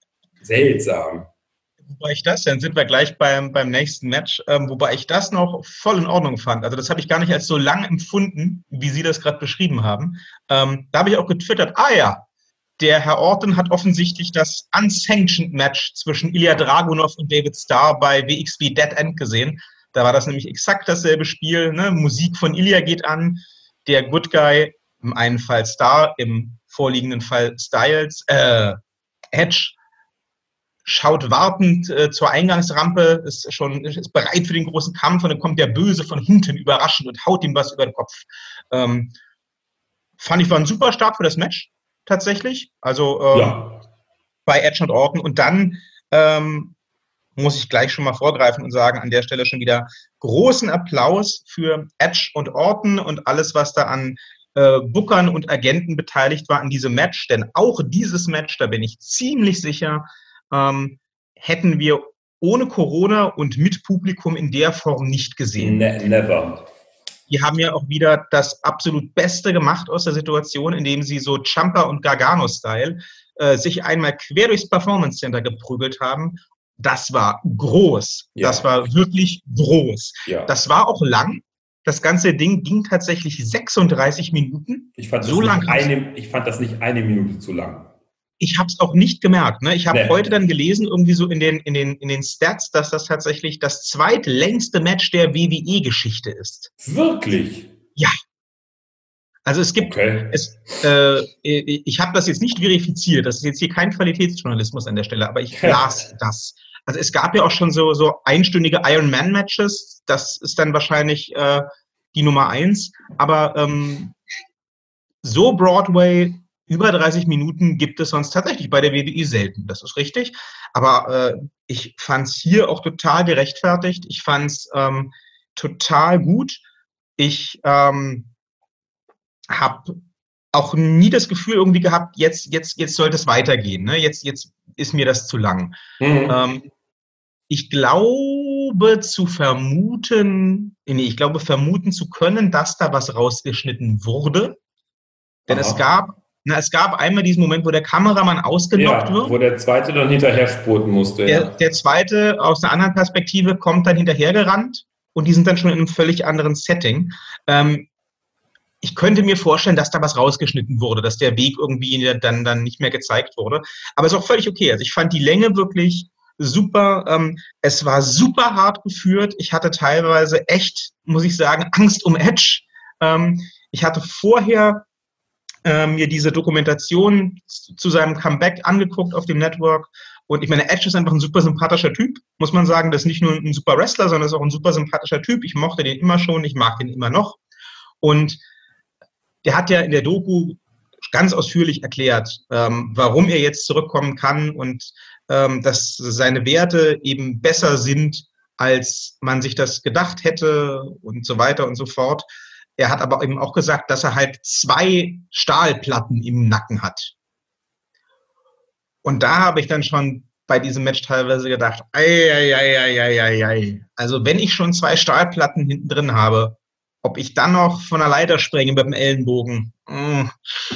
Seltsam. Wobei ich das, dann sind wir gleich beim, beim nächsten Match, ähm, wobei ich das noch voll in Ordnung fand. Also das habe ich gar nicht als so lang empfunden, wie Sie das gerade beschrieben haben. Ähm, da habe ich auch getwittert, ah ja, der Herr Orton hat offensichtlich das Unsanctioned Match zwischen Ilya Dragunov und David Starr bei W X W Dead End gesehen. Da war das nämlich exakt dasselbe Spiel. Ne? Musik von Ilya geht an, der Good Guy, im einen Fall Starr, im vorliegenden Fall Styles, äh, Edge, schaut wartend äh, zur Eingangsrampe, ist schon ist bereit für den großen Kampf und dann kommt der Böse von hinten überraschend und haut ihm was über den Kopf. Ähm, fand ich war ein super Start für das Match. Tatsächlich, also ähm, ja. Bei Edge und Orton. Und dann ähm, muss ich gleich schon mal vorgreifen und sagen, an der Stelle schon wieder großen Applaus für Edge und Orton und alles, was da an äh, Bookern und Agenten beteiligt war an diesem Match. Denn auch dieses Match, da bin ich ziemlich sicher, ähm, hätten wir ohne Corona und mit Publikum in der Form nicht gesehen. Ne- never. Die haben ja auch wieder das absolut Beste gemacht aus der Situation, indem sie so Ciampa und Gargano-Style äh, sich einmal quer durchs Performance Center geprügelt haben. Das war groß. Ja. Das war wirklich groß. Ja. Das war auch lang. Das ganze Ding ging tatsächlich sechsunddreißig Minuten. Ich fand, so lang eine, ich fand das nicht eine Minute zu lang. Ich habe es auch nicht gemerkt. Ne? Ich habe nee. heute dann gelesen, irgendwie so in den, in, den, in den Stats, dass das tatsächlich das zweitlängste Match der W W E-Geschichte ist. Wirklich? Ja. Also es gibt, okay. es, äh, ich habe das jetzt nicht verifiziert, das ist jetzt hier kein Qualitätsjournalismus an der Stelle, aber ich las das. Also es gab ja auch schon so, so einstündige Iron-Man-Matches, das ist dann wahrscheinlich äh, die Nummer eins, aber ähm, so Broadway über dreißig Minuten gibt es sonst tatsächlich bei der W W E selten, das ist richtig. Aber äh, ich fand es hier auch total gerechtfertigt. Ich fand es ähm, total gut. Ich ähm, habe auch nie das Gefühl irgendwie gehabt, jetzt, jetzt, jetzt sollte es weitergehen. Ne? Jetzt, jetzt ist mir das zu lang. Mhm. Ähm, ich glaube zu vermuten, nee, ich glaube vermuten zu können, dass da was rausgeschnitten wurde. Denn Aha. es gab Na, es gab einmal diesen Moment, wo der Kameramann ausgenockt ja, wird. Wo der Zweite dann hinterher spurten musste. Der, ja. der Zweite aus einer anderen Perspektive kommt dann hinterhergerannt und die sind dann schon in einem völlig anderen Setting. Ähm, ich könnte mir vorstellen, dass da was rausgeschnitten wurde, dass der Weg irgendwie dann, dann nicht mehr gezeigt wurde. Aber es ist auch völlig okay. Also ich fand die Länge wirklich super. Ähm, es war super hart geführt. Ich hatte teilweise echt, muss ich sagen, Angst um Edge. Ähm, ich hatte vorher mir diese Dokumentation zu seinem Comeback angeguckt auf dem Network. Und ich meine, Edge ist einfach ein super sympathischer Typ, muss man sagen. Das ist nicht nur ein super Wrestler, sondern ist auch ein super sympathischer Typ. Ich mochte den immer schon, ich mag den immer noch. Und der hat ja in der Doku ganz ausführlich erklärt, ähm, warum er jetzt zurückkommen kann und ähm, dass seine Werte eben besser sind, als man sich das gedacht hätte und so weiter und so fort. Er hat aber eben auch gesagt, dass er halt zwei Stahlplatten im Nacken hat. Und da habe ich dann schon bei diesem Match teilweise gedacht, ei, ei, ei, ei, ei, ei, ei. Also wenn ich schon zwei Stahlplatten hinten drin habe, ob ich dann noch von der Leiter springe mit dem Ellenbogen. Mh.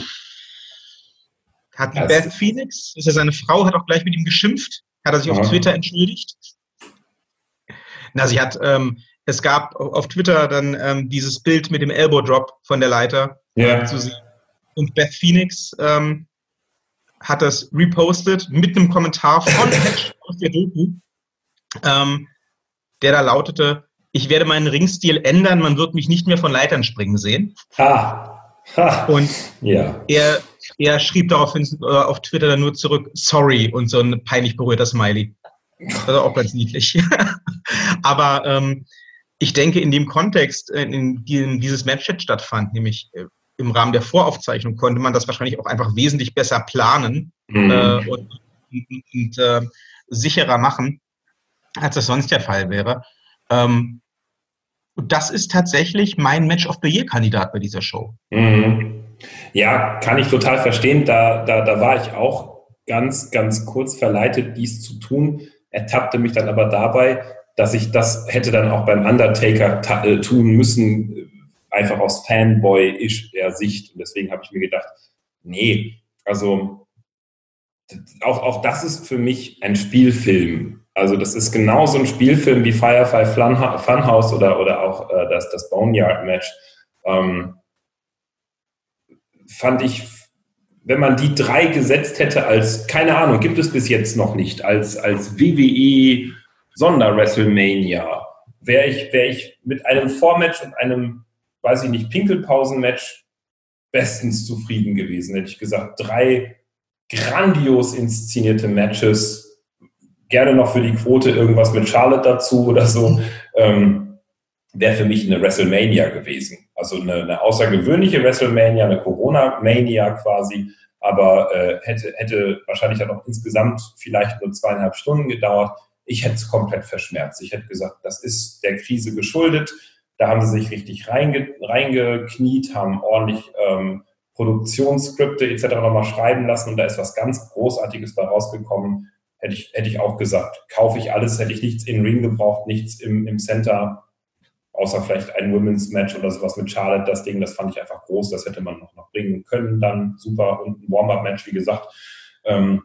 Hat die Beth Phoenix, das ist ja seine Frau, hat auch gleich mit ihm geschimpft, hat er sich auf Twitter entschuldigt. Na, sie hat, ähm, es gab auf Twitter dann ähm, dieses Bild mit dem Elbow Drop von der Leiter ja. zu sehen. Und Beth Phoenix ähm, hat das repostet mit einem Kommentar von Edge aus der Doku, ähm, der da lautete: Ich werde meinen Ringstil ändern, man wird mich nicht mehr von Leitern springen sehen. Ha. Ha. Und ja. er, er schrieb daraufhin äh, auf Twitter dann nur zurück, sorry, und so ein peinlich berührter Smiley. Das war auch ganz niedlich. Aber ähm, ich denke, in dem Kontext, in dem dieses Match jetzt stattfand, nämlich äh, im Rahmen der Voraufzeichnung, konnte man das wahrscheinlich auch einfach wesentlich besser planen mhm. äh, und, und, und äh, sicherer machen, als das sonst der Fall wäre. Ähm, und das ist tatsächlich mein Match of the Year-Kandidat bei dieser Show. Mhm. Ja, kann ich total verstehen. Da, da, da war ich auch ganz, ganz kurz verleitet, dies zu tun. Ertappte mich dann aber dabei, dass ich das hätte dann auch beim Undertaker ta- äh, tun müssen, einfach aus Fanboy-isch der Sicht. Und deswegen habe ich mir gedacht, nee, also auch, auch das ist für mich ein Spielfilm. Also das ist genauso ein Spielfilm wie Firefly Funhouse oder, oder auch äh, das, das Boneyard-Match. Ähm, fand ich, wenn man die drei gesetzt hätte als, keine Ahnung, gibt es bis jetzt noch nicht, als, als W W E Sonder-WrestleMania, wäre ich, wär ich mit einem Vormatch und einem, weiß ich nicht, Pinkelpausen-Match bestens zufrieden gewesen. Hätte ich gesagt, drei grandios inszenierte Matches, gerne noch für die Quote irgendwas mit Charlotte dazu oder so, ähm, wäre für mich eine WrestleMania gewesen. Also eine, eine außergewöhnliche WrestleMania, eine Corona-Mania quasi, aber äh, hätte, hätte wahrscheinlich dann auch insgesamt vielleicht nur zweieinhalb Stunden gedauert. Ich hätte es komplett verschmerzt. Ich hätte gesagt, das ist der Krise geschuldet. Da haben sie sich richtig reinge, reingekniet, haben ordentlich ähm, Produktionsskripte et cetera nochmal schreiben lassen und da ist was ganz Großartiges bei rausgekommen. Hätte ich, hätte ich auch gesagt, kaufe ich alles, hätte ich nichts in Ring gebraucht, nichts im, im Center, außer vielleicht ein Women's Match oder sowas mit Charlotte. Das Ding, das fand ich einfach groß, das hätte man noch, noch bringen können, dann super. Und ein Warm-Up-Match, wie gesagt. Ähm,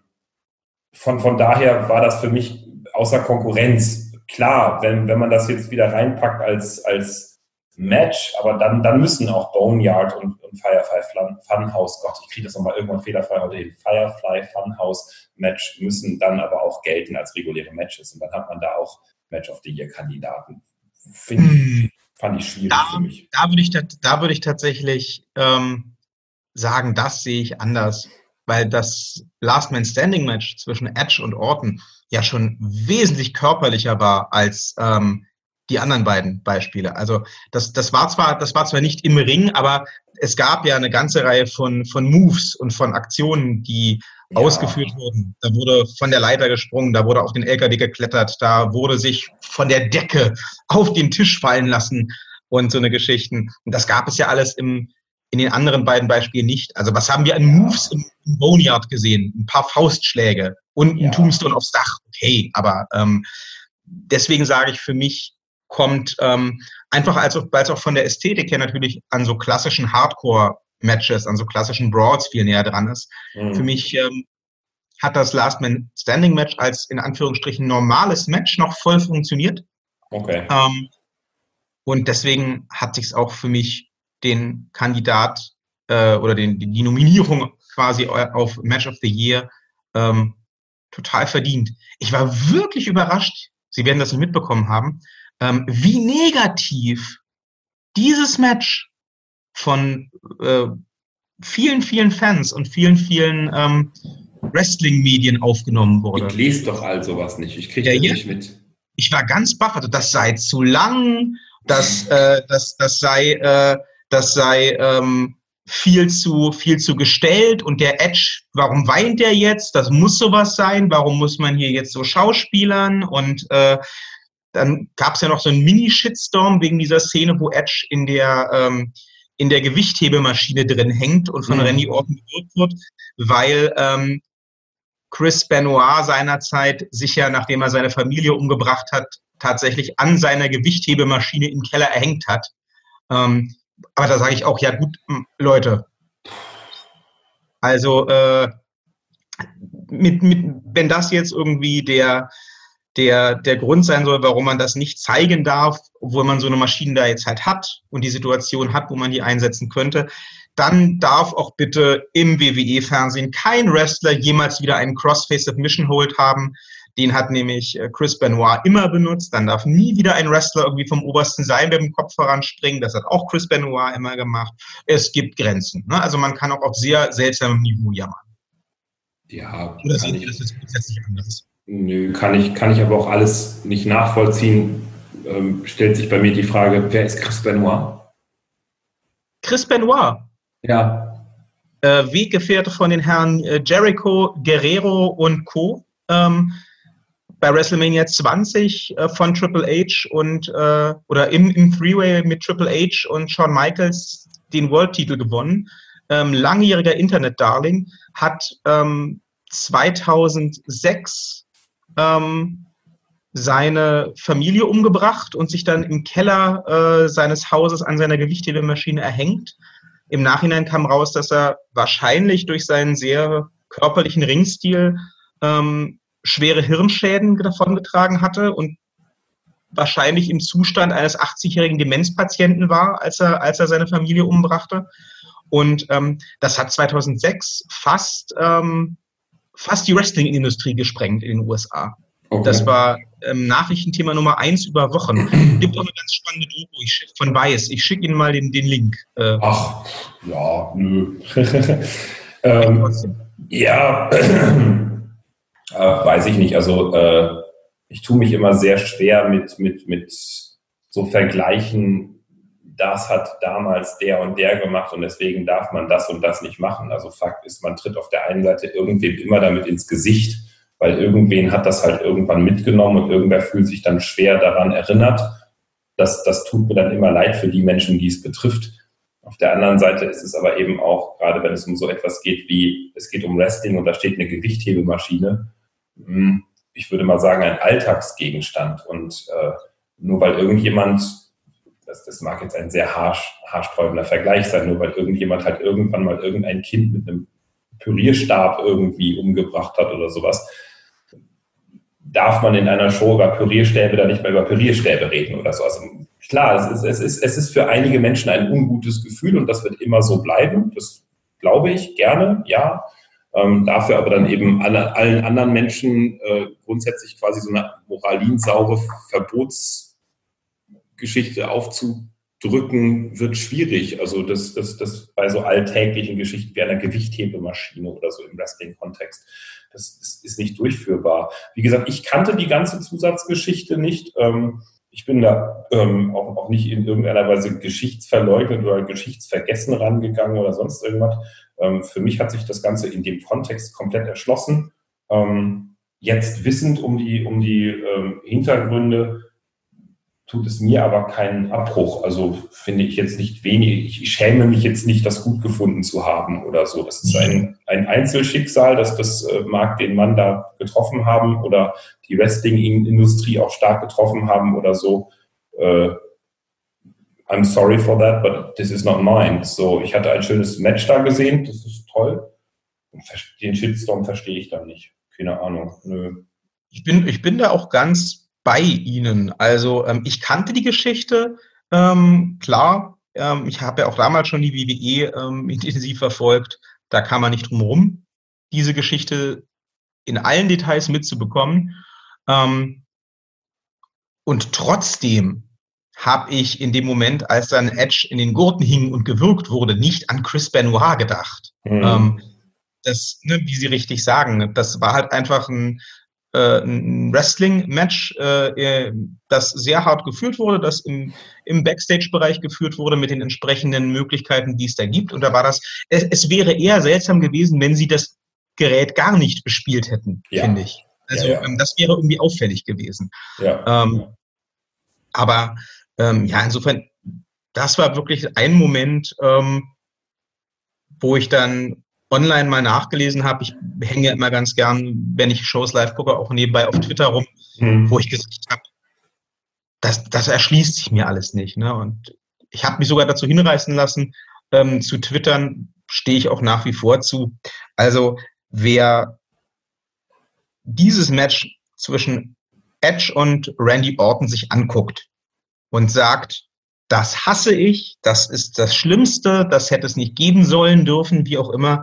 von, von daher war das für mich außer Konkurrenz. Klar, wenn, wenn man das jetzt wieder reinpackt als, als Match, aber dann, dann müssen auch Boneyard und, und Firefly Funhouse, Gott, ich kriege das nochmal irgendwann fehlerfrei heute hin, Firefly Funhouse Match müssen dann aber auch gelten als reguläre Matches. Und dann hat man da auch Match of the Year Kandidaten. Finde ich, fand ich schwierig da, für mich. Da würde ich, da würde ich tatsächlich ähm, sagen, das sehe ich anders, weil das Last Man Standing Match zwischen Edge und Orton ja schon wesentlich körperlicher war als ähm, die anderen beiden Beispiele. Also das, das war zwar, das war zwar nicht im Ring, aber es gab ja eine ganze Reihe von von Moves und von Aktionen, die ja. ausgeführt wurden. Da wurde von der Leiter gesprungen, da wurde auf den L K W geklettert, da wurde sich von der Decke auf den Tisch fallen lassen und so eine Geschichten. Und das gab es ja alles im in den anderen beiden Beispielen nicht. Also was haben wir an Moves im, im Boneyard gesehen? Ein paar Faustschläge und ein ja. Tombstone aufs Dach. Okay, aber ähm, deswegen sage ich, für mich kommt ähm, einfach, als auch, weil es auch von der Ästhetik her natürlich an so klassischen Hardcore-Matches, an so klassischen Brawls viel näher dran ist. Mhm. Für mich ähm, hat das Last Man Standing Match als in Anführungsstrichen normales Match noch voll funktioniert. Okay. Ähm, und deswegen hat sich es auch für mich den Kandidat äh, oder den, die Nominierung quasi auf Match of the Year ähm, total verdient. Ich war wirklich überrascht, Sie werden das nicht mitbekommen haben, ähm, wie negativ dieses Match von äh, vielen, vielen Fans und vielen, vielen ähm, Wrestling-Medien aufgenommen wurde. Ich lese doch all sowas nicht, ich kriege ja, das ja. nicht mit. Ich war ganz baff, also das sei zu lang, das, äh, das, das sei, äh, das sei ähm, viel zu, viel zu gestellt und der Edge, warum weint der jetzt? Das muss sowas sein, warum muss man hier jetzt so schauspielern? Und äh, dann gab es ja noch so einen Mini-Shitstorm wegen dieser Szene, wo Edge in der, ähm, in der Gewichthebemaschine drin hängt und von mhm. Randy Orton gewirkt wird, weil ähm, Chris Benoit seinerzeit sicher, nachdem er seine Familie umgebracht hat, tatsächlich an seiner Gewichthebemaschine im Keller erhängt hat. Ähm, aber da sage ich auch, ja gut, Leute, also äh, mit, mit, wenn das jetzt irgendwie der, der, der Grund sein soll, warum man das nicht zeigen darf, obwohl man so eine Maschine da jetzt halt hat und die Situation hat, wo man die einsetzen könnte, dann darf auch bitte im W W E-Fernsehen kein Wrestler jemals wieder einen Crossface-Submission Hold haben. Den hat nämlich Chris Benoit immer benutzt. Dann darf nie wieder ein Wrestler irgendwie vom obersten Seil mit dem Kopf voranspringen. Das hat auch Chris Benoit immer gemacht. Es gibt Grenzen. Ne? Also man kann auch auf sehr seltsamem Niveau jammern. Ja, Oder sehen Sie das jetzt grundsätzlich anders? Nö, kann ich, kann ich aber auch alles nicht nachvollziehen. Ähm, stellt sich bei mir die Frage, wer ist Chris Benoit? Chris Benoit? Ja. Äh, Weggefährte von den Herren äh, Jericho, Guerrero und Co. Ähm, bei WrestleMania zwanzig äh, von Triple H und äh, oder im, im Three-Way mit Triple H und Shawn Michaels den World-Titel gewonnen. Ähm, langjähriger Internet-Darling, hat ähm, zweitausendsechs ähm, seine Familie umgebracht und sich dann im Keller äh, seines Hauses an seiner Gewichthebemaschine erhängt. Im Nachhinein kam raus, dass er wahrscheinlich durch seinen sehr körperlichen Ringstil ähm, schwere Hirnschäden davongetragen hatte und wahrscheinlich im Zustand eines achtzigjährigen Demenzpatienten war, als er, als er seine Familie umbrachte. Und ähm, das hat zweitausendsechs fast, ähm, fast die Wrestling-Industrie gesprengt in den U S A. Okay. Das war ähm, Nachrichtenthema Nummer eins über Wochen. Gibt auch eine ganz spannende Doku ich schick, von Weiß. Ich schicke Ihnen mal den, den Link. Äh, Ach, ja, nö. ähm, ja, äh, weiß ich nicht. Also äh, ich tue mich immer sehr schwer mit, mit, mit so Vergleichen. Das hat damals der und der gemacht und deswegen darf man das und das nicht machen. Also Fakt ist, man tritt auf der einen Seite irgendwem immer damit ins Gesicht, weil irgendwen hat das halt irgendwann mitgenommen und irgendwer fühlt sich dann schwer daran erinnert. Das, das tut mir dann immer leid für die Menschen, die es betrifft. Auf der anderen Seite ist es aber eben auch, gerade wenn es um so etwas geht wie, es geht um Wrestling und da steht eine Gewichthebemaschine, ich würde mal sagen, ein Alltagsgegenstand. Und äh, nur weil irgendjemand, das, das mag jetzt ein sehr harsch, haarsträubender Vergleich sein, nur weil irgendjemand halt irgendwann mal irgendein Kind mit einem Pürierstab irgendwie umgebracht hat oder sowas, darf man in einer Show über Pürierstäbe dann nicht mehr über Pürierstäbe reden oder so. Also klar, es ist, es ist, es ist für einige Menschen ein ungutes Gefühl und das wird immer so bleiben. Das glaube ich gerne, ja. Ähm, dafür aber dann eben alle, allen anderen Menschen äh, grundsätzlich quasi so eine moralinsaure Verbotsgeschichte aufzudrücken, wird schwierig. Also das, das, das bei so alltäglichen Geschichten wie einer Gewichthebemaschine oder so im Wrestling-Kontext, das, das ist nicht durchführbar. Wie gesagt, ich kannte die ganze Zusatzgeschichte nicht. Ähm, ich bin da ähm, auch, auch nicht in irgendeiner Weise geschichtsverleugnet oder geschichtsvergessen rangegangen oder sonst irgendwas. Ähm, für mich hat sich das Ganze in dem Kontext komplett erschlossen. Ähm, jetzt wissend um die, um die ähm, Hintergründe tut es mir aber keinen Abbruch. Also finde ich jetzt nicht wenig, ich schäme mich jetzt nicht, das gut gefunden zu haben oder so. Das ist ein, ein Einzelschicksal, dass das äh, mag den Mann da getroffen haben oder die Wrestling-Industrie auch stark getroffen haben oder so. Äh, I'm sorry for that, but this is not mine. So, ich hatte ein schönes Match da gesehen, das ist toll. Den Shitstorm verstehe ich dann nicht. Keine Ahnung. Nö. Ich bin, ich bin da auch ganz bei Ihnen. Also ähm, ich kannte die Geschichte, ähm, klar. Ähm, ich habe ja auch damals schon die W W E ähm, intensiv verfolgt. Da kam man nicht drum rum, diese Geschichte in allen Details mitzubekommen. Ähm, und trotzdem habe ich in dem Moment, als dann Edge in den Gurten hing und gewürgt wurde, nicht an Chris Benoit gedacht. Mhm. Ähm, das, ne, wie Sie richtig sagen, das war halt einfach ein, äh, ein Wrestling-Match, äh, das sehr hart geführt wurde, das im, im Backstage-Bereich geführt wurde mit den entsprechenden Möglichkeiten, die es da gibt. Und da war das, es, es wäre eher seltsam gewesen, wenn Sie das Gerät gar nicht bespielt hätten, ja. finde ich. Also ja, ja. Ähm, das wäre irgendwie auffällig gewesen. Ja. Ähm, aber ähm, ja, insofern, das war wirklich ein Moment, ähm, wo ich dann online mal nachgelesen habe. Ich hänge immer ganz gern, wenn ich Shows live gucke, auch nebenbei auf Twitter rum, mhm. wo ich gesagt habe, das, das erschließt sich mir alles nicht. Ne? Und ich habe mich sogar dazu hinreißen lassen, ähm, zu twittern, stehe ich auch nach wie vor zu. Also wer dieses Match zwischen Edge und Randy Orton sich anguckt und sagt, das hasse ich, das ist das Schlimmste, das hätte es nicht geben sollen, dürfen, wie auch immer.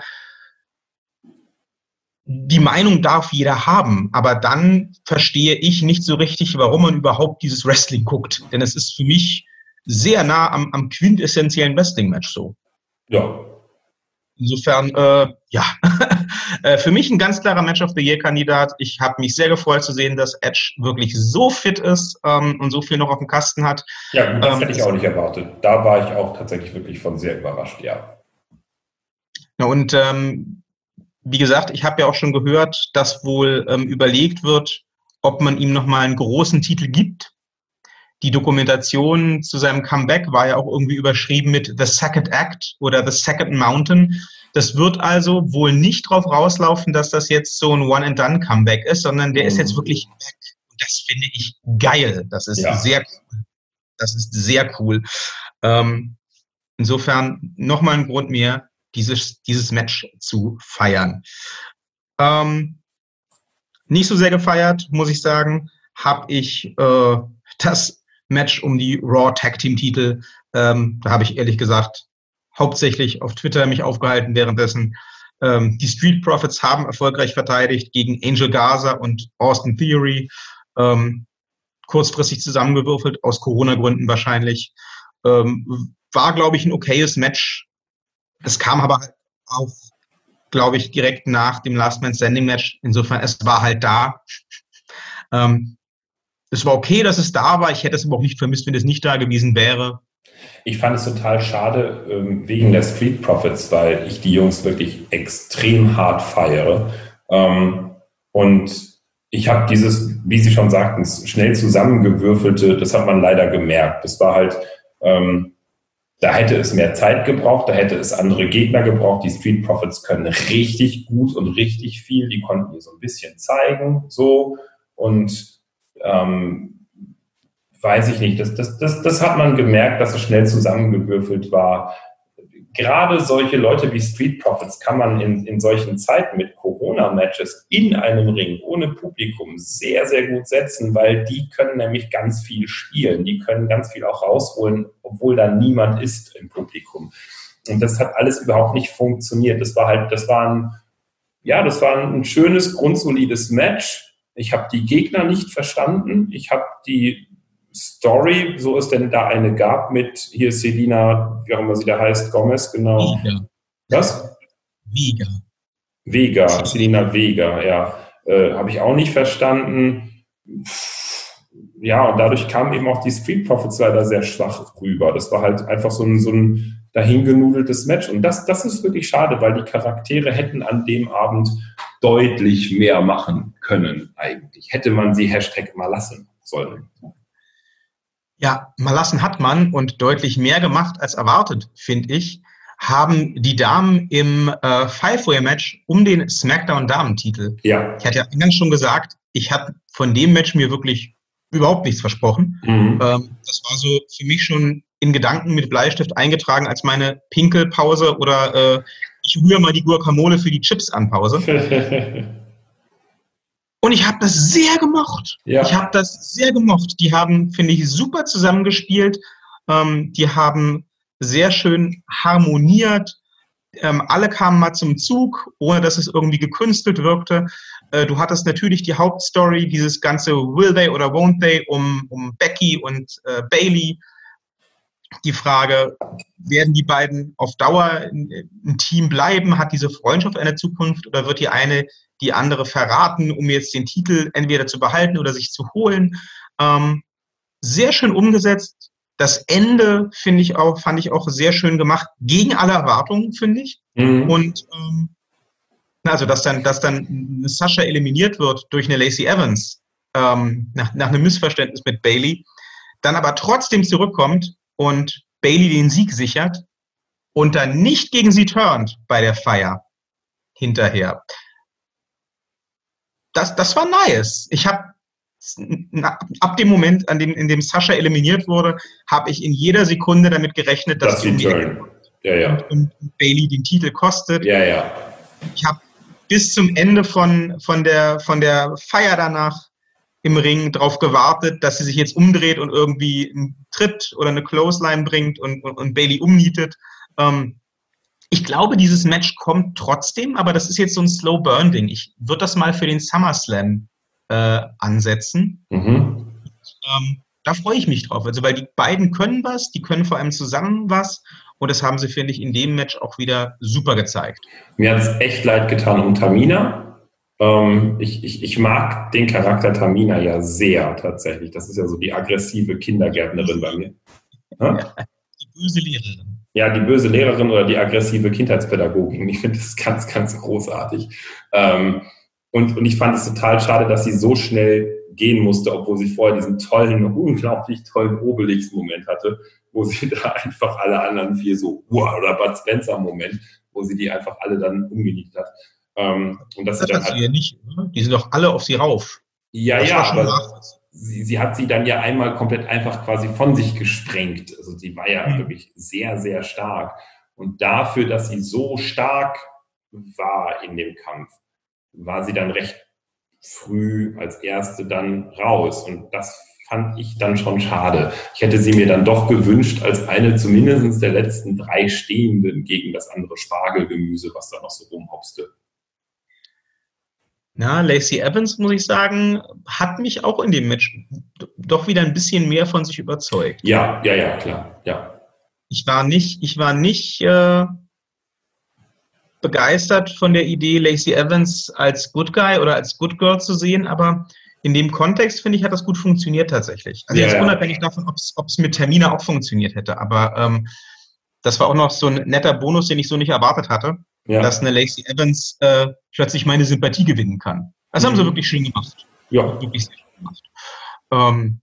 Die Meinung darf jeder haben, aber dann verstehe ich nicht so richtig, warum man überhaupt dieses Wrestling guckt. Denn es ist für mich sehr nah am, am quintessentiellen Wrestling-Match so. Ja. Insofern, äh, ja, für mich ein ganz klarer Match of the Year-Kandidat. Ich habe mich sehr gefreut zu sehen, dass Edge wirklich so fit ist ähm, und so viel noch auf dem Kasten hat. Ja, gut, das ähm, hätte ich auch nicht erwartet. Da war ich auch tatsächlich wirklich von sehr überrascht, ja. Und ähm, wie gesagt, ich habe ja auch schon gehört, dass wohl ähm, überlegt wird, ob man ihm nochmal einen großen Titel gibt. Die Dokumentation zu seinem Comeback war ja auch irgendwie überschrieben mit The Second Act oder The Second Mountain. Das wird also wohl nicht drauf rauslaufen, dass das jetzt so ein One-and-Done-Comeback ist, sondern der mhm. ist jetzt wirklich back. Und das finde ich geil. Das ist ja. sehr cool. Das ist sehr cool. Ähm, insofern nochmal ein Grund mehr, dieses, dieses Match zu feiern. Ähm, nicht so sehr gefeiert, muss ich sagen, habe ich äh, das Match um die Raw Tag Team Titel. Ähm, da habe ich ehrlich gesagt hauptsächlich auf Twitter mich aufgehalten währenddessen. Ähm, die Street Profits haben erfolgreich verteidigt gegen Angel Garza und Austin Theory. Ähm, kurzfristig zusammengewürfelt, aus Corona-Gründen wahrscheinlich. Ähm, war, glaube ich, ein okayes Match. Es kam aber auch, glaube ich, direkt nach dem Last Man Standing Match. Insofern, es war halt da. Ähm, Es war okay, dass es da war. Ich hätte es aber auch nicht vermisst, wenn es nicht da gewesen wäre. Ich fand es total schade ähm, wegen der Street Profits, weil ich die Jungs wirklich extrem hart feiere. Ähm, und ich habe dieses, wie Sie schon sagten, schnell zusammengewürfelte, das hat man leider gemerkt. Das war halt, ähm, da hätte es mehr Zeit gebraucht, da hätte es andere Gegner gebraucht. Die Street Profits können richtig gut und richtig viel. Die konnten mir so ein bisschen zeigen, so. Und Ähm, weiß ich nicht, das, das, das, das hat man gemerkt, dass es schnell zusammengewürfelt war. Gerade solche Leute wie Street Profits kann man in, in solchen Zeiten mit Corona-Matches in einem Ring ohne Publikum sehr, sehr gut setzen, weil die können nämlich ganz viel spielen. Die können ganz viel auch rausholen, obwohl da niemand ist im Publikum. Und das hat alles überhaupt nicht funktioniert. Das war halt, das war ein, ja, das war ein schönes, grundsolides Match. Ich habe die Gegner nicht verstanden. Ich habe die Story, so es denn da eine gab, mit hier Selina, wie auch immer sie da heißt, Gomez, genau. Vega. Was? Vega. Vega, Selina Vega, ja. Äh, habe ich auch nicht verstanden. Ja, und dadurch kam eben auch die Street Profits leider sehr schwach rüber. Das war halt einfach so ein, so ein dahingenudeltes Match. Und das, das ist wirklich schade, weil die Charaktere hätten an dem Abend deutlich mehr machen können eigentlich. Hätte man sie Hashtag mal lassen sollen. Ja, mal lassen hat man und deutlich mehr gemacht als erwartet, finde ich, haben die Damen im äh, Five-Way-Match um den SmackDown-Damentitel. Ja. Ich hatte ja eingangs schon gesagt, ich habe von dem Match mir wirklich überhaupt nichts versprochen. Mhm. Ähm, das war so für mich schon in Gedanken mit Bleistift eingetragen als meine Pinkelpause oder äh, ich rühre mal die Guacamole für die Chips an Pause. Und ich habe das sehr gemocht. Ja. Ich habe das sehr gemocht. Die haben, finde ich, super zusammengespielt. Ähm, die haben sehr schön harmoniert. Ähm, alle kamen mal zum Zug, ohne dass es irgendwie gekünstelt wirkte. Äh, du hattest natürlich die Hauptstory, dieses ganze Will they oder won't they um, um Becky und äh, Bayley. Die Frage, werden die beiden auf Dauer ein Team bleiben? Hat diese Freundschaft eine Zukunft oder wird die eine die andere verraten, um jetzt den Titel entweder zu behalten oder sich zu holen? Ähm, sehr schön umgesetzt. Das Ende finde ich auch, fand ich auch sehr schön gemacht, gegen alle Erwartungen, finde ich. Mhm. Und ähm, also, dass dann, dass dann Sasha eliminiert wird durch eine Lacey Evans ähm, nach, nach einem Missverständnis mit Bayley, dann aber trotzdem zurückkommt und Bayley den Sieg sichert und dann nicht gegen sie turnt bei der Feier. hinterher. Das, das war nice. Ich habe ab dem Moment, an dem, in dem Sascha eliminiert wurde, habe ich in jeder Sekunde damit gerechnet, dass Das die Turn. Ja, ja. Und, und Bayley den Titel kostet. Ja, ja. Ich habe bis zum Ende von, von, der, von der Feier danach im Ring darauf gewartet, dass sie sich jetzt umdreht und irgendwie einen Tritt oder eine Clothesline bringt und, und, und Bayley umnietet. Ähm, ich glaube, dieses Match kommt trotzdem, aber das ist jetzt so ein Slow-Burn-Ding. Ich würde das mal für den SummerSlam äh, ansetzen. Mhm. Ähm, da freue ich mich drauf. Also, weil die beiden können was, die können vor allem zusammen was. Und das haben sie, finde ich, in dem Match auch wieder super gezeigt. Mir hat es echt leid getan um Tamina. Ähm, ich, ich, ich mag den Charakter Tamina ja sehr tatsächlich. Das ist ja so die aggressive Kindergärtnerin bei mir. Ja, die böse Lehrerin. Ja, die böse Lehrerin oder die aggressive Kindheitspädagogin. Ich finde das ganz, ganz großartig. Ähm, und, und ich fand es total schade, dass sie so schnell gehen musste, obwohl sie vorher diesen tollen, unglaublich tollen Obelix-Moment hatte, wo sie da einfach alle anderen vier so, wow, oder Bud Spencer-Moment, wo sie die einfach alle dann umgenietet hat. Ähm, und dass das sie dann hat sie halt, ja nicht, oder? Die sind doch alle auf sie rauf. Ja, das ja, aber sie, sie hat sie dann ja einmal komplett einfach quasi von sich gesprengt. Also sie war ja mhm. wirklich sehr, sehr stark. Und dafür, dass sie so stark war in dem Kampf, war sie dann recht früh als Erste dann raus. Und das fand ich dann schon schade. Ich hätte sie mir dann doch gewünscht als eine zumindest der letzten drei Stehenden gegen das andere Spargelgemüse, was da noch so rumhopste. Na, Lacey Evans, muss ich sagen, hat mich auch in dem Match doch wieder ein bisschen mehr von sich überzeugt. Ja, ja, ja, klar, ja. Ich war nicht, ich war nicht äh, begeistert von der Idee, Lacey Evans als Good Guy oder als Good Girl zu sehen, aber in dem Kontext, finde ich, hat das gut funktioniert tatsächlich. Also ja, jetzt ja. unabhängig davon, ob es mit Tamina auch funktioniert hätte, aber ähm, das war auch noch so ein netter Bonus, den ich so nicht erwartet hatte, ja. dass eine Lacey Evans äh, plötzlich meine Sympathie gewinnen kann. Das mhm. haben sie wirklich schön gemacht. Ja. Wirklich sehr schön gemacht. Ähm,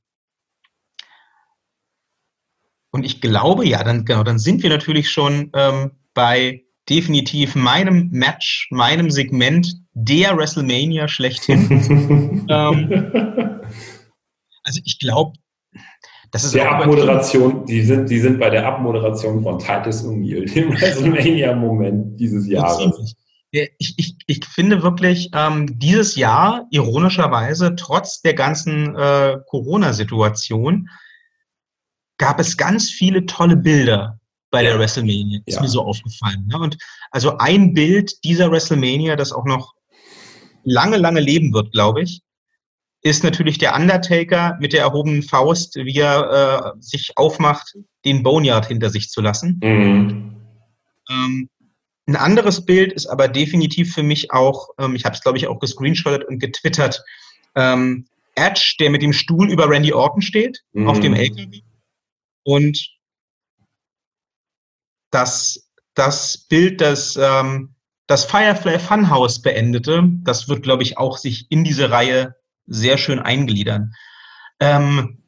und ich glaube, ja, dann, genau, dann sind wir natürlich schon ähm, bei definitiv meinem Match, meinem Segment der WrestleMania schlechthin. ähm, also ich glaube, das ist der Abmoderation, die sind, die sind bei der Abmoderation von Titus O'Neil, dem WrestleMania-Moment dieses Jahres. Ich, ich, ich finde wirklich, ähm, dieses Jahr, ironischerweise, trotz der ganzen äh, Corona-Situation, gab es ganz viele tolle Bilder bei ja. der WrestleMania. Ist ja. mir so aufgefallen. Ne? Und also ein Bild dieser WrestleMania, das auch noch lange, lange leben wird, glaube ich, ist natürlich der Undertaker mit der erhobenen Faust, wie er äh, sich aufmacht, den Boneyard hinter sich zu lassen. Mhm. Ähm, ein anderes Bild ist aber definitiv für mich auch, ähm, ich habe es, glaube ich, auch gescreenshottet und getwittert, ähm, Edge, der mit dem Stuhl über Randy Orton steht, mhm. auf dem L K W. Und das, das Bild, das ähm, das Firefly Funhouse beendete, das wird, glaube ich, auch sich in diese Reihe sehr schön eingliedern. Ähm,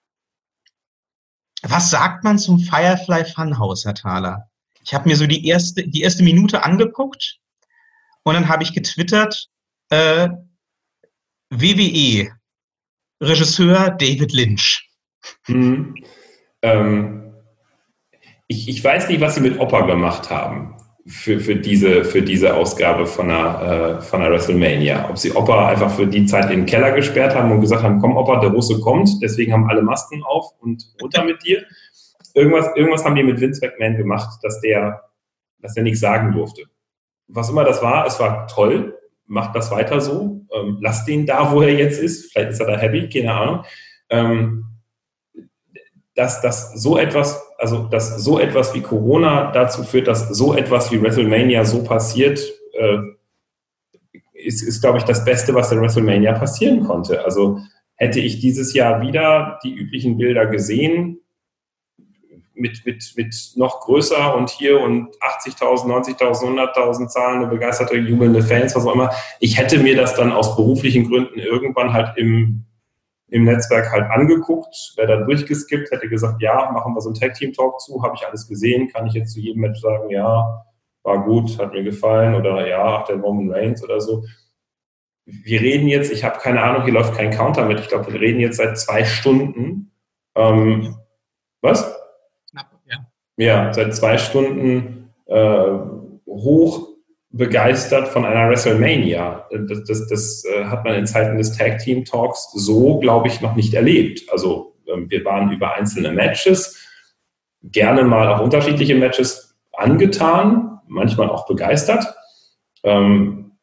was sagt man zum Firefly Funhouse, Herr Thaler? Ich habe mir so die erste, die erste Minute angeguckt und dann habe ich getwittert, äh, W W E, Regisseur David Lynch. Mhm. Ähm, ich, ich weiß nicht, was sie mit Opa gemacht haben für, für, diese, für diese Ausgabe von einer, äh, von einer WrestleMania. Ob sie Opa einfach für die Zeit in den Keller gesperrt haben und gesagt haben, komm Opa, der Russe kommt, deswegen haben alle Masken auf und runter mit dir. Irgendwas, irgendwas haben die mit Vince McMahon gemacht, dass der, dass der nichts sagen durfte. Was immer das war, es war toll, macht das weiter so, ähm, lasst den da, wo er jetzt ist, vielleicht ist er da happy, keine Ahnung. Ähm, dass, dass so etwas, also dass so etwas wie Corona dazu führt, dass so etwas wie WrestleMania so passiert, äh, ist, ist, glaube ich, das Beste, was in WrestleMania passieren konnte. Also hätte ich dieses Jahr wieder die üblichen Bilder gesehen, mit, mit, mit noch größer und hier und achtzigtausend, neunzigtausend, hunderttausend zahlende, begeisterte, jubelnde Fans, was auch immer. Ich hätte mir das dann aus beruflichen Gründen irgendwann halt im, im Netzwerk halt angeguckt, wäre dann durchgeskippt, hätte gesagt, ja, machen wir so einen Tag-Team-Talk zu, habe ich alles gesehen, kann ich jetzt zu jedem Match sagen, ja, war gut, hat mir gefallen oder ja, ach, der Roman Reigns oder so. Wir reden jetzt, ich habe keine Ahnung, hier läuft kein Counter mit, ich glaube, wir reden jetzt seit zwei Stunden. Ähm, was? Knapp, ja. Ja, seit zwei Stunden äh, hoch begeistert von einer WrestleMania. Das, das, das äh, hat man in Zeiten des Tag Team Talks so, glaube ich, noch nicht erlebt. Also ähm, wir waren über einzelne Matches, gerne mal auch unterschiedliche Matches angetan, manchmal auch begeistert. Ähm,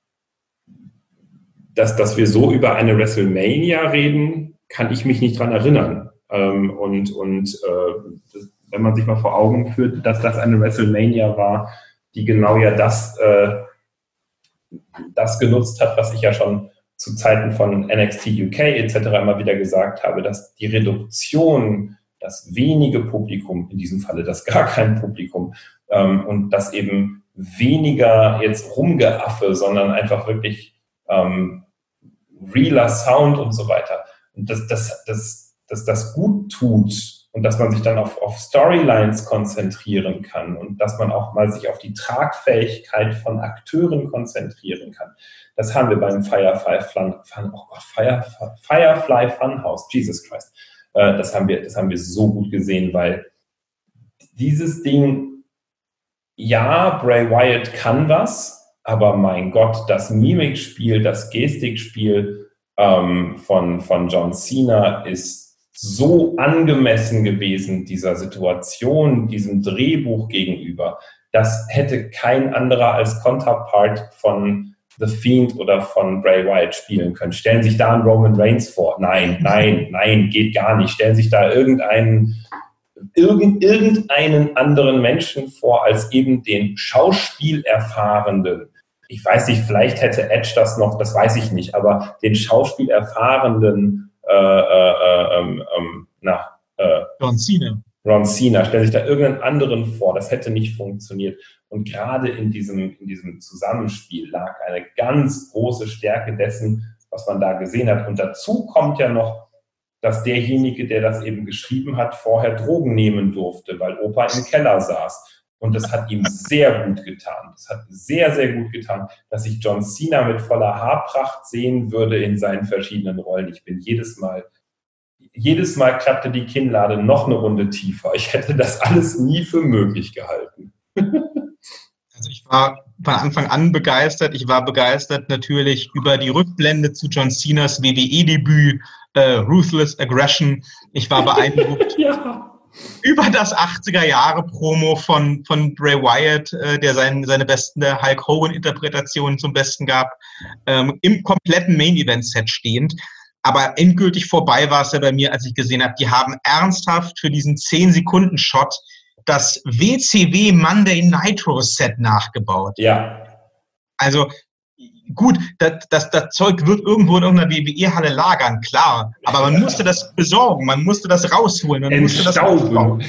dass, dass wir so über eine WrestleMania reden, kann ich mich nicht dran erinnern. Ähm, und und äh, das, wenn man sich mal vor Augen führt, dass das eine WrestleMania war, die genau ja das, äh, das genutzt hat, was ich ja schon zu Zeiten von N X T U K et cetera immer wieder gesagt habe, dass die Reduktion, das wenige Publikum, in diesem Falle das gar kein Publikum, ähm, und das eben weniger jetzt Rumgeaffe, sondern einfach wirklich ähm, realer Sound und so weiter. Und dass das, das, das, das gut tut und dass man sich dann auf, auf Storylines konzentrieren kann und dass man auch mal sich auf die Tragfähigkeit von Akteuren konzentrieren kann. Das haben wir beim Firefly Fun, Fun, oh Gott, Firefly, Firefly Funhouse, Jesus Christ. Äh, das haben wir, das haben wir so gut gesehen, weil dieses Ding, ja, Bray Wyatt kann was, aber mein Gott, das Mimikspiel, das Gestikspiel ähm, von, von John Cena ist so angemessen gewesen, dieser Situation, diesem Drehbuch gegenüber. Das hätte kein anderer als Counterpart von The Fiend oder von Bray Wyatt spielen können. Stellen sich da einen Roman Reigns vor. Nein, nein, nein, geht gar nicht. Stellen sich da irgendeinen, irgend, irgendeinen anderen Menschen vor als eben den Schauspielerfahrenden. Ich weiß nicht, vielleicht hätte Edge das noch, das weiß ich nicht, aber den Schauspielerfahrenden Äh, äh, ähm, ähm, na, äh, John Cena. Ron Cena, stell sich da irgendeinen anderen vor, das hätte nicht funktioniert. Und gerade in diesem, in diesem Zusammenspiel lag eine ganz große Stärke dessen, was man da gesehen hat. Und dazu kommt ja noch, dass derjenige, der das eben geschrieben hat, vorher Drogen nehmen durfte, weil Opa im Keller saß. Und das hat ihm sehr gut getan. Das hat sehr, sehr gut getan, dass ich John Cena mit voller Haarpracht sehen würde in seinen verschiedenen Rollen. Ich bin jedes Mal, jedes Mal klappte die Kinnlade noch eine Runde tiefer. Ich hätte das alles nie für möglich gehalten. Also ich war von Anfang an begeistert. Ich war begeistert natürlich über die Rückblende zu John Cenas W W E-Debüt, äh, Ruthless Aggression. Ich war beeindruckt. Ja. Über das achtziger-Jahre-Promo von, von Bray Wyatt, äh, der sein, seine besten Hulk Hogan-Interpretationen zum Besten gab, ähm, im kompletten Main-Event-Set stehend. Aber endgültig vorbei war es ja bei mir, als ich gesehen habe, die haben ernsthaft für diesen zehn-Sekunden-Shot das W C W Monday Nitro-Set nachgebaut. Ja. Also gut, das, das, das Zeug wird irgendwo in irgendeiner W W E-Halle lagern, klar. Aber man musste das besorgen, man musste das rausholen, man musste das aufbauen.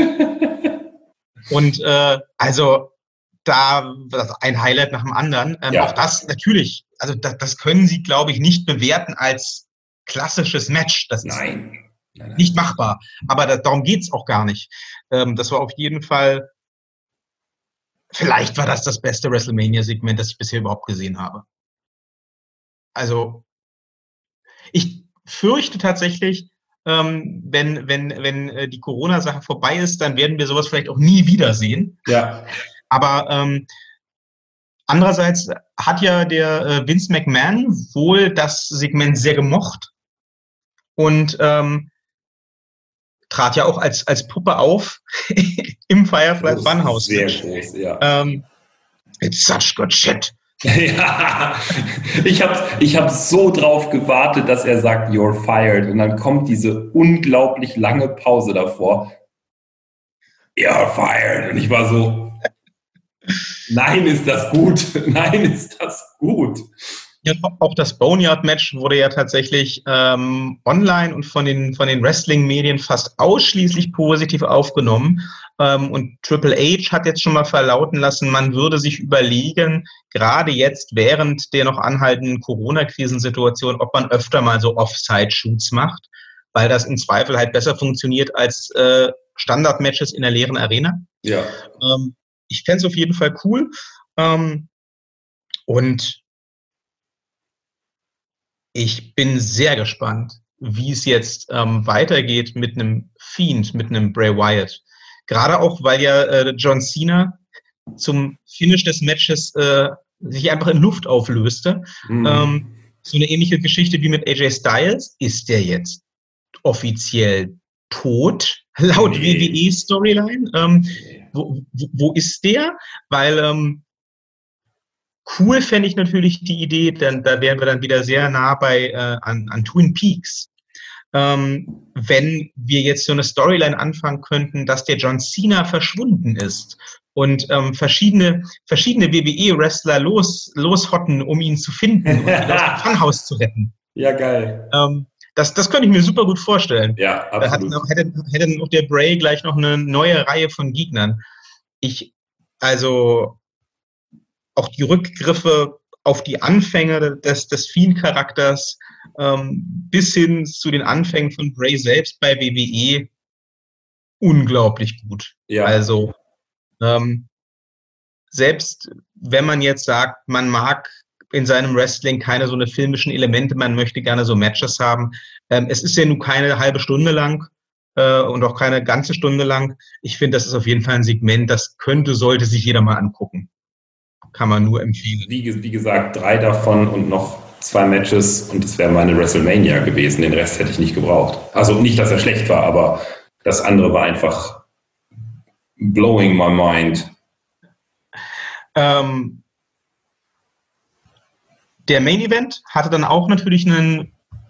Und äh, also da das ein Highlight nach dem anderen. Ähm, ja. Auch das natürlich, also das, das können Sie, glaube ich, nicht bewerten als klassisches Match. Das ist nein. Nein, nein. nicht machbar. Aber das, darum geht's auch gar nicht. Ähm, das war auf jeden Fall, vielleicht war das das beste WrestleMania-Segment, das ich bisher überhaupt gesehen habe. Also, ich fürchte tatsächlich, ähm, wenn, wenn, wenn äh, die Corona-Sache vorbei ist, dann werden wir sowas vielleicht auch nie wiedersehen. Ja. Aber ähm, andererseits hat ja der äh, Vince McMahon wohl das Segment sehr gemocht und ähm, trat ja auch als, als Puppe auf im Firefly Funhouse. Sehr groß, ja. Ähm, it's such good shit. Ja, ich habe ich hab so drauf gewartet, dass er sagt, you're fired. Und dann kommt diese unglaublich lange Pause davor. You're fired. Und ich war so, nein, ist das gut. Nein, ist das gut. Ja, auch das Boneyard-Match wurde ja tatsächlich ähm, online und von den, von den Wrestling-Medien fast ausschließlich positiv aufgenommen. Ähm, und Triple H hat jetzt schon mal verlauten lassen, man würde sich überlegen, gerade jetzt während der noch anhaltenden Corona-Krisensituation, ob man öfter mal so Off-Site-Shoots macht, weil das im Zweifel halt besser funktioniert als äh, Standard-Matches in der leeren Arena. Ja. Ähm, ich fände es auf jeden Fall cool. Ähm, und ich bin sehr gespannt, wie es jetzt ähm, weitergeht mit einem Fiend, mit einem Bray Wyatt. Gerade auch, weil ja äh, John Cena zum Finish des Matches äh, sich einfach in Luft auflöste. Mhm. Ähm, so eine ähnliche Geschichte wie mit A J Styles. Ist der jetzt offiziell tot, laut Nee. W W E-Storyline? Ähm, wo, wo, wo ist der? Weil ähm, cool fände ich natürlich die Idee, denn da wären wir dann wieder sehr nah bei äh, an, an Twin Peaks. Ähm, wenn wir jetzt so eine Storyline anfangen könnten, dass der John Cena verschwunden ist und ähm, verschiedene, verschiedene W W E-Wrestler los, loshotten, um ihn zu finden und ihn aus dem Funhaus zu retten. Ja, geil. Ähm, das, das könnte ich mir super gut vorstellen. Ja, absolut. Hat, hätte, hätte noch der Bray gleich noch eine neue Reihe von Gegnern. Ich, also auch die Rückgriffe auf die Anfänge des, des Fiend-Charakters ähm, bis hin zu den Anfängen von Bray selbst bei W W E unglaublich gut. Ja. Also ähm, selbst wenn man jetzt sagt, man mag in seinem Wrestling keine so eine filmischen Elemente, man möchte gerne so Matches haben. Ähm, es ist ja nun keine halbe Stunde lang äh, und auch keine ganze Stunde lang. Ich finde, das ist auf jeden Fall ein Segment, das könnte, sollte sich jeder mal angucken. Kann man nur empfehlen. Wie, wie gesagt, drei davon und noch zwei Matches und das wäre meine WrestleMania gewesen. Den Rest hätte ich nicht gebraucht. Also nicht, dass er schlecht war, aber das andere war einfach blowing my mind. Ähm, der Main Event hatte dann auch natürlich einen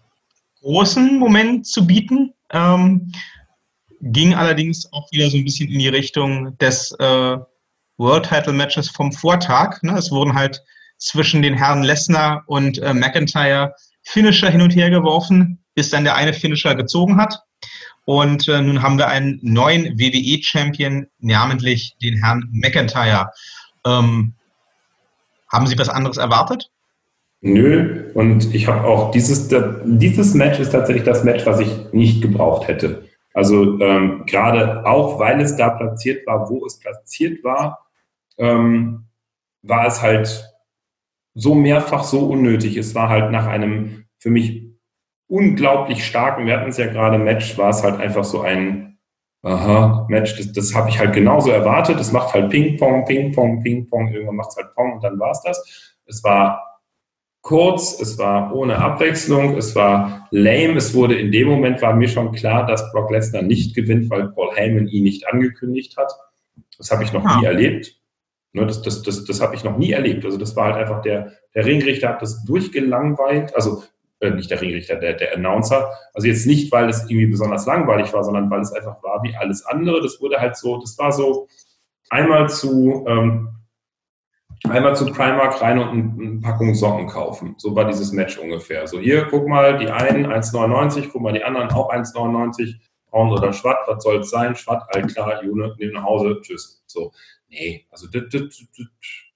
großen Moment zu bieten, ähm, ging allerdings auch wieder so ein bisschen in die Richtung des äh, World Title Matches vom Vortag. Ne? Es wurden halt zwischen den Herren Lesnar und äh, McIntyre Finisher hin und her geworfen, bis dann der eine Finisher gezogen hat. Und äh, nun haben wir einen neuen W W E-Champion, namentlich den Herrn McIntyre. Ähm, haben Sie was anderes erwartet? Nö, und ich habe auch dieses, dieses Match ist tatsächlich das Match, was ich nicht gebraucht hätte. Also ähm, gerade auch, weil es da platziert war, wo es platziert war, ähm, war es halt so mehrfach so unnötig. Es war halt nach einem für mich unglaublich starken, wir hatten es ja gerade, Match, war es halt einfach so ein aha, Match, das, das habe ich halt genauso erwartet. Es macht halt Ping-Pong, Ping-Pong, Ping-Pong, irgendwann macht es halt Pong und dann war es das. Es war kurz, es war ohne Abwechslung, es war lame, es wurde in dem Moment, war mir schon klar, dass Brock Lesnar nicht gewinnt, weil Paul Heyman ihn nicht angekündigt hat. Das habe ich noch Ah. nie erlebt. Das, das, das, das habe ich noch nie erlebt. Also das war halt einfach, der, der Ringrichter hat das durchgelangweilt, also äh, nicht der Ringrichter, der, der Announcer. Also jetzt nicht, weil es irgendwie besonders langweilig war, sondern weil es einfach war wie alles andere. Das wurde halt so, das war so einmal zu ähm, einmal zu Primark rein und eine, eine Packung Socken kaufen. So war dieses Match ungefähr. So hier, guck mal, die einen eins neunundneunzig, guck mal, die anderen auch eins neunundneunzig, braun oder schwatt, was soll es sein? Schwatt, all klar, June, nimm nach Hause, tschüss. So, nee, also das, das, das,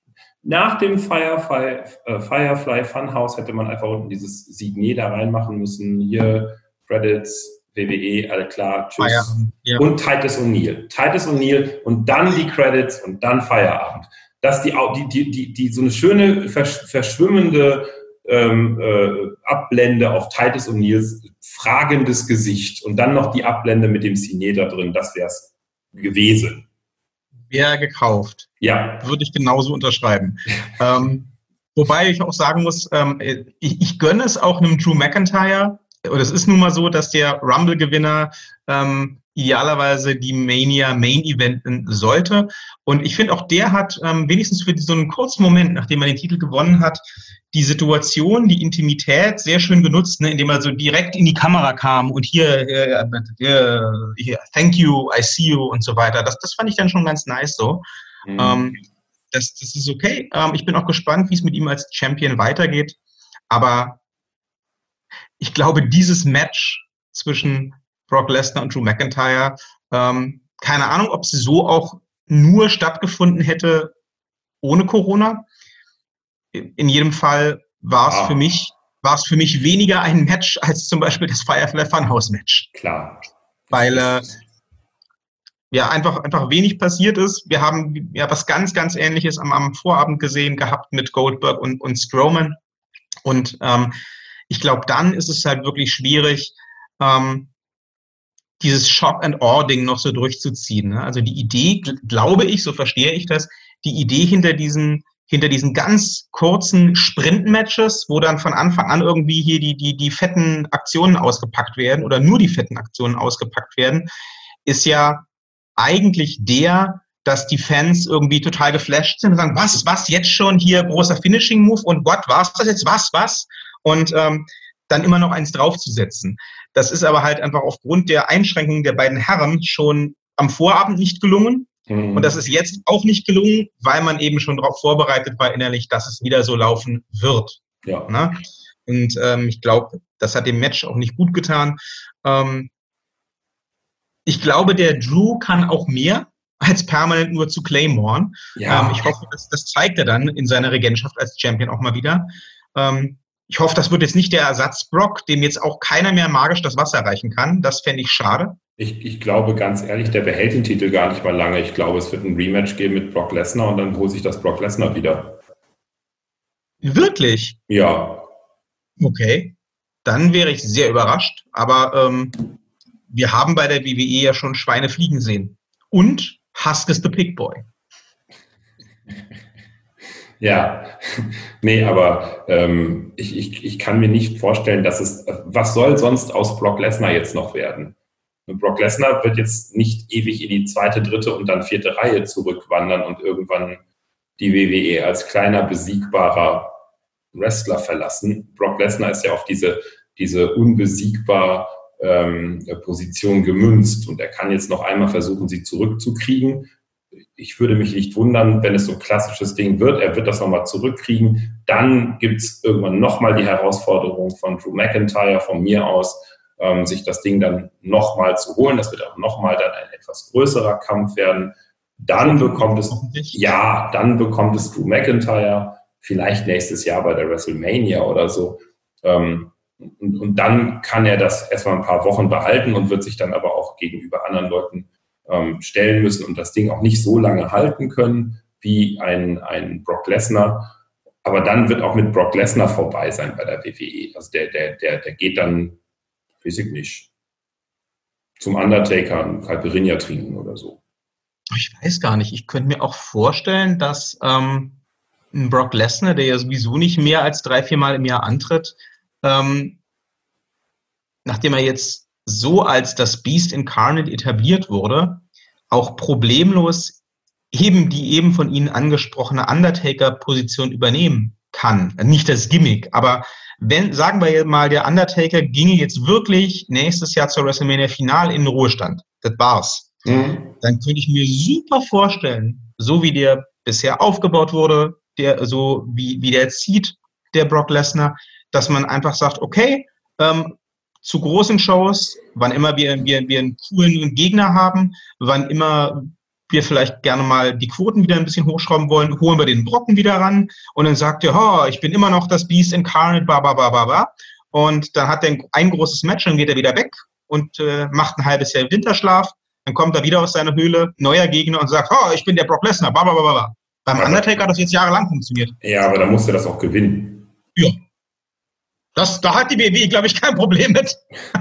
nach dem Firefly, äh, Firefly Funhouse hätte man einfach unten dieses Signet da reinmachen müssen. Hier, Credits, W W E, all klar, tschüss. Feierabend, ja. Und Titus O'Neil. Titus O'Neil und dann die Credits und dann Feierabend. Dass die, die, die, die, die so eine schöne, verschwimmende ähm, äh, Abblende auf Titus O'Neils fragendes Gesicht und dann noch die Abblende mit dem Signet da drin, das wäre es gewesen. Wäre gekauft. Ja. Würde ich genauso unterschreiben. ähm, wobei ich auch sagen muss, ähm, ich, ich gönne es auch einem Drew McIntyre. Und es ist nun mal so, dass der Rumble-Gewinner ähm, idealerweise die Mania Main Eventen sollte. Und ich finde auch, der hat ähm, wenigstens für so einen kurzen Moment, nachdem er den Titel gewonnen hat, die Situation, die Intimität sehr schön genutzt, ne, indem er so direkt in die Kamera kam und hier, äh, äh, hier thank you, I see you und so weiter. Das, das fand ich dann schon ganz nice so. Mhm. Ähm, das, das ist okay. Ähm, ich bin auch gespannt, wie es mit ihm als Champion weitergeht. Aber ich glaube, dieses Match zwischen Brock Lesnar und Drew McIntyre, ähm, keine Ahnung, ob es so auch nur stattgefunden hätte ohne Corona. In jedem Fall war es ah. für mich, war es für mich weniger ein Match als zum Beispiel das Firefly Funhouse Match. Klar. Weil äh, ja, einfach, einfach wenig passiert ist. Wir haben ja was ganz, ganz Ähnliches am, am Vorabend gesehen gehabt mit Goldberg und, und Strowman. Und ähm, ich glaube, dann ist es halt wirklich schwierig, ähm, dieses Shock-and-Awe-Ding noch so durchzuziehen. Ne? Also die Idee, glaube ich, so verstehe ich das, die Idee hinter diesen hinter diesen ganz kurzen Sprint-Matches, wo dann von Anfang an irgendwie hier die die die fetten Aktionen ausgepackt werden oder nur die fetten Aktionen ausgepackt werden, ist ja eigentlich der, dass die Fans irgendwie total geflasht sind und sagen, was, was, jetzt schon hier großer Finishing-Move und what, was das jetzt, was, was? Und ähm, dann immer noch eins draufzusetzen. Das ist aber halt einfach aufgrund der Einschränkungen der beiden Herren schon am Vorabend nicht gelungen. Mhm. Und das ist jetzt auch nicht gelungen, weil man eben schon darauf vorbereitet war innerlich, dass es wieder so laufen wird. Ja. Ne? Und ähm, ich glaube, das hat dem Match auch nicht gut getan. Ähm, ich glaube, der Drew kann auch mehr als permanent nur zu Claymore. Ja. Ähm, ich hoffe, das, das zeigt er dann in seiner Regentschaft als Champion auch mal wieder. Ähm, ich hoffe, das wird jetzt nicht der Ersatz Brock, dem jetzt auch keiner mehr magisch das Wasser reichen kann. Das fände ich schade. Ich, ich glaube, ganz ehrlich, der behält den Titel gar nicht mal lange. Ich glaube, es wird ein Rematch geben mit Brock Lesnar und dann holt sich das Brock Lesnar wieder. Wirklich? Ja. Okay. Dann wäre ich sehr überrascht. Aber ähm, wir haben bei der W W E ja schon Schweine fliegen sehen. Und Husk is the Pig Boy. Ja, nee, aber ähm, ich, ich, ich kann mir nicht vorstellen, dass es, was soll sonst aus Brock Lesnar jetzt noch werden? Und Brock Lesnar wird jetzt nicht ewig in die zweite, dritte und dann vierte Reihe zurückwandern und irgendwann die W W E als kleiner, besiegbarer Wrestler verlassen. Brock Lesnar ist ja auf diese, diese unbesiegbar ähm, Position gemünzt und er kann jetzt noch einmal versuchen, sie zurückzukriegen. Ich würde mich nicht wundern, wenn es so ein klassisches Ding wird. Er wird das nochmal zurückkriegen. Dann gibt es irgendwann nochmal die Herausforderung von Drew McIntyre, von mir aus, ähm, sich das Ding dann nochmal zu holen. Das wird auch nochmal dann ein etwas größerer Kampf werden. Dann bekommt es, ja, dann bekommt es Drew McIntyre, vielleicht nächstes Jahr bei der WrestleMania oder so. Ähm, und, und dann kann er das erstmal ein paar Wochen behalten und wird sich dann aber auch gegenüber anderen Leuten stellen müssen und das Ding auch nicht so lange halten können wie ein, ein Brock Lesnar. Aber dann wird auch mit Brock Lesnar vorbei sein bei der W W E. Also der, der, der, der geht dann, weiß ich nicht, zum Undertaker und Caipirinha trinken oder so. Ich weiß gar nicht. Ich könnte mir auch vorstellen, dass ähm, ein Brock Lesnar, der ja sowieso nicht mehr als drei, vier Mal im Jahr antritt, ähm, nachdem er jetzt so als das Beast Incarnate etabliert wurde, auch problemlos eben die eben von Ihnen angesprochene Undertaker-Position übernehmen kann. Nicht das Gimmick, aber wenn, sagen wir mal, der Undertaker ginge jetzt wirklich nächstes Jahr zur WrestleMania Final in den Ruhestand, das war's, mhm. dann könnte ich mir super vorstellen, so wie der bisher aufgebaut wurde, der, so wie, wie der zieht, der Brock Lesnar, dass man einfach sagt, okay, ähm, zu großen Shows, wann immer wir, wir, wir einen coolen Gegner haben, wann immer wir vielleicht gerne mal die Quoten wieder ein bisschen hochschrauben wollen, holen wir den Brocken wieder ran und dann sagt er, oh, ich bin immer noch das Beast Incarnate, bla, bla, bla, bla, bla. Und dann hat er ein großes Match, dann geht er wieder weg und äh, macht ein halbes Jahr Winterschlaf, dann kommt er wieder aus seiner Höhle, neuer Gegner und sagt, oh, ich bin der Brock Lesnar, bla, bla, bla, bla. Beim aber, Undertaker hat das jetzt jahrelang funktioniert. Ja, aber da musst du das auch gewinnen. Ja. Das, da hat die W W E, glaube ich, kein Problem mit.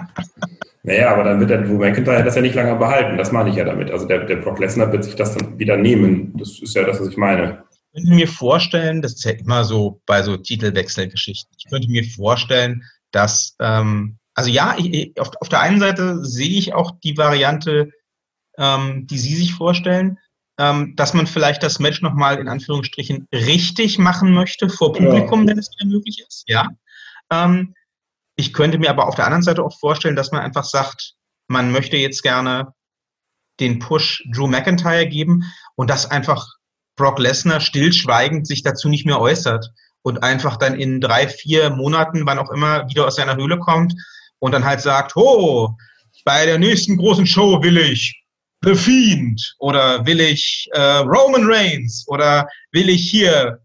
Naja, aber dann wird der Drew McIntyre das ja nicht lange behalten. Das meine ich ja damit. Also der, der Brock Lesnar wird sich das dann wieder nehmen. Das ist ja das, was ich meine. Ich könnte mir vorstellen, das ist ja immer so bei so Titelwechselgeschichten, ich könnte mir vorstellen, dass, ähm, also ja, ich, auf, auf der einen Seite sehe ich auch die Variante, ähm, die Sie sich vorstellen, ähm, dass man vielleicht das Match nochmal in Anführungsstrichen richtig machen möchte vor Publikum, ja. wenn es wieder möglich ist, ja. Ähm, ich könnte mir aber auf der anderen Seite auch vorstellen, dass man einfach sagt, man möchte jetzt gerne den Push Drew McIntyre geben und dass einfach Brock Lesnar stillschweigend sich dazu nicht mehr äußert und einfach dann in drei, vier Monaten, wann auch immer, wieder aus seiner Höhle kommt und dann halt sagt, oh, bei der nächsten großen Show will ich The Fiend oder will ich äh, Roman Reigns oder will ich hier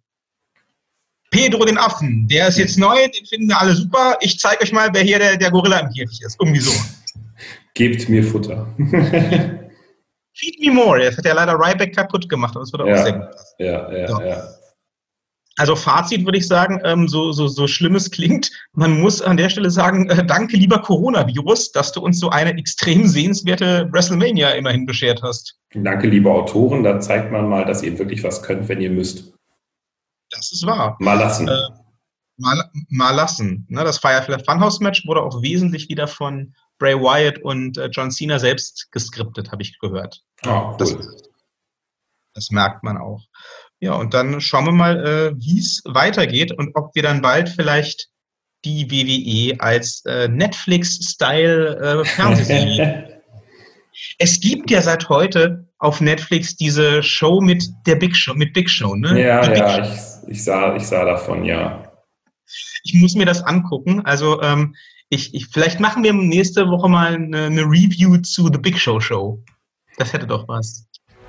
Pedro den Affen, der ist jetzt neu, den finden wir alle super. Ich zeige euch mal, wer hier der, der Gorilla im Käfig ist. Irgendwie so. Gebt mir Futter. Feed me more. Das hat ja leider Ryback kaputt gemacht, aber das wird auch ja, sehr gut passen. Ja, ja, so. ja. Also Fazit würde ich sagen, ähm, so, so, so schlimm es klingt, man muss an der Stelle sagen, äh, danke lieber Coronavirus, dass du uns so eine extrem sehenswerte WrestleMania immerhin beschert hast. Danke lieber Autoren, da zeigt man mal, dass ihr wirklich was könnt, wenn ihr müsst. Das ist wahr. Mal lassen. Äh, mal, mal lassen. Ne, das Firefly Funhouse-Match wurde auch wesentlich wieder von Bray Wyatt und äh, John Cena selbst geskriptet, habe ich gehört. Oh, cool. das, das merkt man auch. Ja, und dann schauen wir mal, äh, wie es weitergeht und ob wir dann bald vielleicht die W W E als äh, Netflix-Style äh, Fernsehserie. Es gibt ja seit heute auf Netflix diese Show mit der Big Show, mit Big Show, ne? Ja, die ja, ich, ich, sah, ich sah davon, ja. Ich muss mir das angucken. Also ähm, ich, ich, vielleicht machen wir nächste Woche mal eine, eine Review zu The Big Show Show. Das hätte doch was.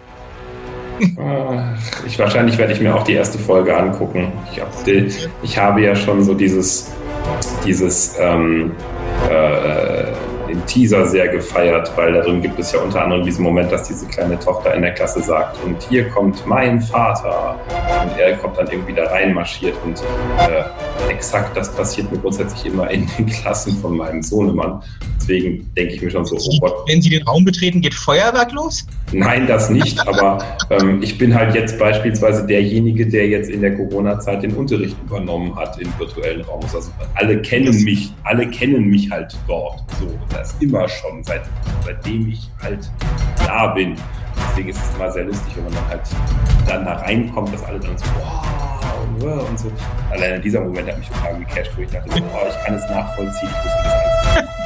Ich, wahrscheinlich werde ich mir auch die erste Folge angucken. Ich, hab die, ich habe ja schon so dieses, dieses ähm, äh, den Teaser sehr gefeiert, weil darin gibt es ja unter anderem diesen Moment, dass diese kleine Tochter in der Klasse sagt, und hier kommt mein Vater. Und er kommt dann irgendwie da reinmarschiert und äh, exakt das passiert mir grundsätzlich immer in den Klassen von meinem Sohnemann. Deswegen denke ich mir schon so, oh Gott. Wenn Sie den Raum betreten, geht Feuerwerk los? Nein, das nicht, aber ähm, ich bin halt jetzt beispielsweise derjenige, der jetzt in der Corona-Zeit den Unterricht übernommen hat im virtuellen Raum. Also alle kennen mich, alle kennen mich halt dort. So, das immer schon, seit, seitdem ich halt da bin. Deswegen ist es immer sehr lustig, wenn man dann halt dann da reinkommt, dass alle dann so, wow, und so. Allein dieser Moment hat mich total gecasht, wo ich dachte, so, oh, ich kann es nachvollziehen, ich wusste das einfach.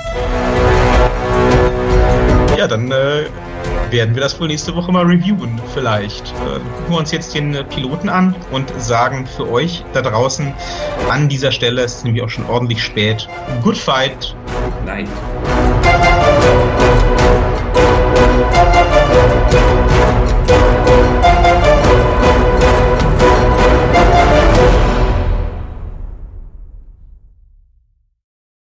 Ja, dann äh, werden wir das wohl nächste Woche mal reviewen, vielleicht. Äh, gucken wir uns jetzt den äh, Piloten an und sagen für euch da draußen an dieser Stelle, es ist nämlich auch schon ordentlich spät, good fight. Good night.